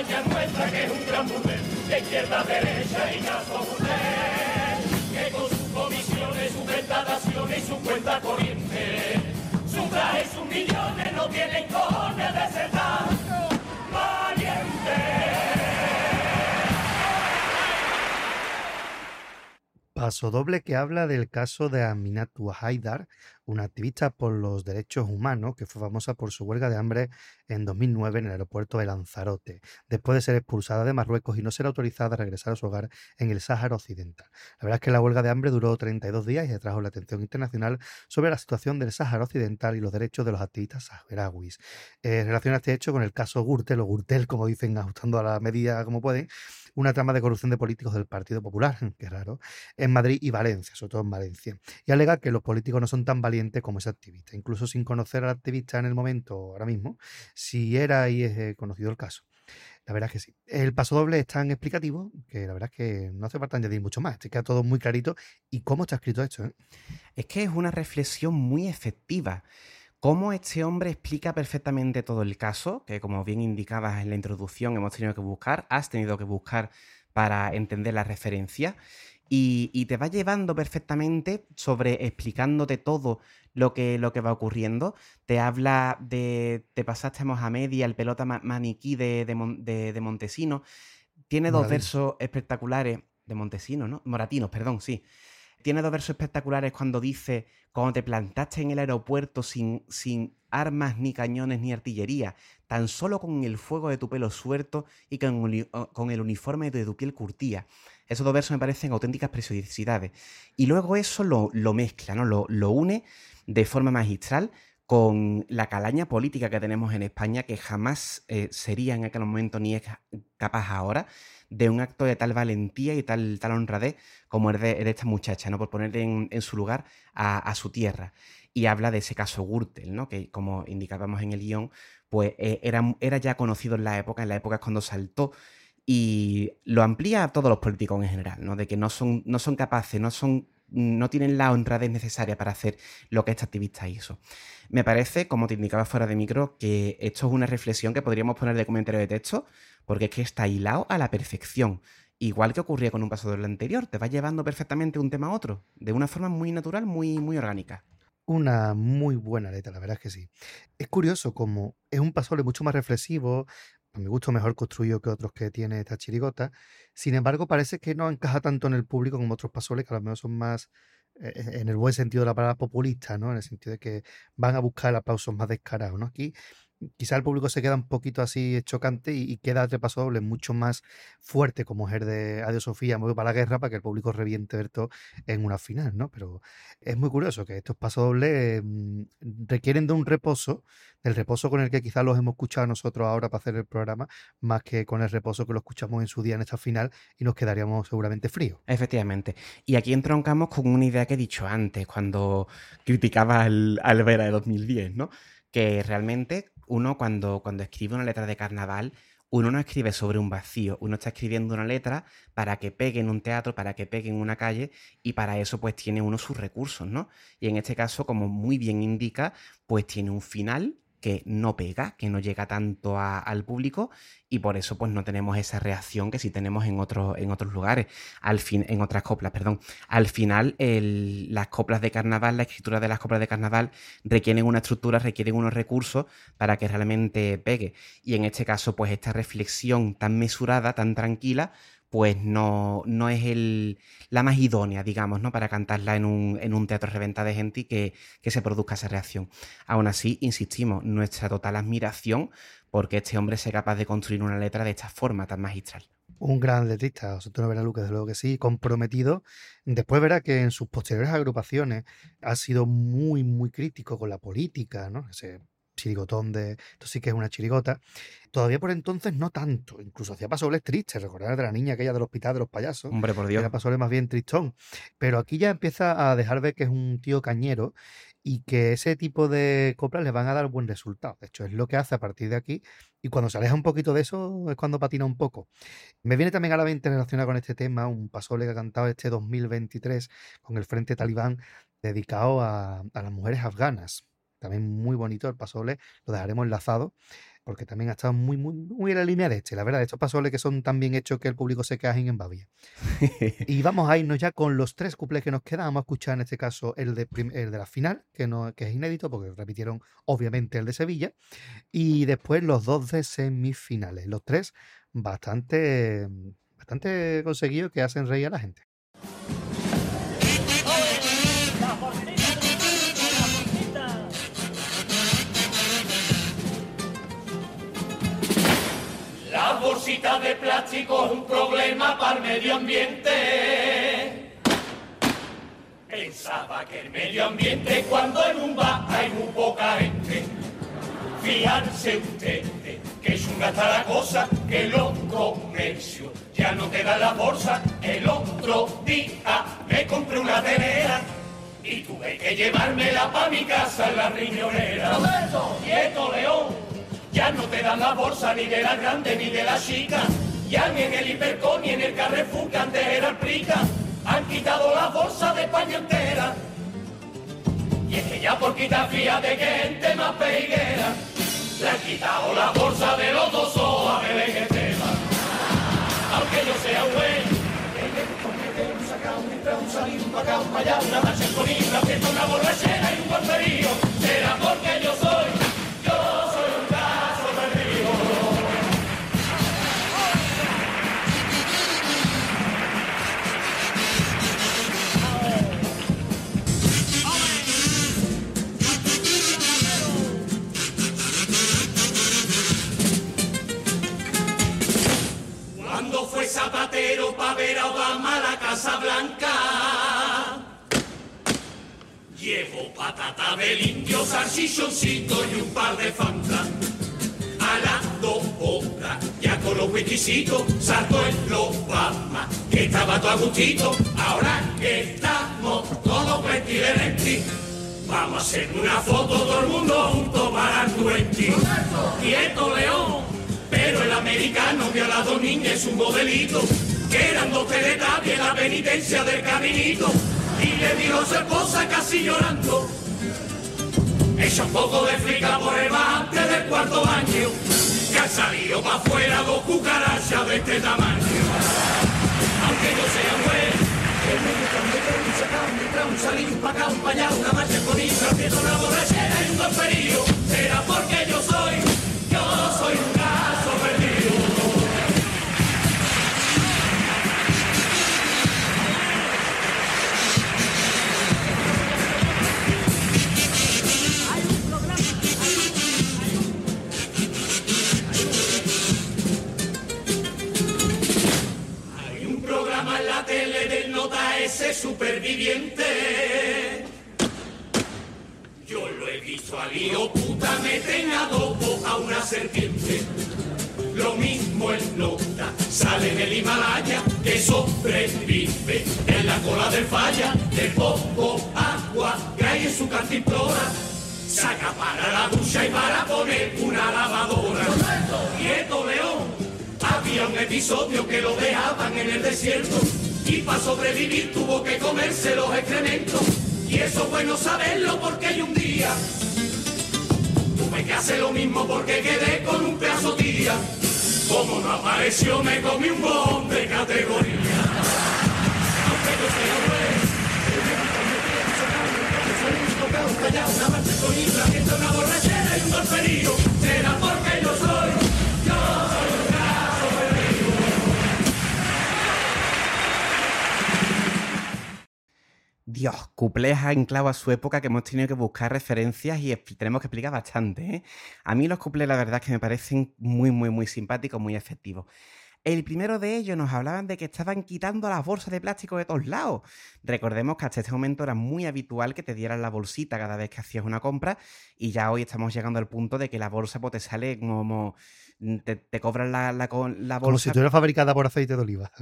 España nuestra, que es un gran burdel, de izquierda a derecha y narcoburdel, que con sus comisiones, su ventadación y su cuenta corriente, su traje y sus millones no tienen cojones de ser tan valientes. Pasodoble que habla del caso de Aminatou Haidar, una activista por los derechos humanos que fue famosa por su huelga de hambre en 2009 en el aeropuerto de Lanzarote, después de ser expulsada de Marruecos y no ser autorizada a regresar a su hogar en el Sáhara Occidental. La verdad es que la huelga de hambre duró 32 días y atrajo la atención internacional sobre la situación del Sáhara Occidental y los derechos de los activistas saharauis. Relaciona este hecho con el caso Gürtel, o Gürtel, como dicen, ajustando a la medida como pueden, una trama de corrupción de políticos del Partido Popular, qué raro, en Madrid y Valencia, sobre todo en Valencia, y alega que los políticos no son tan valientes como ese activista, incluso sin conocer al activista en el momento, ahora mismo, si era y es conocido el caso. La verdad es que sí. El pasodoble es tan explicativo que la verdad es que no hace falta añadir mucho más. Te queda todo muy clarito. ¿Y cómo está escrito esto? Es que es una reflexión muy efectiva. Cómo este hombre explica perfectamente todo el caso, que como bien indicabas en la introducción has tenido que buscar para entender la referencia, y te va llevando perfectamente sobre explicándote todo lo que va ocurriendo. Te habla de Te pasaste a Mohamed y al pelota maniquí de Montesinos. Tiene dos Moradino. versos espectaculares de Montesinos, ¿no? Moratinos, perdón, sí. Tiene dos versos espectaculares cuando dice: cuando te plantaste en el aeropuerto sin armas, ni cañones, ni artillería, tan solo con el fuego de tu pelo suelto y con el uniforme de tu piel curtía. Esos dos versos me parecen auténticas preciosidades. Y luego eso lo mezcla, ¿no? Lo une de forma magistral con la calaña política que tenemos en España, que jamás sería en aquel momento ni es capaz ahora de un acto de tal valentía y tal honradez como el de esta muchacha, ¿no? Por poner en su lugar a su tierra. Y habla de ese caso Gürtel, ¿no? Que, como indicábamos en el guión, pues era ya conocido en la época cuando saltó, y lo amplía a todos los políticos en general, ¿no? De que no son capaces, no tienen la honradez necesaria para hacer lo que este activista hizo. Me parece, como te indicaba fuera de micro, que esto es una reflexión que podríamos poner de comentario de texto, porque es que está hilado a la perfección. Igual que ocurría con un pasodoble anterior, te va llevando perfectamente de un tema a otro, de una forma muy natural, muy, muy orgánica. Una muy buena letra, la verdad es que sí. Es curioso como es un pasodoble mucho más reflexivo, a mi gusto mejor construido que otros que tiene esta chirigota. Sin embargo, parece que no encaja tanto en el público como otros pasodobles, que a lo mejor son más, en el buen sentido de la palabra, populistas, ¿no? En el sentido de que van a buscar aplausos más descarados, ¿no? Aquí quizá el público se queda un poquito así chocante y queda este pasodoble mucho más fuerte, como es el de Adiós Sofía, me voy para la guerra, para que el público reviente ver todo en una final, ¿no? Pero es muy curioso que estos pasodobles requieren de un reposo, del reposo con el que quizás los hemos escuchado nosotros ahora para hacer el programa, más que con el reposo que lo escuchamos en su día en esta final y nos quedaríamos seguramente fríos. Efectivamente. Y aquí entroncamos con una idea que he dicho antes, cuando criticaba al Vera de 2010, ¿no? Que realmente uno cuando escribe una letra de carnaval, uno no escribe sobre un vacío, uno está escribiendo una letra para que pegue en un teatro, para que pegue en una calle, y para eso pues tiene uno sus recursos, ¿no? Y en este caso, como muy bien indica, pues tiene un final que no pega, que no llega tanto al público, y por eso pues no tenemos esa reacción que sí tenemos en otros lugares, en otras coplas, perdón. Al final, las coplas de carnaval, la escritura de las coplas de carnaval requieren una estructura, requieren unos recursos para que realmente pegue. Y en este caso, pues esta reflexión tan mesurada, tan tranquila, pues no es la más idónea, digamos, ¿no? Para cantarla en un teatro reventado de gente y que se produzca esa reacción. Aún así, insistimos, nuestra total admiración porque este hombre sea capaz de construir una letra de esta forma tan magistral. Un gran letrista, José Antonio Vera Luque, desde luego que sí, comprometido. Después verá que en sus posteriores agrupaciones ha sido muy, muy crítico con la política, ¿no? Ese chirigotón de esto sí que es una chirigota. Todavía por entonces no tanto, incluso hacía pasobles tristes, recordar de la niña aquella del hospital de los payasos, Hombre, por Dios. era pasoble más bien tristón, pero aquí ya empieza a dejar ver que es un tío cañero y que ese tipo de coplas le van a dar buen resultado. De hecho, es lo que hace a partir de aquí, y cuando se aleja un poquito de eso es cuando patina un poco. Me viene también a la mente relacionado con este tema un pasoble que ha cantado este 2023 con el Frente Talibán, dedicado a las mujeres afganas. También muy bonito el pasoble, lo dejaremos enlazado. porque también ha estado muy en la línea de la verdad, estos pasoles que son tan bien hechos que el público se cajen en babia. Y vamos a irnos ya con los 3 cuplés que nos quedan. Vamos a escuchar en este caso el de la final, que es inédito porque repitieron obviamente el de Sevilla, y después los 2 de semifinales, los 3 bastante conseguidos, que hacen reír a la gente. La bolsita de plástico es un problema para el medio ambiente. Pensaba que el medio ambiente cuando en un bar hay muy poca gente. Fíjense ustedes que chunga está la cosa, que los comercios ya no te dan la bolsa. El otro día me compré una telera y tuve que llevármela pa' mi casa en la riñonera. ¡Quieto, León! Ya no te dan la bolsa ni de la grande ni de la chica. Ya ni en el Hipercor ni en el Carrefour, que antes era el Prica, han quitado la bolsa de España entera. Y es que ya por quitar fíjate que gente más peiguera, le han quitado la bolsa de los 2 ojos a Belén Esteban. Aunque yo sea un güey, que me gusta meter un sacao, un entrar, un salir, un pacao, un allá, una marcha en Colín, una fiesta, una borrachera y un golperío. Será porque yo soy un caso perdido. Cuando fue Zapatero pa' ver a Obama a la Casa Blanca, llevo patata del indio, salchichoncito y un par de Fanta. A las 2 horas, ya con los whiskycitos, saltó el Obama, que estaba todo a gustito. Ahora que estamos todos vestidos, vamos a hacer una foto todo el mundo junto para el 20. Quieto, León. Pero el americano vio a las 2 niñas un modelito, que eran 2 teletubbies en la penitencia del caminito, y le dijo a su esposa casi llorando: echa un poco de frica por el bate del 4º baño, que han salido para afuera 2 cucarachas de este tamaño. Aunque yo sea un güey, que me gusta meter un sacao, un entrar, un salir, un pacao, un pa' allá, una marcha con una fiesta, una borrachera y un golperío. Será porque yo soy un caso perdido. Hay un programa en la tele del Nota ese superviviente. Yo lo he visto al hijo puta meten adobo a una serpiente. Lo mismo el Nota sale del Himalaya, que sobrevive en la cola del falla. De poco agua que hay en su cantimplora, saca para la ducha y para poner una lavadora. Quieto, León. Había un episodio que lo dejaban en el desierto y para sobrevivir tuvo que comerse los excrementos. Y eso es bueno saberlo porque hay un día tuve que hacer lo mismo porque quedé con un pedazo tía. Como no apareció me comí un bon de categoría. Aunque yo sea un rey, una marcha con isla, fiesta, una borrachera y un golperío. Será porque yo soy un caso perdido. Dios, cuplés anclados a su época que hemos tenido que buscar referencias y tenemos que explicar bastante, ¿eh? A mí los cuplés la verdad es que me parecen muy simpáticos, muy efectivos. El primero de ellos nos hablaban de que estaban quitando las bolsas de plástico de todos lados. Recordemos que hasta este momento era muy habitual que te dieran la bolsita cada vez que hacías una compra y ya hoy estamos llegando al punto de que la bolsa pues, te sale como... Te cobran la bolsa... Como si estuviera fabricada por aceite de oliva.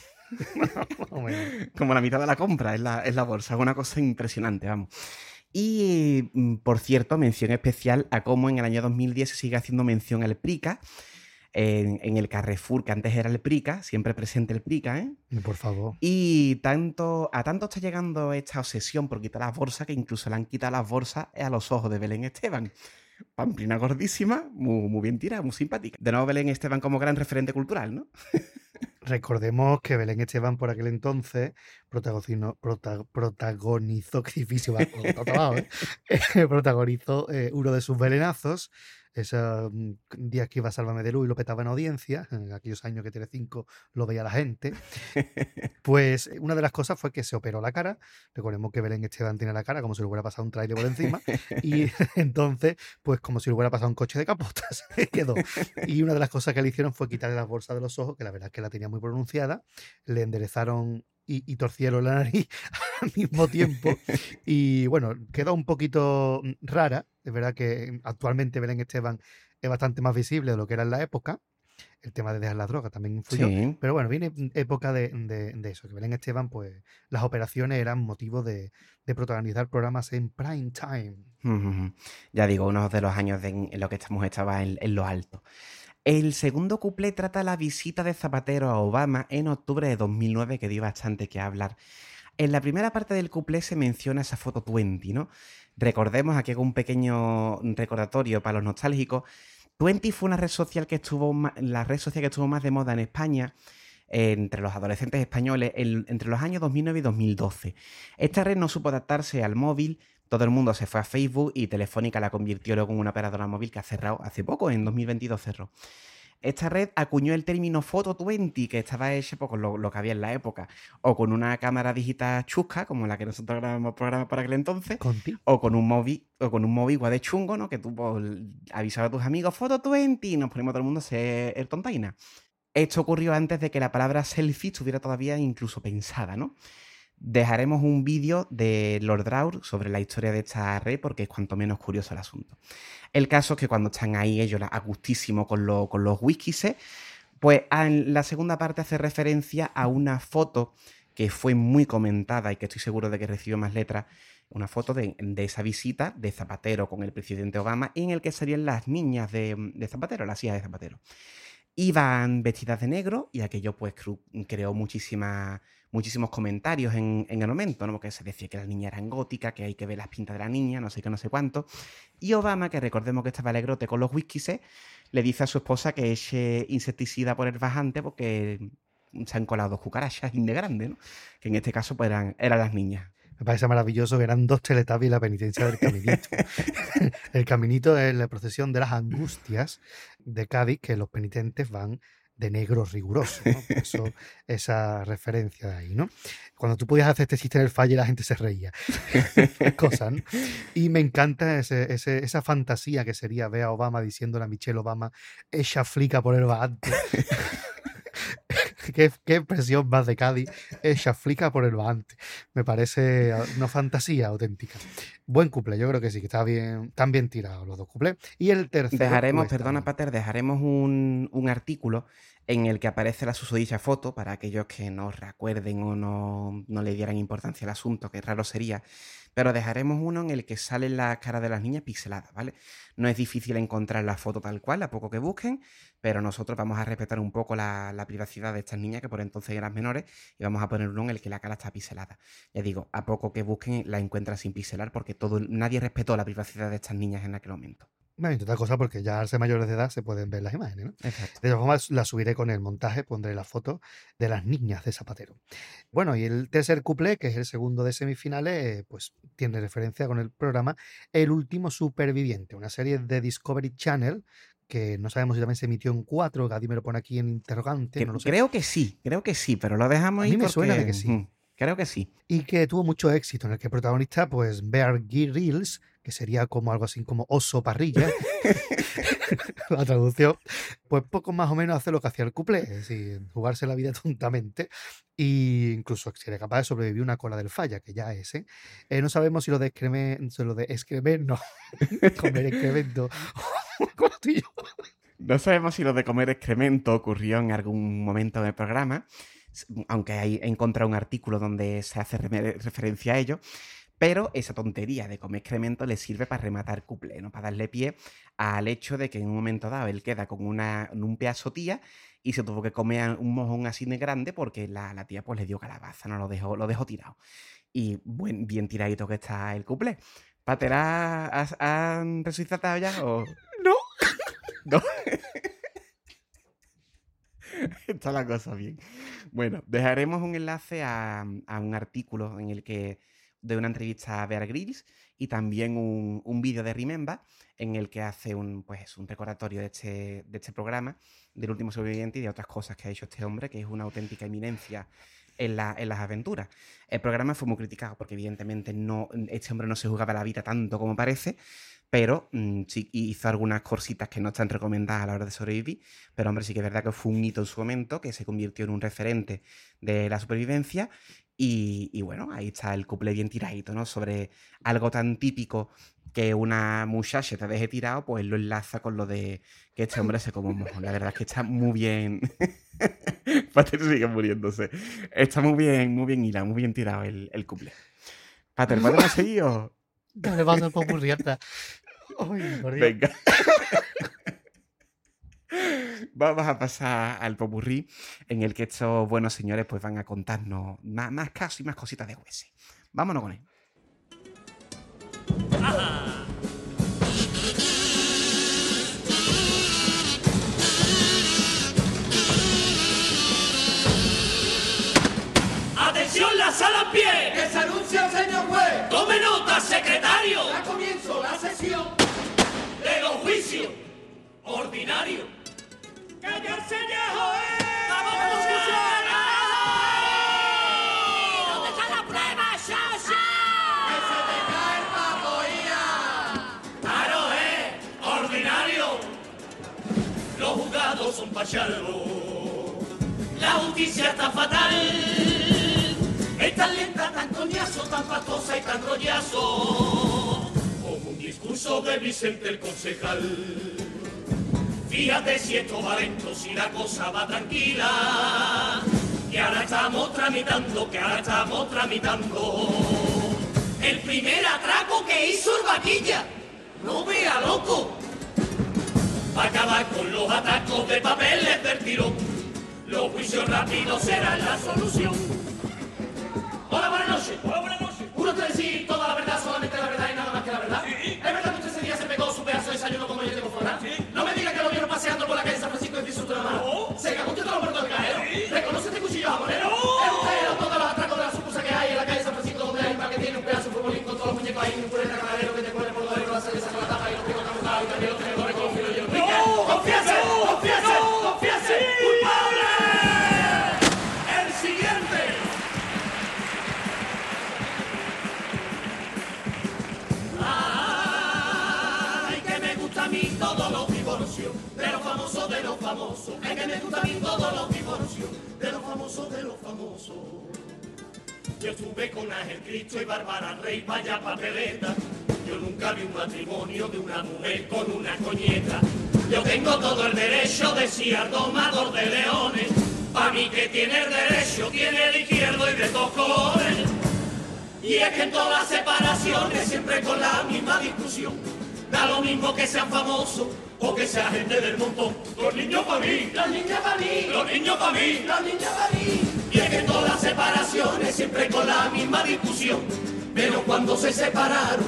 Como la mitad de la compra es la bolsa, es una cosa impresionante, vamos. Y, por cierto, mención especial a cómo en el año 2010 se sigue haciendo mención al Prica, en el Carrefour, que antes era el Prica, siempre presente el Prica, ¿eh? Por favor. Y a tanto está llegando esta obsesión por quitar las bolsas que incluso le han quitado las bolsas a los ojos de Belén Esteban. Pamplina gordísima, muy bien tirada, muy simpática. De nuevo Belén Esteban como gran referente cultural, ¿no? Recordemos que Belén Esteban por aquel entonces protagonizó, qué difícil va, protagonizó uno de sus belenazos, esos días que iba a Sálvame de Luz y lo petaba en audiencia, en aquellos años que Telecinco lo veía la gente. Pues una de las cosas fue que se operó la cara. Recordemos que Belén Esteban tiene la cara como si le hubiera pasado un trailer por encima. Y entonces, pues como si le hubiera pasado un coche de capotas, quedó. Y una de las cosas que le hicieron fue quitarle las bolsas de los ojos, que la verdad es que la tenía muy pronunciada. Le enderezaron y torcieron la nariz al mismo tiempo. Y bueno, quedó un poquito rara. Es verdad que actualmente Belén Esteban es bastante más visible de lo que era en la época. El tema de dejar la droga también influyó. Sí. Pero bueno, viene época de eso, que Belén Esteban, pues las operaciones eran motivo de protagonizar programas en prime time. Ya digo, uno de los años en los que esta mujer estaba en lo alto. El segundo cuplé trata la visita de Zapatero a Obama en octubre de 2009, que dio bastante que hablar. En la primera parte del cuplé se menciona esa foto 20, ¿no? Recordemos, aquí hago un pequeño recordatorio para los nostálgicos. 20 fue una red social que estuvo la red social que estuvo más de moda en España entre los adolescentes españoles entre los años 2009 y 2012. Esta red no supo adaptarse al móvil, todo el mundo se fue a Facebook y Telefónica la convirtió luego en una operadora móvil que ha cerrado hace poco, en 2022 cerró. Esta red acuñó el término Photo 20, que estaba hecho pues, con lo que había en la época, o con una cámara digital chusca, como la que nosotros grabamos programas para aquel entonces, o con un móvil igual de chungo, ¿no? Que tú pues, avisabas a tus amigos, Photo 20, y nos ponemos todo el mundo a ser el tontaina. Esto ocurrió antes de que la palabra selfie estuviera todavía incluso pensada, ¿no? Dejaremos un vídeo de Lord Draur sobre la historia de esta red porque es cuanto menos curioso el asunto. El caso es que cuando están ahí ellos a gustísimo con los whiskies, pues en la segunda parte hace referencia a una foto que fue muy comentada y que estoy seguro de que recibió más letras, una foto de esa visita de Zapatero con el presidente Obama en el que salían las niñas de Zapatero, las hijas de Zapatero. Iban vestidas de negro y aquello pues creó muchísimos comentarios en el momento, ¿no? Porque se decía que las niñas eran góticas, que hay que ver las pintas de la niña, no sé qué, no sé cuánto. Y Obama, que recordemos que estaba alegrote con los whiskies, le dice a su esposa que eche insecticida por el bajante porque se han colado dos cucarachas de grande, ¿no? Que en este caso pues eran las niñas. Me parece maravilloso que eran dos Teletubbies y la penitencia del Caminito. El Caminito es la procesión de las angustias de Cádiz, que los penitentes van de negro riguroso, ¿no? Por eso esa referencia de ahí, ¿no? Cuando tú podías hacer este chiste en el falle, la gente se reía. Cosas, ¿no? Y me encanta esa fantasía que sería ver a Obama diciéndole a Michelle Obama, ella flica por el bajante. ¿Qué expresión más de Cádiz? Ella flica por el bajante. Me parece una fantasía auténtica. Buen cuplé, yo creo que sí, que están bien tirados los dos cuplés. Y el tercero... Perdona, Pater, dejaremos un artículo en el que aparece la susodicha foto para aquellos que no recuerden o no le dieran importancia al asunto, que raro sería, pero dejaremos uno en el que salen las caras de las niñas pixeladas, ¿vale? No es difícil encontrar la foto tal cual, a poco que busquen, pero nosotros vamos a respetar un poco la privacidad de estas niñas que por entonces eran menores y vamos a poner uno en el que la cara está pixelada. Ya digo, a poco que busquen la encuentran sin pixelar porque nadie respetó la privacidad de estas niñas en aquel momento. Bueno, y otra cosa, porque ya al ser mayores de edad se pueden ver las imágenes, ¿no? Exacto. De todas formas, la subiré con el montaje, pondré la foto de las niñas de Zapatero. Bueno, y el tercer cuplé, que es el segundo de semifinales, pues tiene referencia con el programa El último superviviente, una serie de Discovery Channel que no sabemos si también se emitió en 4, Gadi me lo pone aquí en interrogante, no lo sé. Creo que sí, pero lo dejamos ahí. A mí me suena de que sí. Creo que sí. Y que tuvo mucho éxito, en el que protagonista, pues, Bear Grylls, que sería como algo así como oso parrilla, la traducción, pues poco más o menos hace lo que hacía el cuplé, es decir, jugarse la vida tontamente, e incluso sería capaz de sobrevivir una cola del falla, que ya es, no sabemos si lo de excremento, comer excremento, como tú y yo. No sabemos si lo de comer excremento ocurrió en algún momento del programa, aunque he encontrado un artículo donde se hace referencia a ello, pero esa tontería de comer excremento le sirve para rematar cuplé, ¿no? Para darle pie al hecho de que en un momento dado él queda con un pedazo tía y se tuvo que comer un mojón así de grande porque la tía pues le dio calabaza, ¿no? Lo dejó tirado. Y bien tiradito que está el cuplé. Pater, ¿han resucitado ya o...? No. No. Está la cosa bien. Bueno, dejaremos un enlace a un artículo en el que de una entrevista a Bear Grylls y también un vídeo de Remember en el que hace un recordatorio de este programa, del último sobreviviente y de otras cosas que ha hecho este hombre, que es una auténtica eminencia en las aventuras. El programa fue muy criticado porque evidentemente este hombre no se jugaba la vida tanto como parece, pero sí hizo algunas cositas que no están recomendadas a la hora de sobrevivir, pero hombre, sí que es verdad que fue un hito en su momento, que se convirtió en un referente de la supervivencia y bueno, ahí está el couple bien tiradito, ¿no? Sobre algo tan típico que una muchacha te deje tirado, pues lo enlaza con lo de que este hombre se come un mojo. La verdad es que está muy bien. Pater sigue muriéndose. Está muy bien hilado, muy bien tirado el couple. Pater, ¿podemos seguir o...? Dale, paso el popurrí hasta. Ay, por Dios. Venga. Vamos a pasar al popurrí, en el que estos buenos señores pues van a contarnos más casos y más cositas de hueso. Vámonos con él. ¡Atención, la sala en pie! ¡Que se anuncia el señor juez! ¡Tome nota, secretario! Da comienzo la sesión. De los juicios ordinarios. ¡Callarse ya, joder! ¡Vamos, ¿dónde está la prueba, Sasha? ¡Que se te cae el ¡Claro, ordinario! Los juzgados son pachalgos. La justicia está fatal. Es tan lenta, tan coñazo, tan pastosa y tan rollazo. Como un discurso de Vicente el concejal. Fíjate si esto va lento, si la cosa va tranquila. Que ahora estamos tramitando, el primer atraco que hizo el Vaquilla. No vea, loco. Para acabar con los atacos de papeles del tirón. Los juicios rápidos serán la solución. Hola, buenas noches. Hola, buenas noches. ¿Uno te decir toda la verdad, solamente la verdad y nada más que la verdad? Sí. ¿Es verdad que usted ese día se pegó su pedazo de desayuno como yo tengo fuera? Sí. No me diga que lo vieron paseando por la calle San Francisco y disfrutó la mano. No. ¿Se cagó usted todos los muertos del cajero? Sí. ¿Reconoce este cuchillo jamonero? No. ¿Es usted el autor de los atracos de la sucursal que hay en la calle San Francisco donde hay un par que tiene un pedazo de futbolín con todos los muñecos ahí, un pureta camarero que te pone por dentro la cerveza con la tapa y los picos camuflados y también los tenedores con los filos y los piques? ¡No! ¡Confiese! ¡Confiese! ¡Confiese! ¡Culpable! El siguiente. Ay, que me gusta a mí todos los divorcios, de los famosos, de los famosos. Ay, que me gusta a mí todos los divorcios, de los famosos, de los famosos. Yo estuve con Ángel Cristo y Bárbara Rey, vaya papeleta. Yo nunca vi un matrimonio de una mujer con una coñeta. Yo tengo todo el derecho de ser domador de leones. Pa' mí que tiene el derecho, tiene el izquierdo y de todos colores. Y es que en todas las separaciones, siempre con la misma discusión. Da lo mismo que sean famosos o que sea gente del montón. Los niños pa' mí, Los niños para mí. los niños pa' mí. Los niños para mí. Y es que en todas las separaciones, siempre con la misma discusión. Pero cuando se separaron,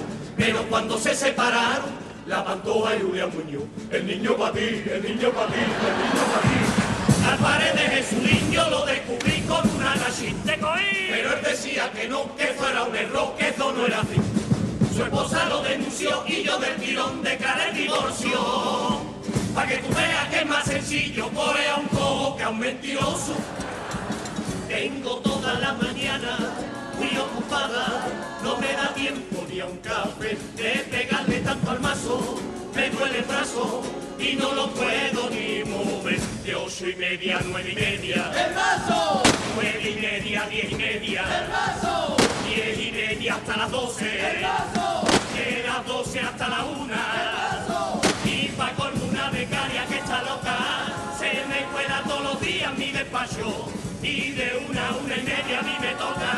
la Pantoja y Julián Muñoz. El niño pa' ti, el niño pa' ti, el niño pa' ti. Al pared de Jesulín yo lo descubrí con una gallina. ¡Te cogí! Pero él decía que no, que fuera un error, que eso no era así. Su esposa lo denunció y yo del tirón declaré el divorcio. Pa' que tú veas que es más sencillo correr a un cojo que a un mentiroso. Tengo toda la mañana muy ocupada, no me da tiempo ni a un café de pegarle tanto al mazo. Me duele el brazo y no lo puedo ni mover. De 8:30 a 9:30. ¡El vaso! 9:30, 10:30. ¡El vaso! 10:30 hasta las 12. ¡El vaso! De las 12 hasta la 1. ¡El vaso! Y pa' con una becaria que está loca, se me cuela todos los días mi despacho. Y de 1 a 1:30 a mí me toca.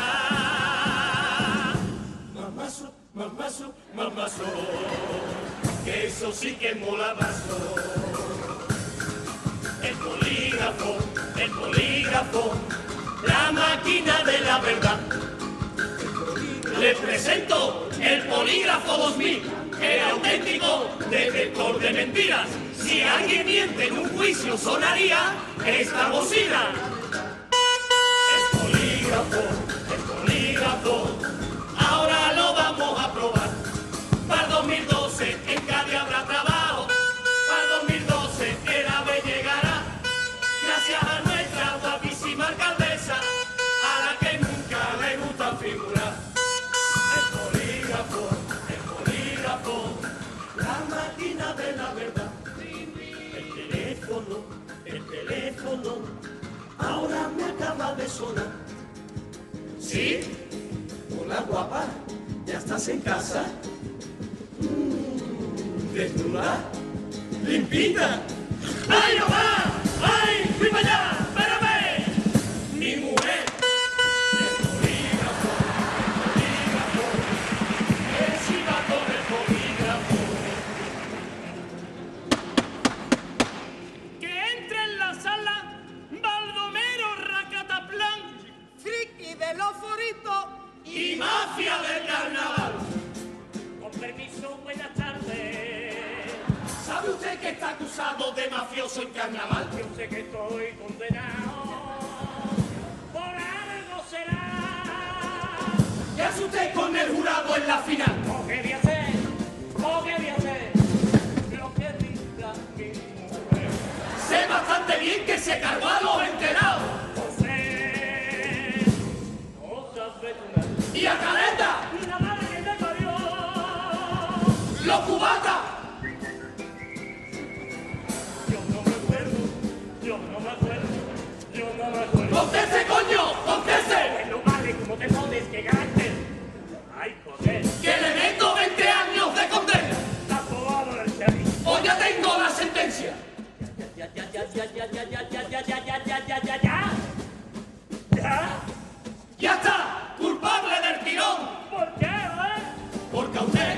Mamazo, mamazo, mamazo, que eso sí que mola mazo. El bolígrafo, la máquina de la verdad. Les presento el Polígrafo 2000, el auténtico detector de mentiras. Si alguien miente en un juicio sonaría esta bocina. El polígrafo, ahora lo vamos a probar. Para el 2012 en Cádiz habrá trabajo, para el 2012 el AVE llegará, gracias a nuestra guapísima alcaldesa, a la que nunca le gusta figurar. El polígrafo, la máquina de la verdad. El teléfono, ahora me acaba de sonar. ¿Sí? Hola guapa, ¿ya estás en casa? ¿Desnuda? ¿Limpita? ¡Ay, mamá! ¡Ay, fui para allá! ¡Espérame! Mi mujer. El polígrafo, el chivato del polígrafo. Que entre en la sala Baldomero Racataplán, friki de los foritos y mafia del carnaval. Con permiso, buenas tardes. ¿Sabe usted que está acusado de mafioso en carnaval? Yo sé que estoy condenado, por algo será. ¿Qué hace usted con el jurado en la final? ¿O qué voy a hacer? ¿O qué voy a hacer? Lo que diga mi mujer. Sé bastante bien que se cargó a los enterados. José, cosas veturas. ¿Y a Caleta? Y la madre que te parió. ¡Los cubatas! ¡Conteste, coño! ¡Conteste! Bueno, vale, como te jodes, que carácter. ¡Ay, joder! ¡Que le meto 20 años de condena! ¡Está aprobado el servicio! ¡O ya tengo la sentencia! ¡Ya está! ¡Culpable del tirón! ¿Por qué, Porque a usted,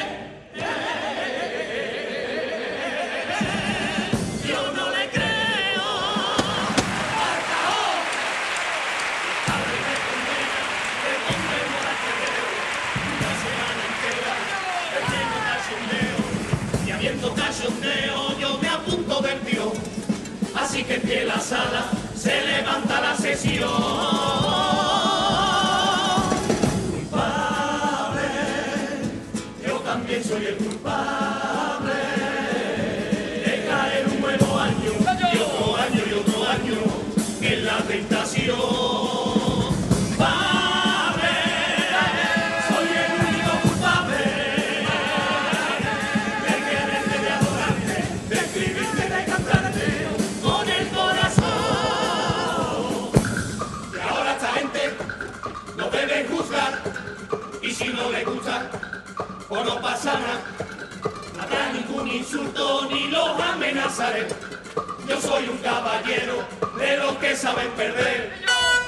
yo no le creo. ¡Marcao! Culpable de condena, de condeno a creo. Una semana entera, haciendo cachondeo. Y habiendo cachondeo, yo me apunto del tirón. Así que en pie la sala, se levanta la sesión. También soy el culpable de caer un nuevo año y otro año y otro año en la tentación. Culpable, soy el único culpable de quererte, de adorarte, de escribirte, de cantarte con el corazón. Y ahora esta gente no debe juzgar, y si no le gusta, o no pasa nada, no habrá ningún insulto ni los amenazaré. Yo soy un caballero de los que saben perder.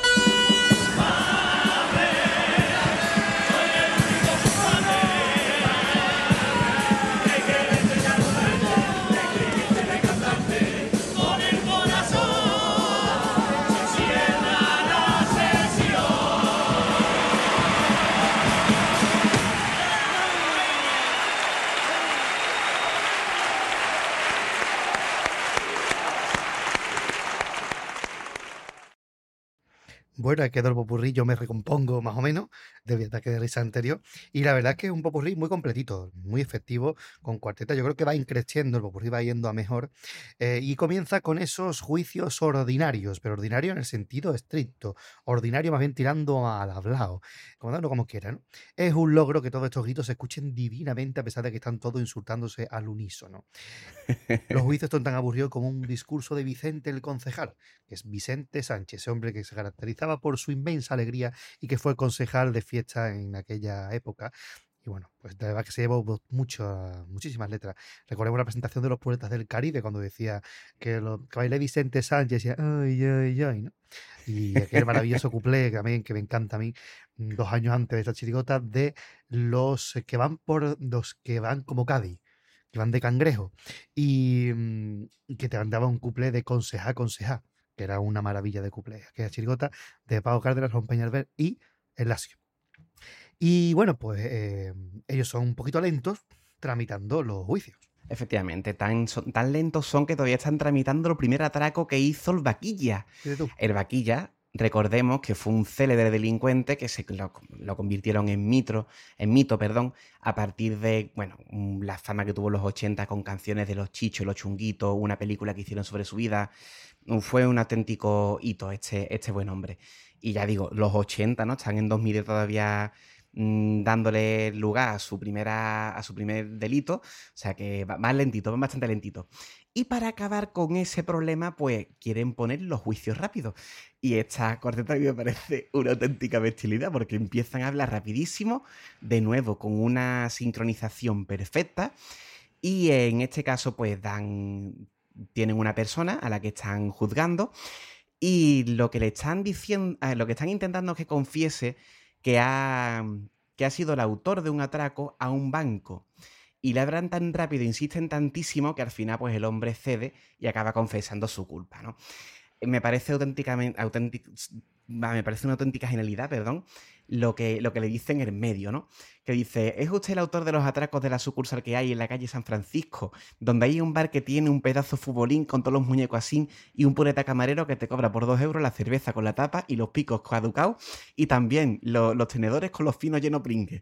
Padre, soy el único culpable de quererte, de adorarte, de escribirte, de cantarte con el corazón. Se cierra la sesión. Bueno, quedó el popurrí, yo me recompongo más o menos del ataque de risa anterior. Y la verdad es que es un popurrí muy completito, muy efectivo, con cuarteta. Yo creo que va increciendo, el popurrí va yendo a mejor. Y comienza con esos juicios ordinarios, pero ordinario en el sentido estricto. Ordinario más bien tirando al hablado, como quiera, ¿no? Es un logro que todos estos gritos se escuchen divinamente a pesar de que están todos insultándose al unísono. Los juicios son tan aburridos como un discurso de Vicente el concejal, que es Vicente Sánchez, ese hombre que se caracterizaba por su inmensa alegría y que fue concejal de fiesta en aquella época. Y bueno, pues de verdad que se llevó muchísimas letras. Recordemos la presentación de los Poetas del Caribe cuando decía que bailé Vicente Sánchez y decía, ay, ay, ay, ¿no? Y aquel maravilloso cuplé también que me encanta a mí, 2 años antes de esta chirigota, de los que van como Cádiz, que van de cangrejo, y que te mandaba un cuplé de consejá, que era una maravilla de cuplé, aquella chirigota de Pau Cárdenas, Juan Peñalver y el Lacio. Y bueno, pues ellos son un poquito lentos tramitando los juicios. Efectivamente, tan lentos son que todavía están tramitando el primer atraco que hizo el Vaquilla. Fíjate tú. El Vaquilla, recordemos que fue un célebre delincuente que lo convirtieron en mito, a partir de, bueno, la fama que tuvo en los 80 con canciones de Los Chichos y Los Chunguitos, una película que hicieron sobre su vida. Fue un auténtico hito este buen hombre. Y ya digo, los 80, ¿no? Están en 2000 todavía dándole lugar a su primer delito, o sea que va más lentito, va bastante lentito. Y para acabar con ese problema, pues quieren poner los juicios rápidos. Y esta cuarteta a mí me parece una auténtica bestialidad, porque empiezan a hablar rapidísimo, de nuevo con una sincronización perfecta, y en este caso pues tienen una persona a la que están juzgando, y lo que le están diciendo, lo que están intentando es que confiese que ha sido el autor de un atraco a un banco. Y le hablan tan rápido, insisten tantísimo, que al final pues el hombre cede y acaba confesando su culpa, ¿no? Me parece me parece una auténtica genialidad, perdón, lo que le dicen en medio, ¿no? Que dice, ¿es usted el autor de los atracos de la sucursal que hay en la calle San Francisco, donde hay un bar que tiene un pedazo de futbolín con todos los muñecos así y un pureta camarero que te cobra por 2 euros la cerveza con la tapa y los picos caducados y también los tenedores con los finos llenos pringue?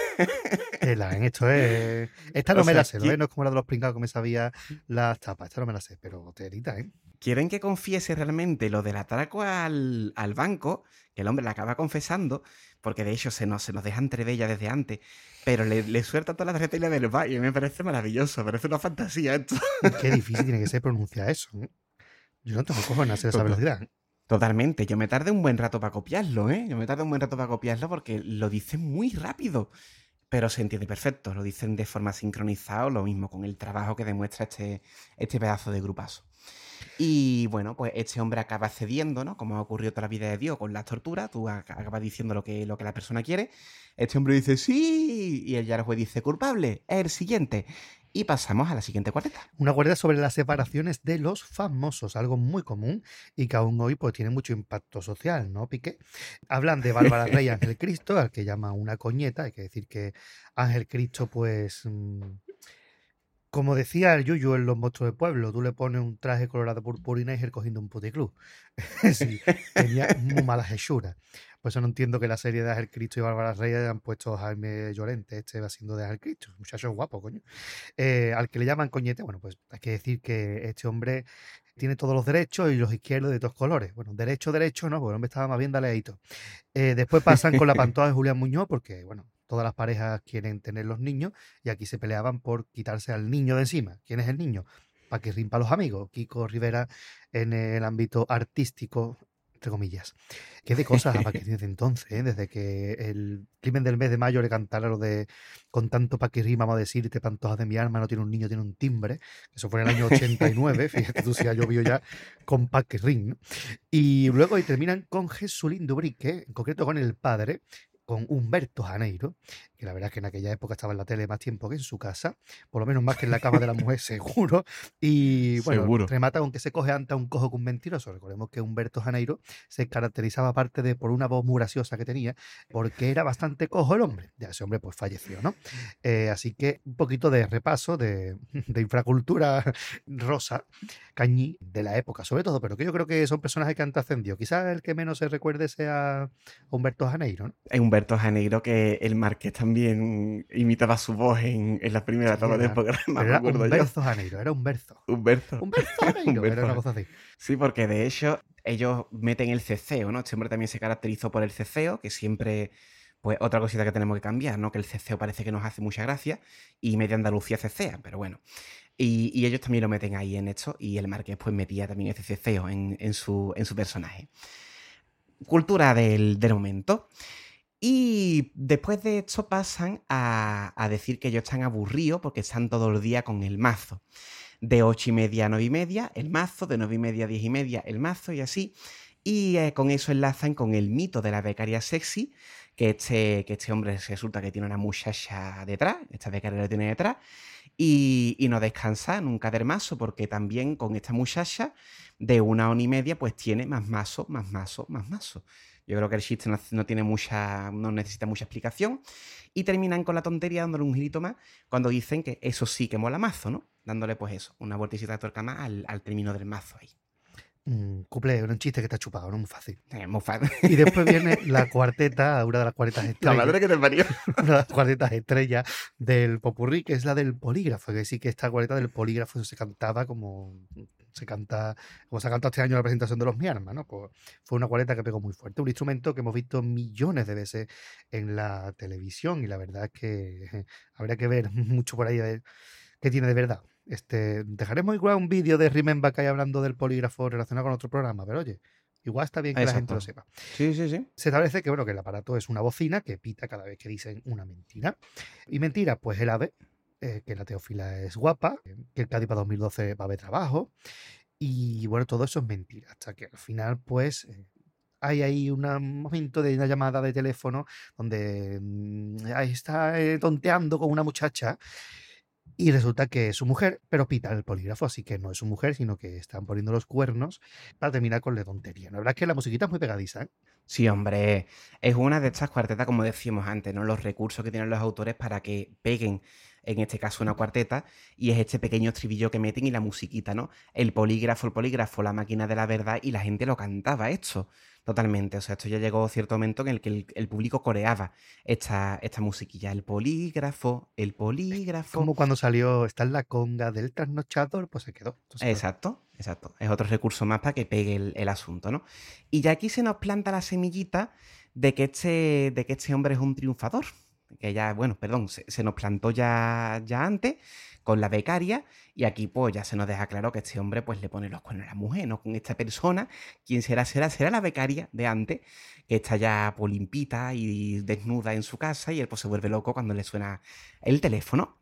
Esto es... Esta no me la sé, ¿no? ¿quién? No es como la de los pringados que me sabía las tapas. Esta no me la sé, pero telita, ¿eh? Quieren que confiese realmente lo del atraco al banco, que el hombre le acaba confesando, porque de hecho se nos deja entrever desde antes, pero le suelta toda la tarjeta y le del bar, y me parece maravilloso, me parece una fantasía esto. Qué difícil tiene que ser pronunciar eso, ¿eh? Yo no tengo cojones hacer esa velocidad. Totalmente, yo me tardé un buen rato para copiarlo, ¿eh? Yo me tardé un buen rato para copiarlo porque lo dicen muy rápido, pero se entiende perfecto, lo dicen de forma sincronizada, lo mismo con el trabajo que demuestra este pedazo de grupazo. Y bueno, pues este hombre acaba cediendo, ¿no? Como ha ocurrido toda la vida de Dios con las torturas, tú acabas diciendo lo que la persona quiere. Este hombre dice sí, y el juez dice culpable, es el siguiente. Y pasamos a la siguiente cuarteta. Una guardia sobre las separaciones de los famosos, algo muy común y que aún hoy pues tiene mucho impacto social, ¿no, Piqué? Hablan de Bárbara Rey y Ángel Cristo, al que llama una coñeta. Hay que decir que Ángel Cristo, pues... como decía el Yuyu en Los Monstruos del Pueblo, tú le pones un traje colorado purpurina y es el cogiendo un puticlub. Sí, tenía muy malas hechuras. Por eso no entiendo que la serie de Ángel Cristo y Bárbara Rey hayan puesto a Jaime Llorente, va siendo de Ángel Cristo. Muchacho guapo, coño. Al que le llaman coñete, bueno, pues hay que decir que este hombre tiene todos los derechos y los izquierdos de todos colores. Bueno, derecho, no, porque el hombre estaba más bien daleadito. Después pasan con la pantoja de Julián Muñoz, porque, bueno, todas las parejas quieren tener los niños y aquí se peleaban por quitarse al niño de encima. ¿Quién es el niño? Paquirrín para los amigos. Kiko Rivera en el ámbito artístico, entre comillas. Qué de cosas a Paquirrín desde entonces, ¿eh? Desde que el crimen del mes de mayo le cantara lo de con tanto Paquirrín, vamos a decirte, pantojas de mi alma, no tiene un niño, tiene un timbre. Eso fue en el año 89, fíjate tú si ha llovido ya con Paquirrín, ¿no? Y luego terminan con Jesulín Dubrique, en concreto con el padre, con Humberto Janeiro, que la verdad es que en aquella época estaba en la tele más tiempo que en su casa, por lo menos más que en la cama de la mujer, seguro. Y bueno, Seguro. remata con que se coge ante un cojo con un mentiroso. Recordemos que Humberto Janeiro se caracterizaba aparte de por una voz muy graciosa que tenía, porque era bastante cojo el hombre. Ya ese hombre pues falleció, ¿no? Así que un poquito de repaso de infracultura rosa, cañí de la época, sobre todo, pero que yo creo que son personajes que han trascendido. Quizás el que menos se recuerde sea Humberto Janeiro, ¿no? Humberto Janeiro, que el Marqués también imitaba su voz en la primera toma del programa. Era Humberto Janeiro, era Humberto. Humberto Janeiro, era una cosa así. Sí, porque de hecho ellos meten el ceceo, ¿no? Este hombre también se caracterizó por el ceceo, que siempre, pues otra cosita que tenemos que cambiar, ¿no? Que el ceceo parece que nos hace mucha gracia y media Andalucía cecea, pero bueno. Y ellos también lo meten ahí en esto y el Marqués pues metía también ese ceceo en su personaje. Cultura del momento. Y después de esto pasan a decir que ellos están aburridos porque están todo el día con el mazo. De 8:30 a 9:30 el mazo, de 9:30 a 10:30 el mazo y así. Y con eso enlazan con el mito de la becaria sexy, que este hombre resulta que tiene una muchacha detrás, esta becaria lo tiene detrás, y no descansa nunca del mazo, porque también con esta muchacha de 1 hora y media pues tiene más mazo. Yo creo que el chiste no necesita mucha explicación. Y terminan con la tontería dándole un girito más cuando dicen que eso sí que mola mazo, ¿no? Dándole pues eso, una vueltecita de tuerca más al término del mazo ahí. Cuplé, era un chiste que está chupado, no muy fácil. Muy fácil. Y después viene la cuarteta, una de las cuartetas La estrellas. madre que te parió. Una de las cuartetas estrellas del popurrí, que es la del polígrafo. Que sí que esta cuarteta del polígrafo se cantaba como se ha cantado este año en la presentación de los Mi Armas, ¿no? Pues fue una cuarteta que pegó muy fuerte. Un instrumento que hemos visto millones de veces en la televisión y la verdad es que habría que ver mucho por ahí a ver qué tiene de verdad. Dejaremos igual un vídeo de Remember que hay hablando del polígrafo relacionado con otro programa, pero oye, igual está bien que la gente lo sepa. Sí, sí, sí. Se establece que, que el aparato es una bocina que pita cada vez que dicen una mentira. Y mentira, pues el ave, que la Teófila es guapa, que el Cádiz para 2012 va a haber trabajo. Y bueno, todo eso es mentira. Hasta que al final, pues, hay ahí un momento de una llamada de teléfono donde ahí está tonteando con una muchacha. Y resulta que es su mujer, pero pita el polígrafo, así que no es su mujer, sino que están poniendo los cuernos para terminar con la tontería. La verdad es que la musiquita es muy pegadiza, ¿eh? Sí, hombre, es una de estas cuartetas, como decíamos antes, ¿no? Los recursos que tienen los autores para que peguen, en este caso, una cuarteta, y es este pequeño estribillo que meten y la musiquita, ¿no? El polígrafo, la máquina de la verdad, y la gente lo cantaba esto, totalmente. O sea, esto ya llegó a cierto momento en el que el público coreaba esta musiquilla. El polígrafo. Como cuando salió, está en la conga del trasnochador, pues se quedó. Entonces, exacto. Es otro recurso más para que pegue el asunto, ¿no? Y ya aquí se nos planta la semillita de que este hombre es un triunfador. Que ya, bueno, perdón, se nos plantó ya antes con la becaria, y aquí pues ya se nos deja claro que este hombre pues le pone los cuernos a la mujer, ¿no? Con esta persona, ¿quién será? Será la becaria de antes, que está ya pues limpita y desnuda en su casa, y él pues se vuelve loco cuando le suena el teléfono.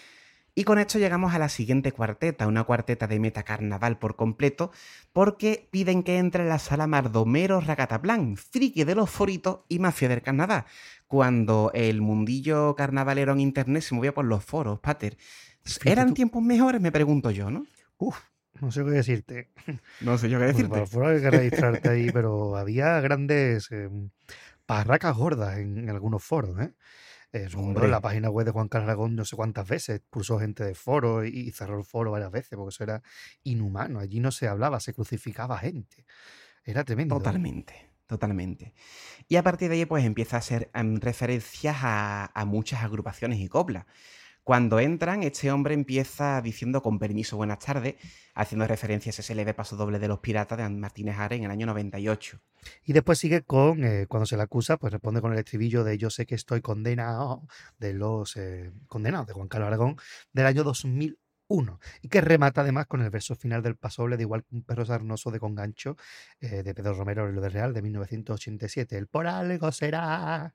Y con esto llegamos a la siguiente cuarteta, una cuarteta de metacarnaval por completo, porque piden que entre en la sala Mardomero Ragataplan, friki de los foritos y mafia del carnaval, cuando el mundillo carnavalero en internet se movía por los foros, pater. ¿Eran tiempos mejores? Me pregunto yo, ¿no? No sé qué decirte. No sé yo qué decirte. Bueno, para hay que registrarte ahí, pero había grandes parracas gordas en algunos foros, ¿eh? En la página web de Juan Carlos Aragón no sé cuántas veces expulsó gente de foro y cerró el foro varias veces, porque eso era inhumano. Allí no se hablaba, se crucificaba gente. Era tremendo. Totalmente. Y a partir de ahí pues empieza a hacer referencias a muchas agrupaciones y coplas. Cuando entran, este hombre empieza diciendo con permiso, buenas tardes, haciendo referencias a ese leve paso doble de los piratas de Martínez Ares en el año 98. Y después sigue con, cuando se le acusa, pues responde con el estribillo de yo sé que estoy condenado, de los condenados de Juan Carlos Aragón, del año 2001. Y que remata además con el verso final del pasoble de igual que un perro sarnoso de Congancho, de Pedro Romero en lo de Real, de 1987. El por algo será.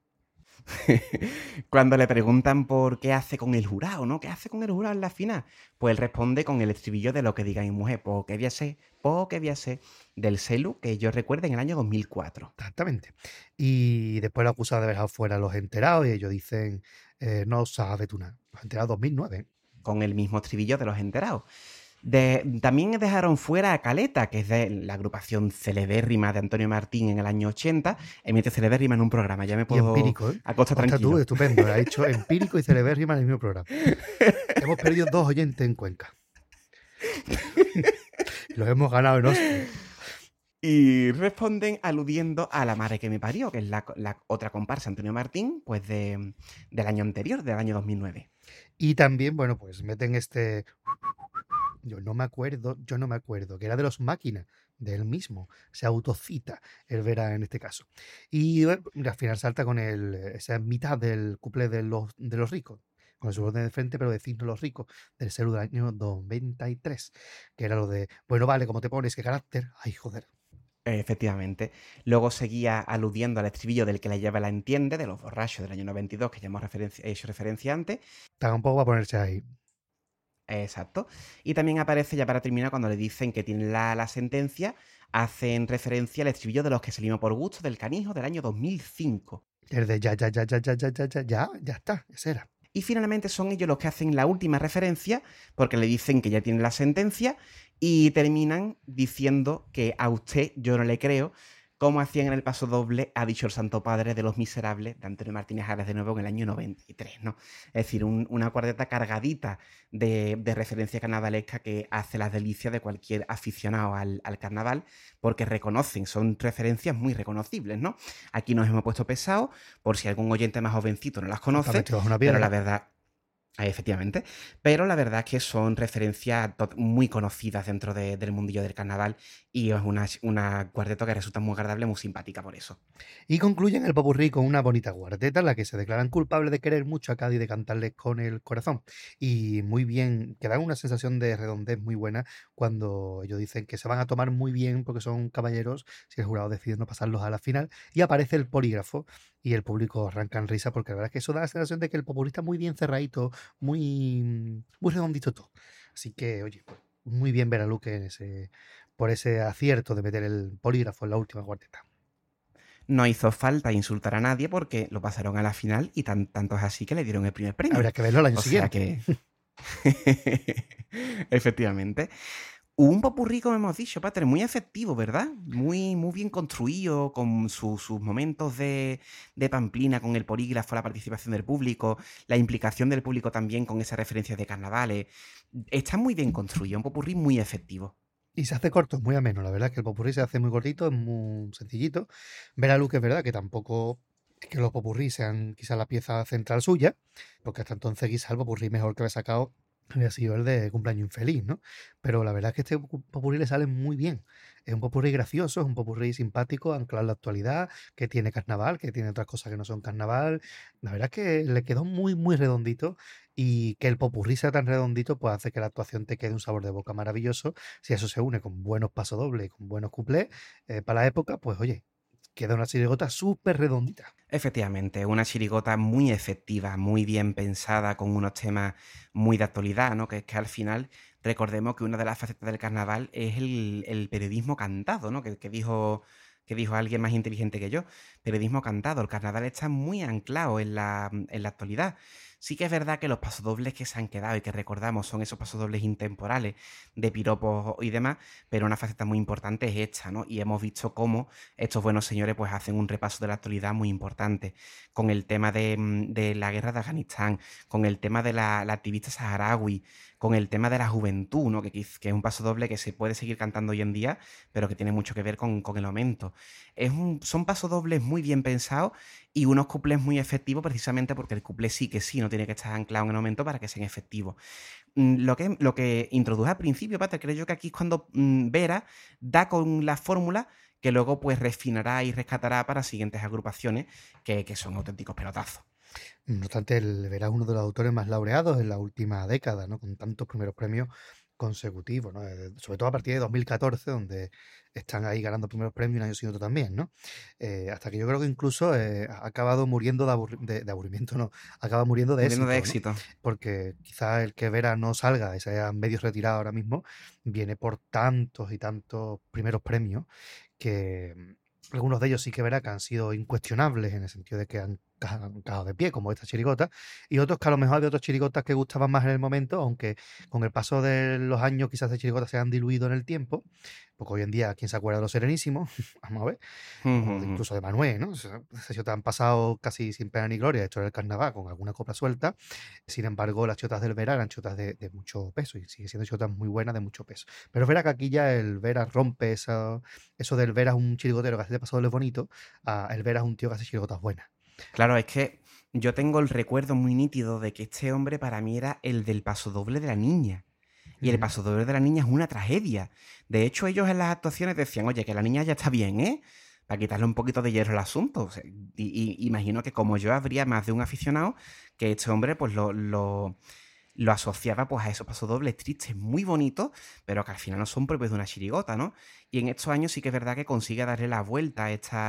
Cuando le preguntan por qué hace con el jurado, ¿no? ¿Qué hace con el jurado en la final? Pues él responde con el estribillo de lo que diga mi mujer, porque voy a ser, del celu que yo recuerdo en el año 2004. Exactamente. Y después lo acusa de haber dejado fuera a los enterados y ellos dicen, no sabe tú nada. Los enterados 2009. Con el mismo estribillo de los enterados. También dejaron fuera a Caleta, que es de la agrupación celebérrima de Antonio Martín en el año 80. Emite celebérrima en un programa, ya me puedo empírico, ¿eh? acostar tranquilo. Tú, estupendo, ha hecho empírico y celebérrima en el mismo programa. Hemos perdido 2 oyentes en Cuenca. Los hemos ganado en Oscar. Y responden aludiendo a la madre que me parió, que es la otra comparsa, Antonio Martín, pues del año anterior, del año 2009. Y también, bueno, pues meten Yo no me acuerdo, que era de los Máquinas, de él mismo. Se autocita el Vera en este caso. Y bueno, al final salta con esa mitad del cuplé de los ricos, con el suborden de frente, pero decirnos los ricos, del celu del año 93, que era lo de, bueno, vale, ¿cómo te pones? ¿Qué carácter? Ay, joder. Efectivamente. Luego seguía aludiendo al estribillo del que la lleva la entiende, de los borrachos del año 92, que ya hemos hecho referencia antes. Tampoco va a ponerse ahí. Exacto. Y también aparece, ya para terminar, cuando le dicen que tienen la sentencia, hacen referencia al estribillo de los que salimos por gusto del Canijo del año 2005. El de ya está, ese era. Y finalmente son ellos los que hacen la última referencia, porque le dicen que ya tienen la sentencia, y terminan diciendo que a usted yo no le creo, como hacían en el Paso Doble, ha dicho el Santo Padre de Los Miserables, de Antonio Martínez Ares de nuevo en el año 93, ¿no? Es decir, una cuarteta cargadita de referencia carnavalesca que hace las delicias de cualquier aficionado al carnaval, porque reconocen, son referencias muy reconocibles, ¿no? Aquí nos hemos puesto pesados, por si algún oyente más jovencito no las conoce, pero la verdad... Efectivamente, pero la verdad es que son referencias muy conocidas dentro del mundillo del carnaval y es una cuarteta que resulta muy agradable, muy simpática por eso. Y concluyen el popurrí con una bonita cuarteta en la que se declaran culpables de querer mucho a Cádiz y de cantarles con el corazón. Y muy bien, que dan una sensación de redondez muy buena cuando ellos dicen que se van a tomar muy bien porque son caballeros si el jurado decide no pasarlos a la final. Y aparece el polígrafo y el público arranca en risa porque la verdad es que eso da la sensación de que el popurrí está muy bien cerradito, muy redondito todo. Así que, oye, pues, muy bien ver a Luque por ese acierto de meter el polígrafo en la última cuarteta. No hizo falta insultar a nadie porque lo pasaron a la final y tanto es así que le dieron el primer premio. Habrá que verlo el año siguiente. Efectivamente. Un popurrí, como hemos dicho, Pater, muy efectivo, ¿verdad? Muy bien construido, con sus momentos de pamplina, con el polígrafo, la participación del público, la implicación del público también con esas referencias de carnavales. Está muy bien construido, un popurrí muy efectivo. Y se hace corto, es muy ameno, la verdad que el popurrí se hace muy cortito, es muy sencillito. Ver a Luque es verdad que tampoco es que los popurrí sean quizás la pieza central suya, porque hasta entonces quizás el popurrí mejor que había sacado había sido el de Cumpleaños Infeliz, ¿no? Pero la verdad es que este popurrí le sale muy bien. Es un popurrí gracioso, es un popurrí simpático, anclado en la actualidad, que tiene carnaval, que tiene otras cosas que no son carnaval. La verdad es que le quedó muy redondito y que el popurrí sea tan redondito pues hace que la actuación te quede un sabor de boca maravilloso. Si eso se une con buenos pasodobles y con buenos cuplés para la época, pues oye, queda una chirigota súper redondita. Efectivamente, una chirigota muy efectiva, muy bien pensada, con unos temas muy de actualidad, ¿no? Que es que al final recordemos que una de las facetas del carnaval es el periodismo cantado, ¿no? Que dijo alguien más inteligente que yo. Periodismo cantado. El carnaval está muy anclado en la actualidad. Sí que es verdad que los pasodobles que se han quedado y que recordamos son esos pasodobles intemporales de piropos y demás, pero una faceta muy importante es esta, ¿no? Y hemos visto cómo estos buenos señores pues hacen un repaso de la actualidad muy importante, con el tema de la guerra de Afganistán, con el tema de la activista saharaui, con el tema de la juventud, ¿no? Que es un pasodoble que se puede seguir cantando hoy en día, pero que tiene mucho que ver con el momento. Son pasodobles muy bien pensados y unos cuplés muy efectivos precisamente porque el cuplé sí que sí no tiene que estar anclado en el momento para que sean efectivos. Lo que introduje al principio, Pater, creo yo que aquí es cuando Vera da con la fórmula que luego pues refinará y rescatará para siguientes agrupaciones que son auténticos pelotazos. No obstante, el Vera es uno de los autores más laureados en la última década, ¿no? Con tantos primeros premios consecutivos, ¿no? Sobre todo a partir de 2014, donde están ahí ganando primeros premios un año siguiente también, ¿no? Hasta que yo creo que incluso ha acabado muriendo de aburrimiento, no, acaba muriendo de éxito. ¿No? Porque quizás el que Vera no salga y sea medio retirado ahora mismo, viene por tantos y tantos primeros premios que algunos de ellos sí que verá que han sido incuestionables en el sentido de que han cagado de pie, como esta chirigota, y otros que a lo mejor había otras chirigotas que gustaban más en el momento, aunque con el paso de los años quizás de chirigotas se han diluido en el tiempo, porque hoy en día, ¿quién se acuerda de los Serenísimos? Vamos a ver. O incluso de Manuel, ¿no? Esas chotas han pasado casi sin pena ni gloria, hecho el carnaval con alguna copla suelta. Sin embargo, las chotas del Vera eran chotas de mucho peso y sigue siendo chotas muy buenas de mucho peso. Pero es verdad que aquí ya el Vera rompe eso del Vera es un chirigotero que hace pasodobles bonito, el Vera es un tío que hace chirigotas buenas. Claro, es que yo tengo el recuerdo muy nítido de que este hombre para mí era el del pasodoble de la niña. Y el pasodoble de la niña es una tragedia. De hecho, ellos en las actuaciones decían, oye, que la niña ya está bien, ¿eh? Para quitarle un poquito de hierro al asunto. O sea, y imagino que como yo habría más de un aficionado que este hombre pues lo asociaba pues a esos pasodobles tristes muy bonitos, pero que al final no son propios de una chirigota, ¿no? Y en estos años sí que es verdad que consigue darle la vuelta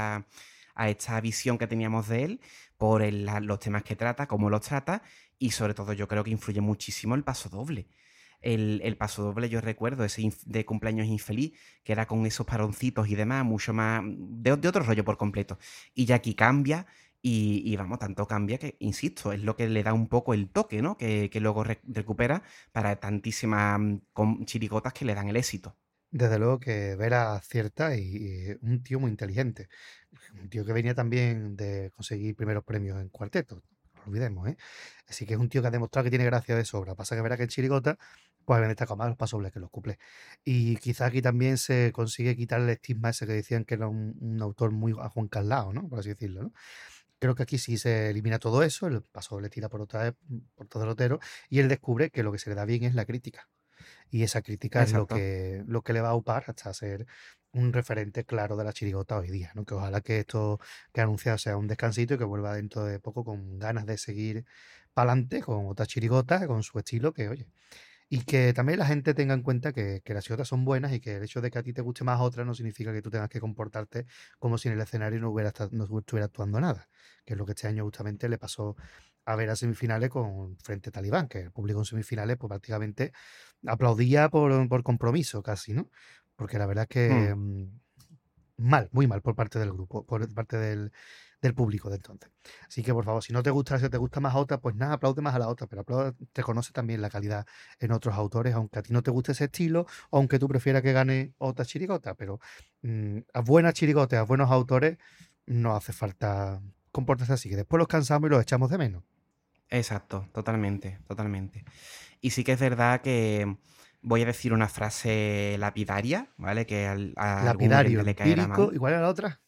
a esta visión que teníamos de él por los temas que trata, cómo los trata y sobre todo yo creo que influye muchísimo el pasodoble. El pasodoble yo recuerdo ese de Cumpleaños Infeliz, que era con esos paroncitos y demás, mucho más de otro rollo por completo. Y ya aquí cambia y vamos, tanto cambia que, insisto, es lo que le da un poco el toque, ¿no? Que luego recupera para tantísimas chirigotas que le dan el éxito. Desde luego que Vera acierta y un tío muy inteligente. Un tío que venía también de conseguir primeros premios en cuarteto. No lo olvidemos, ¿eh? Así que es un tío que ha demostrado que tiene gracia de sobra. Pasa que verá que en Chirigota, pues ven destacado más los pasobles que los cuplés. Y quizá aquí también se consigue quitar el estigma ese que decían que era un autor muy ajuancalao, ¿no? Por así decirlo, ¿no? Creo que aquí sí se elimina todo eso, el pasoble tira por todo el otero y él descubre que lo que se le da bien es la crítica. Y esa crítica es Exacto. lo que le va a upar hasta ser un referente claro de la chirigota hoy día, ¿no? Que ojalá que esto que ha anunciado sea un descansito y que vuelva dentro de poco con ganas de seguir para adelante con otra chirigota, con su estilo, que oye. Y que también la gente tenga en cuenta que las chirigotas son buenas y que el hecho de que a ti te guste más otra no significa que tú tengas que comportarte como si en el escenario no estuviera actuando nada, que es lo que este año justamente le pasó a ver a semifinales con Frente Talibán, que el público en semifinales pues prácticamente aplaudía por compromiso casi, ¿no? Porque la verdad es Hmm. que mal, muy mal por parte del grupo, por parte del público de entonces. Así que por favor, si no te gusta, si te gusta más otra, pues nada, aplaude más a la otra, pero aplaude, reconoce también la calidad en otros autores, aunque a ti no te guste ese estilo, o aunque tú prefieras que gane otra chirigota, pero a buenas chirigotas, a buenos autores, no hace falta comportarse así, que después los cansamos y los echamos de menos. Exacto, totalmente, totalmente. Y sí que es verdad que voy a decir una frase lapidaria, ¿vale? Que a algún Lapidario, oyente le caerá empírico, mal. igual a la otra.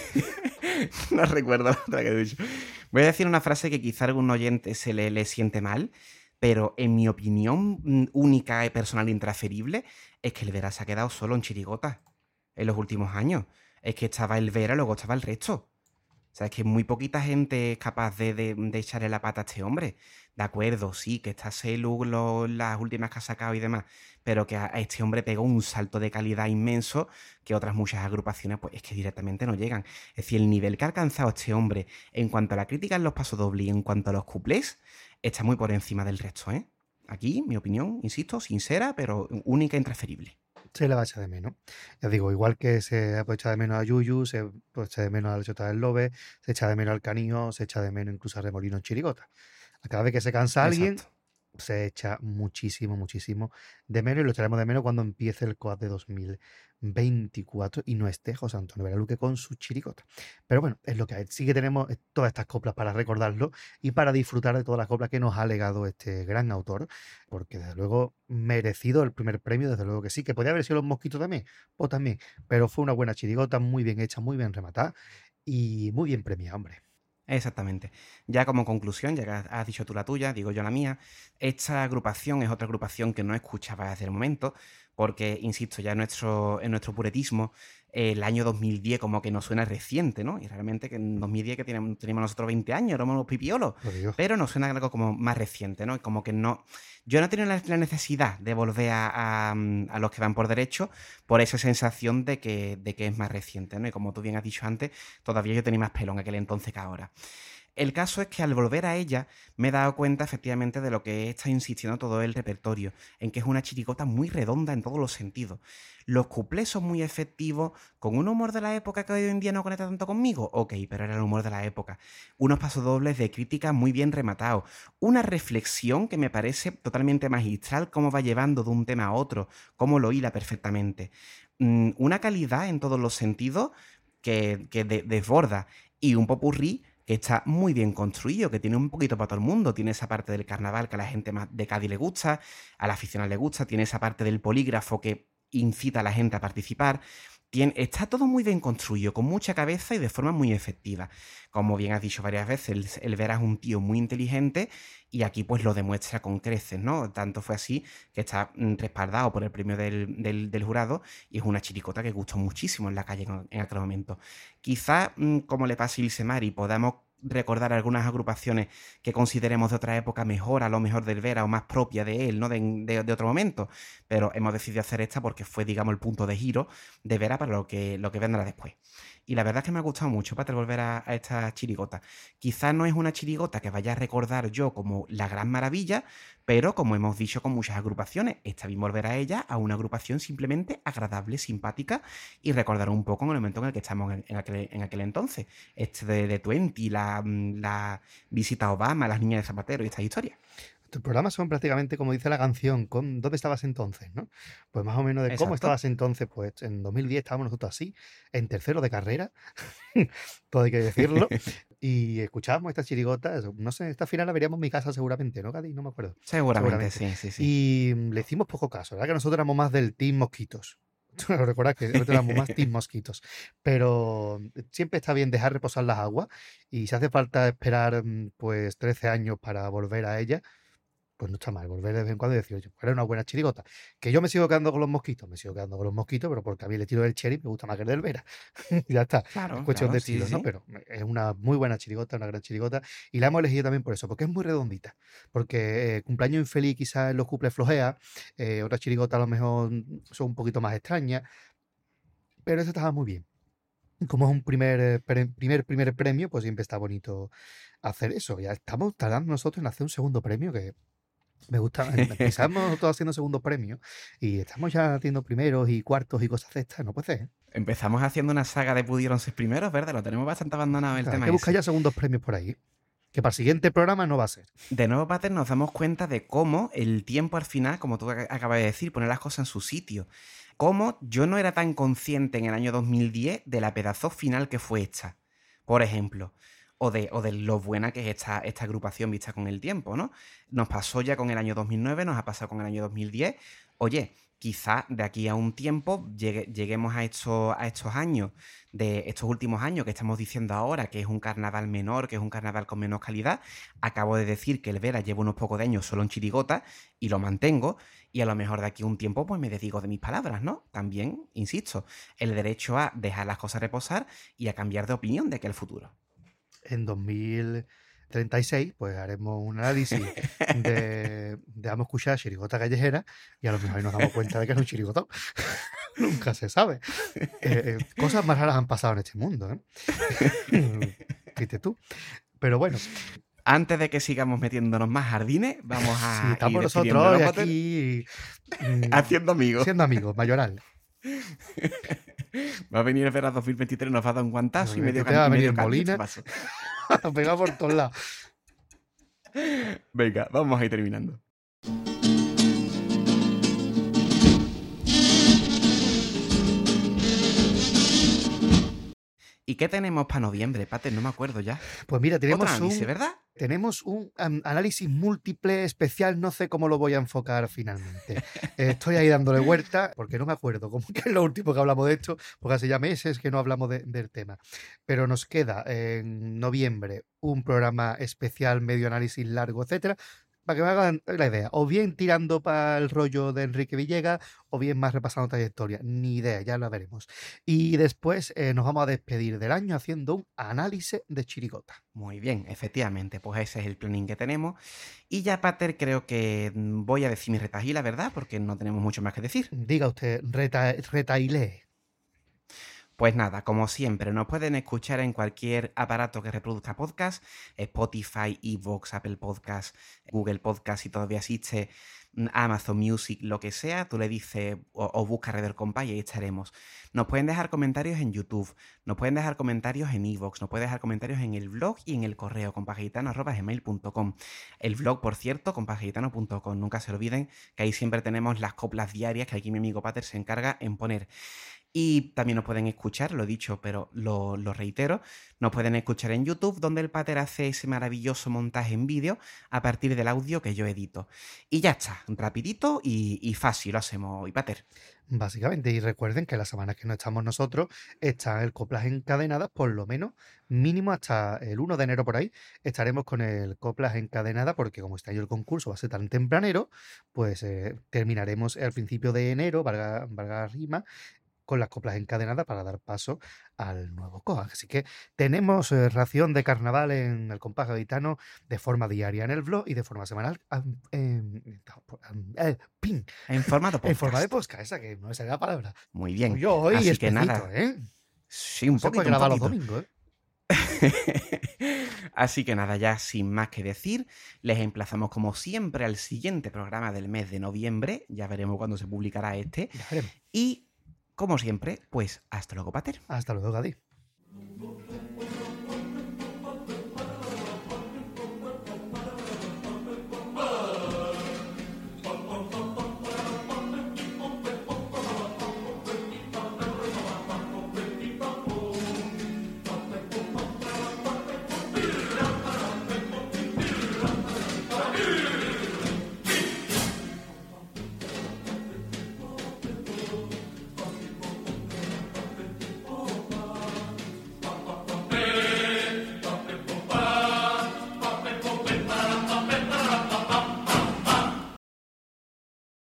No recuerdo la otra que he dicho. Voy a decir una frase que quizá a algún oyente le siente mal, pero en mi opinión única y personal e intransferible es que el Vera se ha quedado solo en chirigota en los últimos años. Es que estaba el Vera y luego estaba el resto. O sea, es que muy poquita gente es capaz de echarle la pata a este hombre. De acuerdo, sí, que está Selu, las últimas que ha sacado y demás, pero que a este hombre pegó un salto de calidad inmenso que otras muchas agrupaciones, pues es que directamente no llegan. Es decir, el nivel que ha alcanzado este hombre en cuanto a la crítica en los pasodobles y en cuanto a los cuplés, está muy por encima del resto, ¿eh? Aquí, mi opinión, insisto, sincera, pero única e intransferible. Se le va a echar de menos. Ya digo, igual que se ha echado de menos a Yuyu, se echa de menos a la Chota del Lobe, se echa de menos al Canillo, se echa de menos incluso a Remolino en Chirigota. A cada vez que se cansa alguien, Exacto. se echa muchísimo, muchísimo de menos y lo echaremos de menos cuando empiece el COAD de 2024 y no esté José Antonio Beraluque con su chirigota. Pero bueno, es lo que hay. Sí que tenemos todas estas coplas para recordarlo y para disfrutar de todas las coplas que nos ha legado este gran autor, porque desde luego merecido el primer premio, desde luego que sí, que podía haber sido Los Mosquitos también, o también, pero fue una buena chirigota, muy bien hecha, muy bien rematada y muy bien premiada, hombre. Exactamente. Ya como conclusión, ya que has dicho tú la tuya, digo yo la mía, esta agrupación es otra agrupación que no escuchaba desde el momento, porque, insisto, ya en nuestro puretismo, el año 2010 como que nos suena reciente, ¿no? Y realmente que en 2010 que teníamos nosotros 20 años, éramos los pipiolos, Lo digo. pero nos suena algo como más reciente, ¿no? Y como que no... Yo no he tenido la necesidad de volver a los que van por derecho por esa sensación de que es más reciente, ¿no? Y como tú bien has dicho antes, todavía yo tenía más pelo en aquel entonces que ahora. El caso es que al volver a ella me he dado cuenta efectivamente de lo que está insistiendo todo el repertorio, en que es una chirigota muy redonda en todos los sentidos. Los cuplés son muy efectivos, con un humor de la época que hoy en día no conecta tanto conmigo, ok, pero era el humor de la época. Unos pasodobles de crítica muy bien rematados, una reflexión que me parece totalmente magistral, cómo va llevando de un tema a otro, cómo lo hila perfectamente. Una calidad en todos los sentidos que desborda y un popurrí que está muy bien construido, que tiene un poquito para todo el mundo. Tiene esa parte del carnaval que a la gente más de Cádiz le gusta, a la aficionada le gusta, tiene esa parte del polígrafo que incita a la gente a participar. Está todo muy bien construido, con mucha cabeza y de forma muy efectiva. Como bien has dicho varias veces, el Vera es un tío muy inteligente y aquí pues lo demuestra con creces, ¿no? Tanto fue así que está respaldado por el premio del jurado y es una chiricota que gustó muchísimo en la calle en aquel momento. Quizá, como le pasa a Ilse Mari, podamos recordar algunas agrupaciones que consideremos de otra época mejor, a lo mejor del Vera o más propia de él, ¿no? De otro momento, pero hemos decidido hacer esta porque fue, digamos, el punto de giro de Vera para lo que vendrá después. Y la verdad es que me ha gustado mucho, Pater, volver a esta chirigota. Quizás no es una chirigota que vaya a recordar yo como la gran maravilla, pero como hemos dicho con muchas agrupaciones, está bien volver a ella, a una agrupación simplemente agradable, simpática y recordar un poco en el momento en el que estamos en aquel entonces. De Twenty, la visita a Obama, las niñas de Zapatero y estas historias. Nuestros programas son prácticamente, como dice la canción, con ¿dónde estabas entonces? ¿No? Pues más o menos de cómo Exacto. estabas entonces. Pues en 2010 estábamos nosotros así, en tercero de carrera, todo hay que decirlo, y escuchábamos esta chirigota. No sé, esta final la veríamos en mi casa seguramente, ¿no, Gadi? No me acuerdo. Seguramente, sí. Y le hicimos poco caso, ¿verdad? Que nosotros éramos más del Team Mosquitos. Recuerda que nosotros éramos más Team Mosquitos. Pero siempre está bien dejar reposar las aguas, y si hace falta esperar pues 13 años para volver a ella, pues no está mal volver de vez en cuando y decir, oye, pues era una buena chirigota. Que yo me sigo quedando con los mosquitos, pero porque a mí el estilo del Cherry me gusta más que el del Vera. Ya está, es Claro, cuestión de sí, estilos, ¿no? sí. Pero es una muy buena chirigota, una gran chirigota, y la hemos elegido también por eso, porque es muy redondita. Porque cumpleaños infeliz quizás en los cumples flojea, otras chirigotas a lo mejor son un poquito más extrañas, pero esa estaba muy bien. Como es un primer premio, pues siempre está bonito hacer eso. Ya estamos tardando nosotros en hacer un segundo premio, que me gusta. Empezamos nosotros haciendo segundo premio y estamos ya haciendo primeros y cuartos y cosas de estas. No puede ser. Empezamos haciendo una saga de pudieron ser primeros, ¿verdad? Lo tenemos bastante abandonado el Hay tema que buscar ese. ya segundos premios por ahí, que para el siguiente programa no va a ser. De nuevo, Pater, nos damos cuenta de cómo el tiempo al final, como tú acabas de decir, pone las cosas en su sitio. Cómo yo no era tan consciente en el año 2010 de la pedazo final que fue esta, por ejemplo. O de lo buena que es esta agrupación vista con el tiempo, ¿no? Nos pasó ya con el año 2009, nos ha pasado con el año 2010. Oye, quizá de aquí a un tiempo lleguemos a estos años, de estos últimos años que estamos diciendo ahora, que es un carnaval menor, que es un carnaval con menos calidad. Acabo de decir que el Vera lleva unos pocos de años solo en chirigota y lo mantengo, y a lo mejor de aquí a un tiempo pues me desdigo de mis palabras, ¿no? También, insisto, el derecho a dejar las cosas reposar y a cambiar de opinión de aquí al futuro. En 2036, pues haremos un análisis de vamos a escuchar chirigota callejera, y a lo mejor nos damos cuenta de que es un chirigotón. Nunca se sabe. Cosas más raras han pasado en este mundo, ¿eh? Fíjate tú. Pero bueno. Antes de que sigamos metiéndonos más jardines, vamos a Sí, estamos ir nosotros hoy aquí haciendo amigos. Siendo amigos, mayoral. Va a venir el Vera 2023, nos va a dar un guantazo y medio va a venir cambio. Molina. A pegar por todos lados. Venga, vamos a ir terminando. ¿Y qué tenemos para noviembre, Pater? No me acuerdo ya. Pues mira, tenemos otro análisis, ¿verdad? Tenemos un análisis múltiple especial, no sé cómo lo voy a enfocar finalmente. Estoy ahí dándole vuelta, porque no me acuerdo cómo que es lo último que hablamos de esto, porque hace ya meses que no hablamos del tema. Pero nos queda en noviembre un programa especial, medio análisis largo, etcétera, para que me hagan la idea, o bien tirando para el rollo de Enrique Villegas, o bien más repasando trayectoria, ni idea, ya la veremos. Y después nos vamos a despedir del año haciendo un análisis de chirigota. Muy bien, efectivamente, pues ese es el planning que tenemos. Y ya, Pater, creo que voy a decir mi retahíla, ¿verdad? Porque no tenemos mucho más que decir. Diga usted, retailé. Pues nada, como siempre, nos pueden escuchar en cualquier aparato que reproduzca podcast, Spotify, iVoox, Apple Podcast, Google Podcast, si todavía existe, Amazon Music, lo que sea, tú le dices o busca Red del Compás y ahí estaremos. Nos pueden dejar comentarios en YouTube, nos pueden dejar comentarios en iVoox, nos pueden dejar comentarios en el blog y en el correo compasgitano@gmail.com. El blog, por cierto, compasgitano.com. Nunca se olviden que ahí siempre tenemos las coplas diarias que aquí mi amigo Pater se encarga en poner. Y también nos pueden escuchar, lo he dicho, pero lo reitero, nos pueden escuchar en YouTube, donde el Pater hace ese maravilloso montaje en vídeo a partir del audio que yo edito. Y ya está, rapidito y fácil lo hacemos hoy, Pater. Básicamente, y recuerden que las semanas que no estamos nosotros, están el Coplas Encadenadas, por lo menos, mínimo hasta el 1 de enero por ahí, estaremos con el Coplas Encadenada, porque como este año el concurso va a ser tan tempranero, pues terminaremos al principio de enero, valga la rima, con las coplas encadenadas para dar paso al nuevo COA. Así que tenemos ración de carnaval en el Compás Gaditano de forma diaria en el blog y de forma semanal en formato podcast. En forma de podcast, esa que no me sale la palabra. Muy bien. Yo hoy así especito, que nada. Sí, un poquito. Grabar los domingos, Así que nada, ya sin más que decir, les emplazamos como siempre al siguiente programa del mes de noviembre. Ya veremos cuándo se publicará este. Ya veremos. Y como siempre, pues hasta luego, Pater. Hasta luego, Gadi.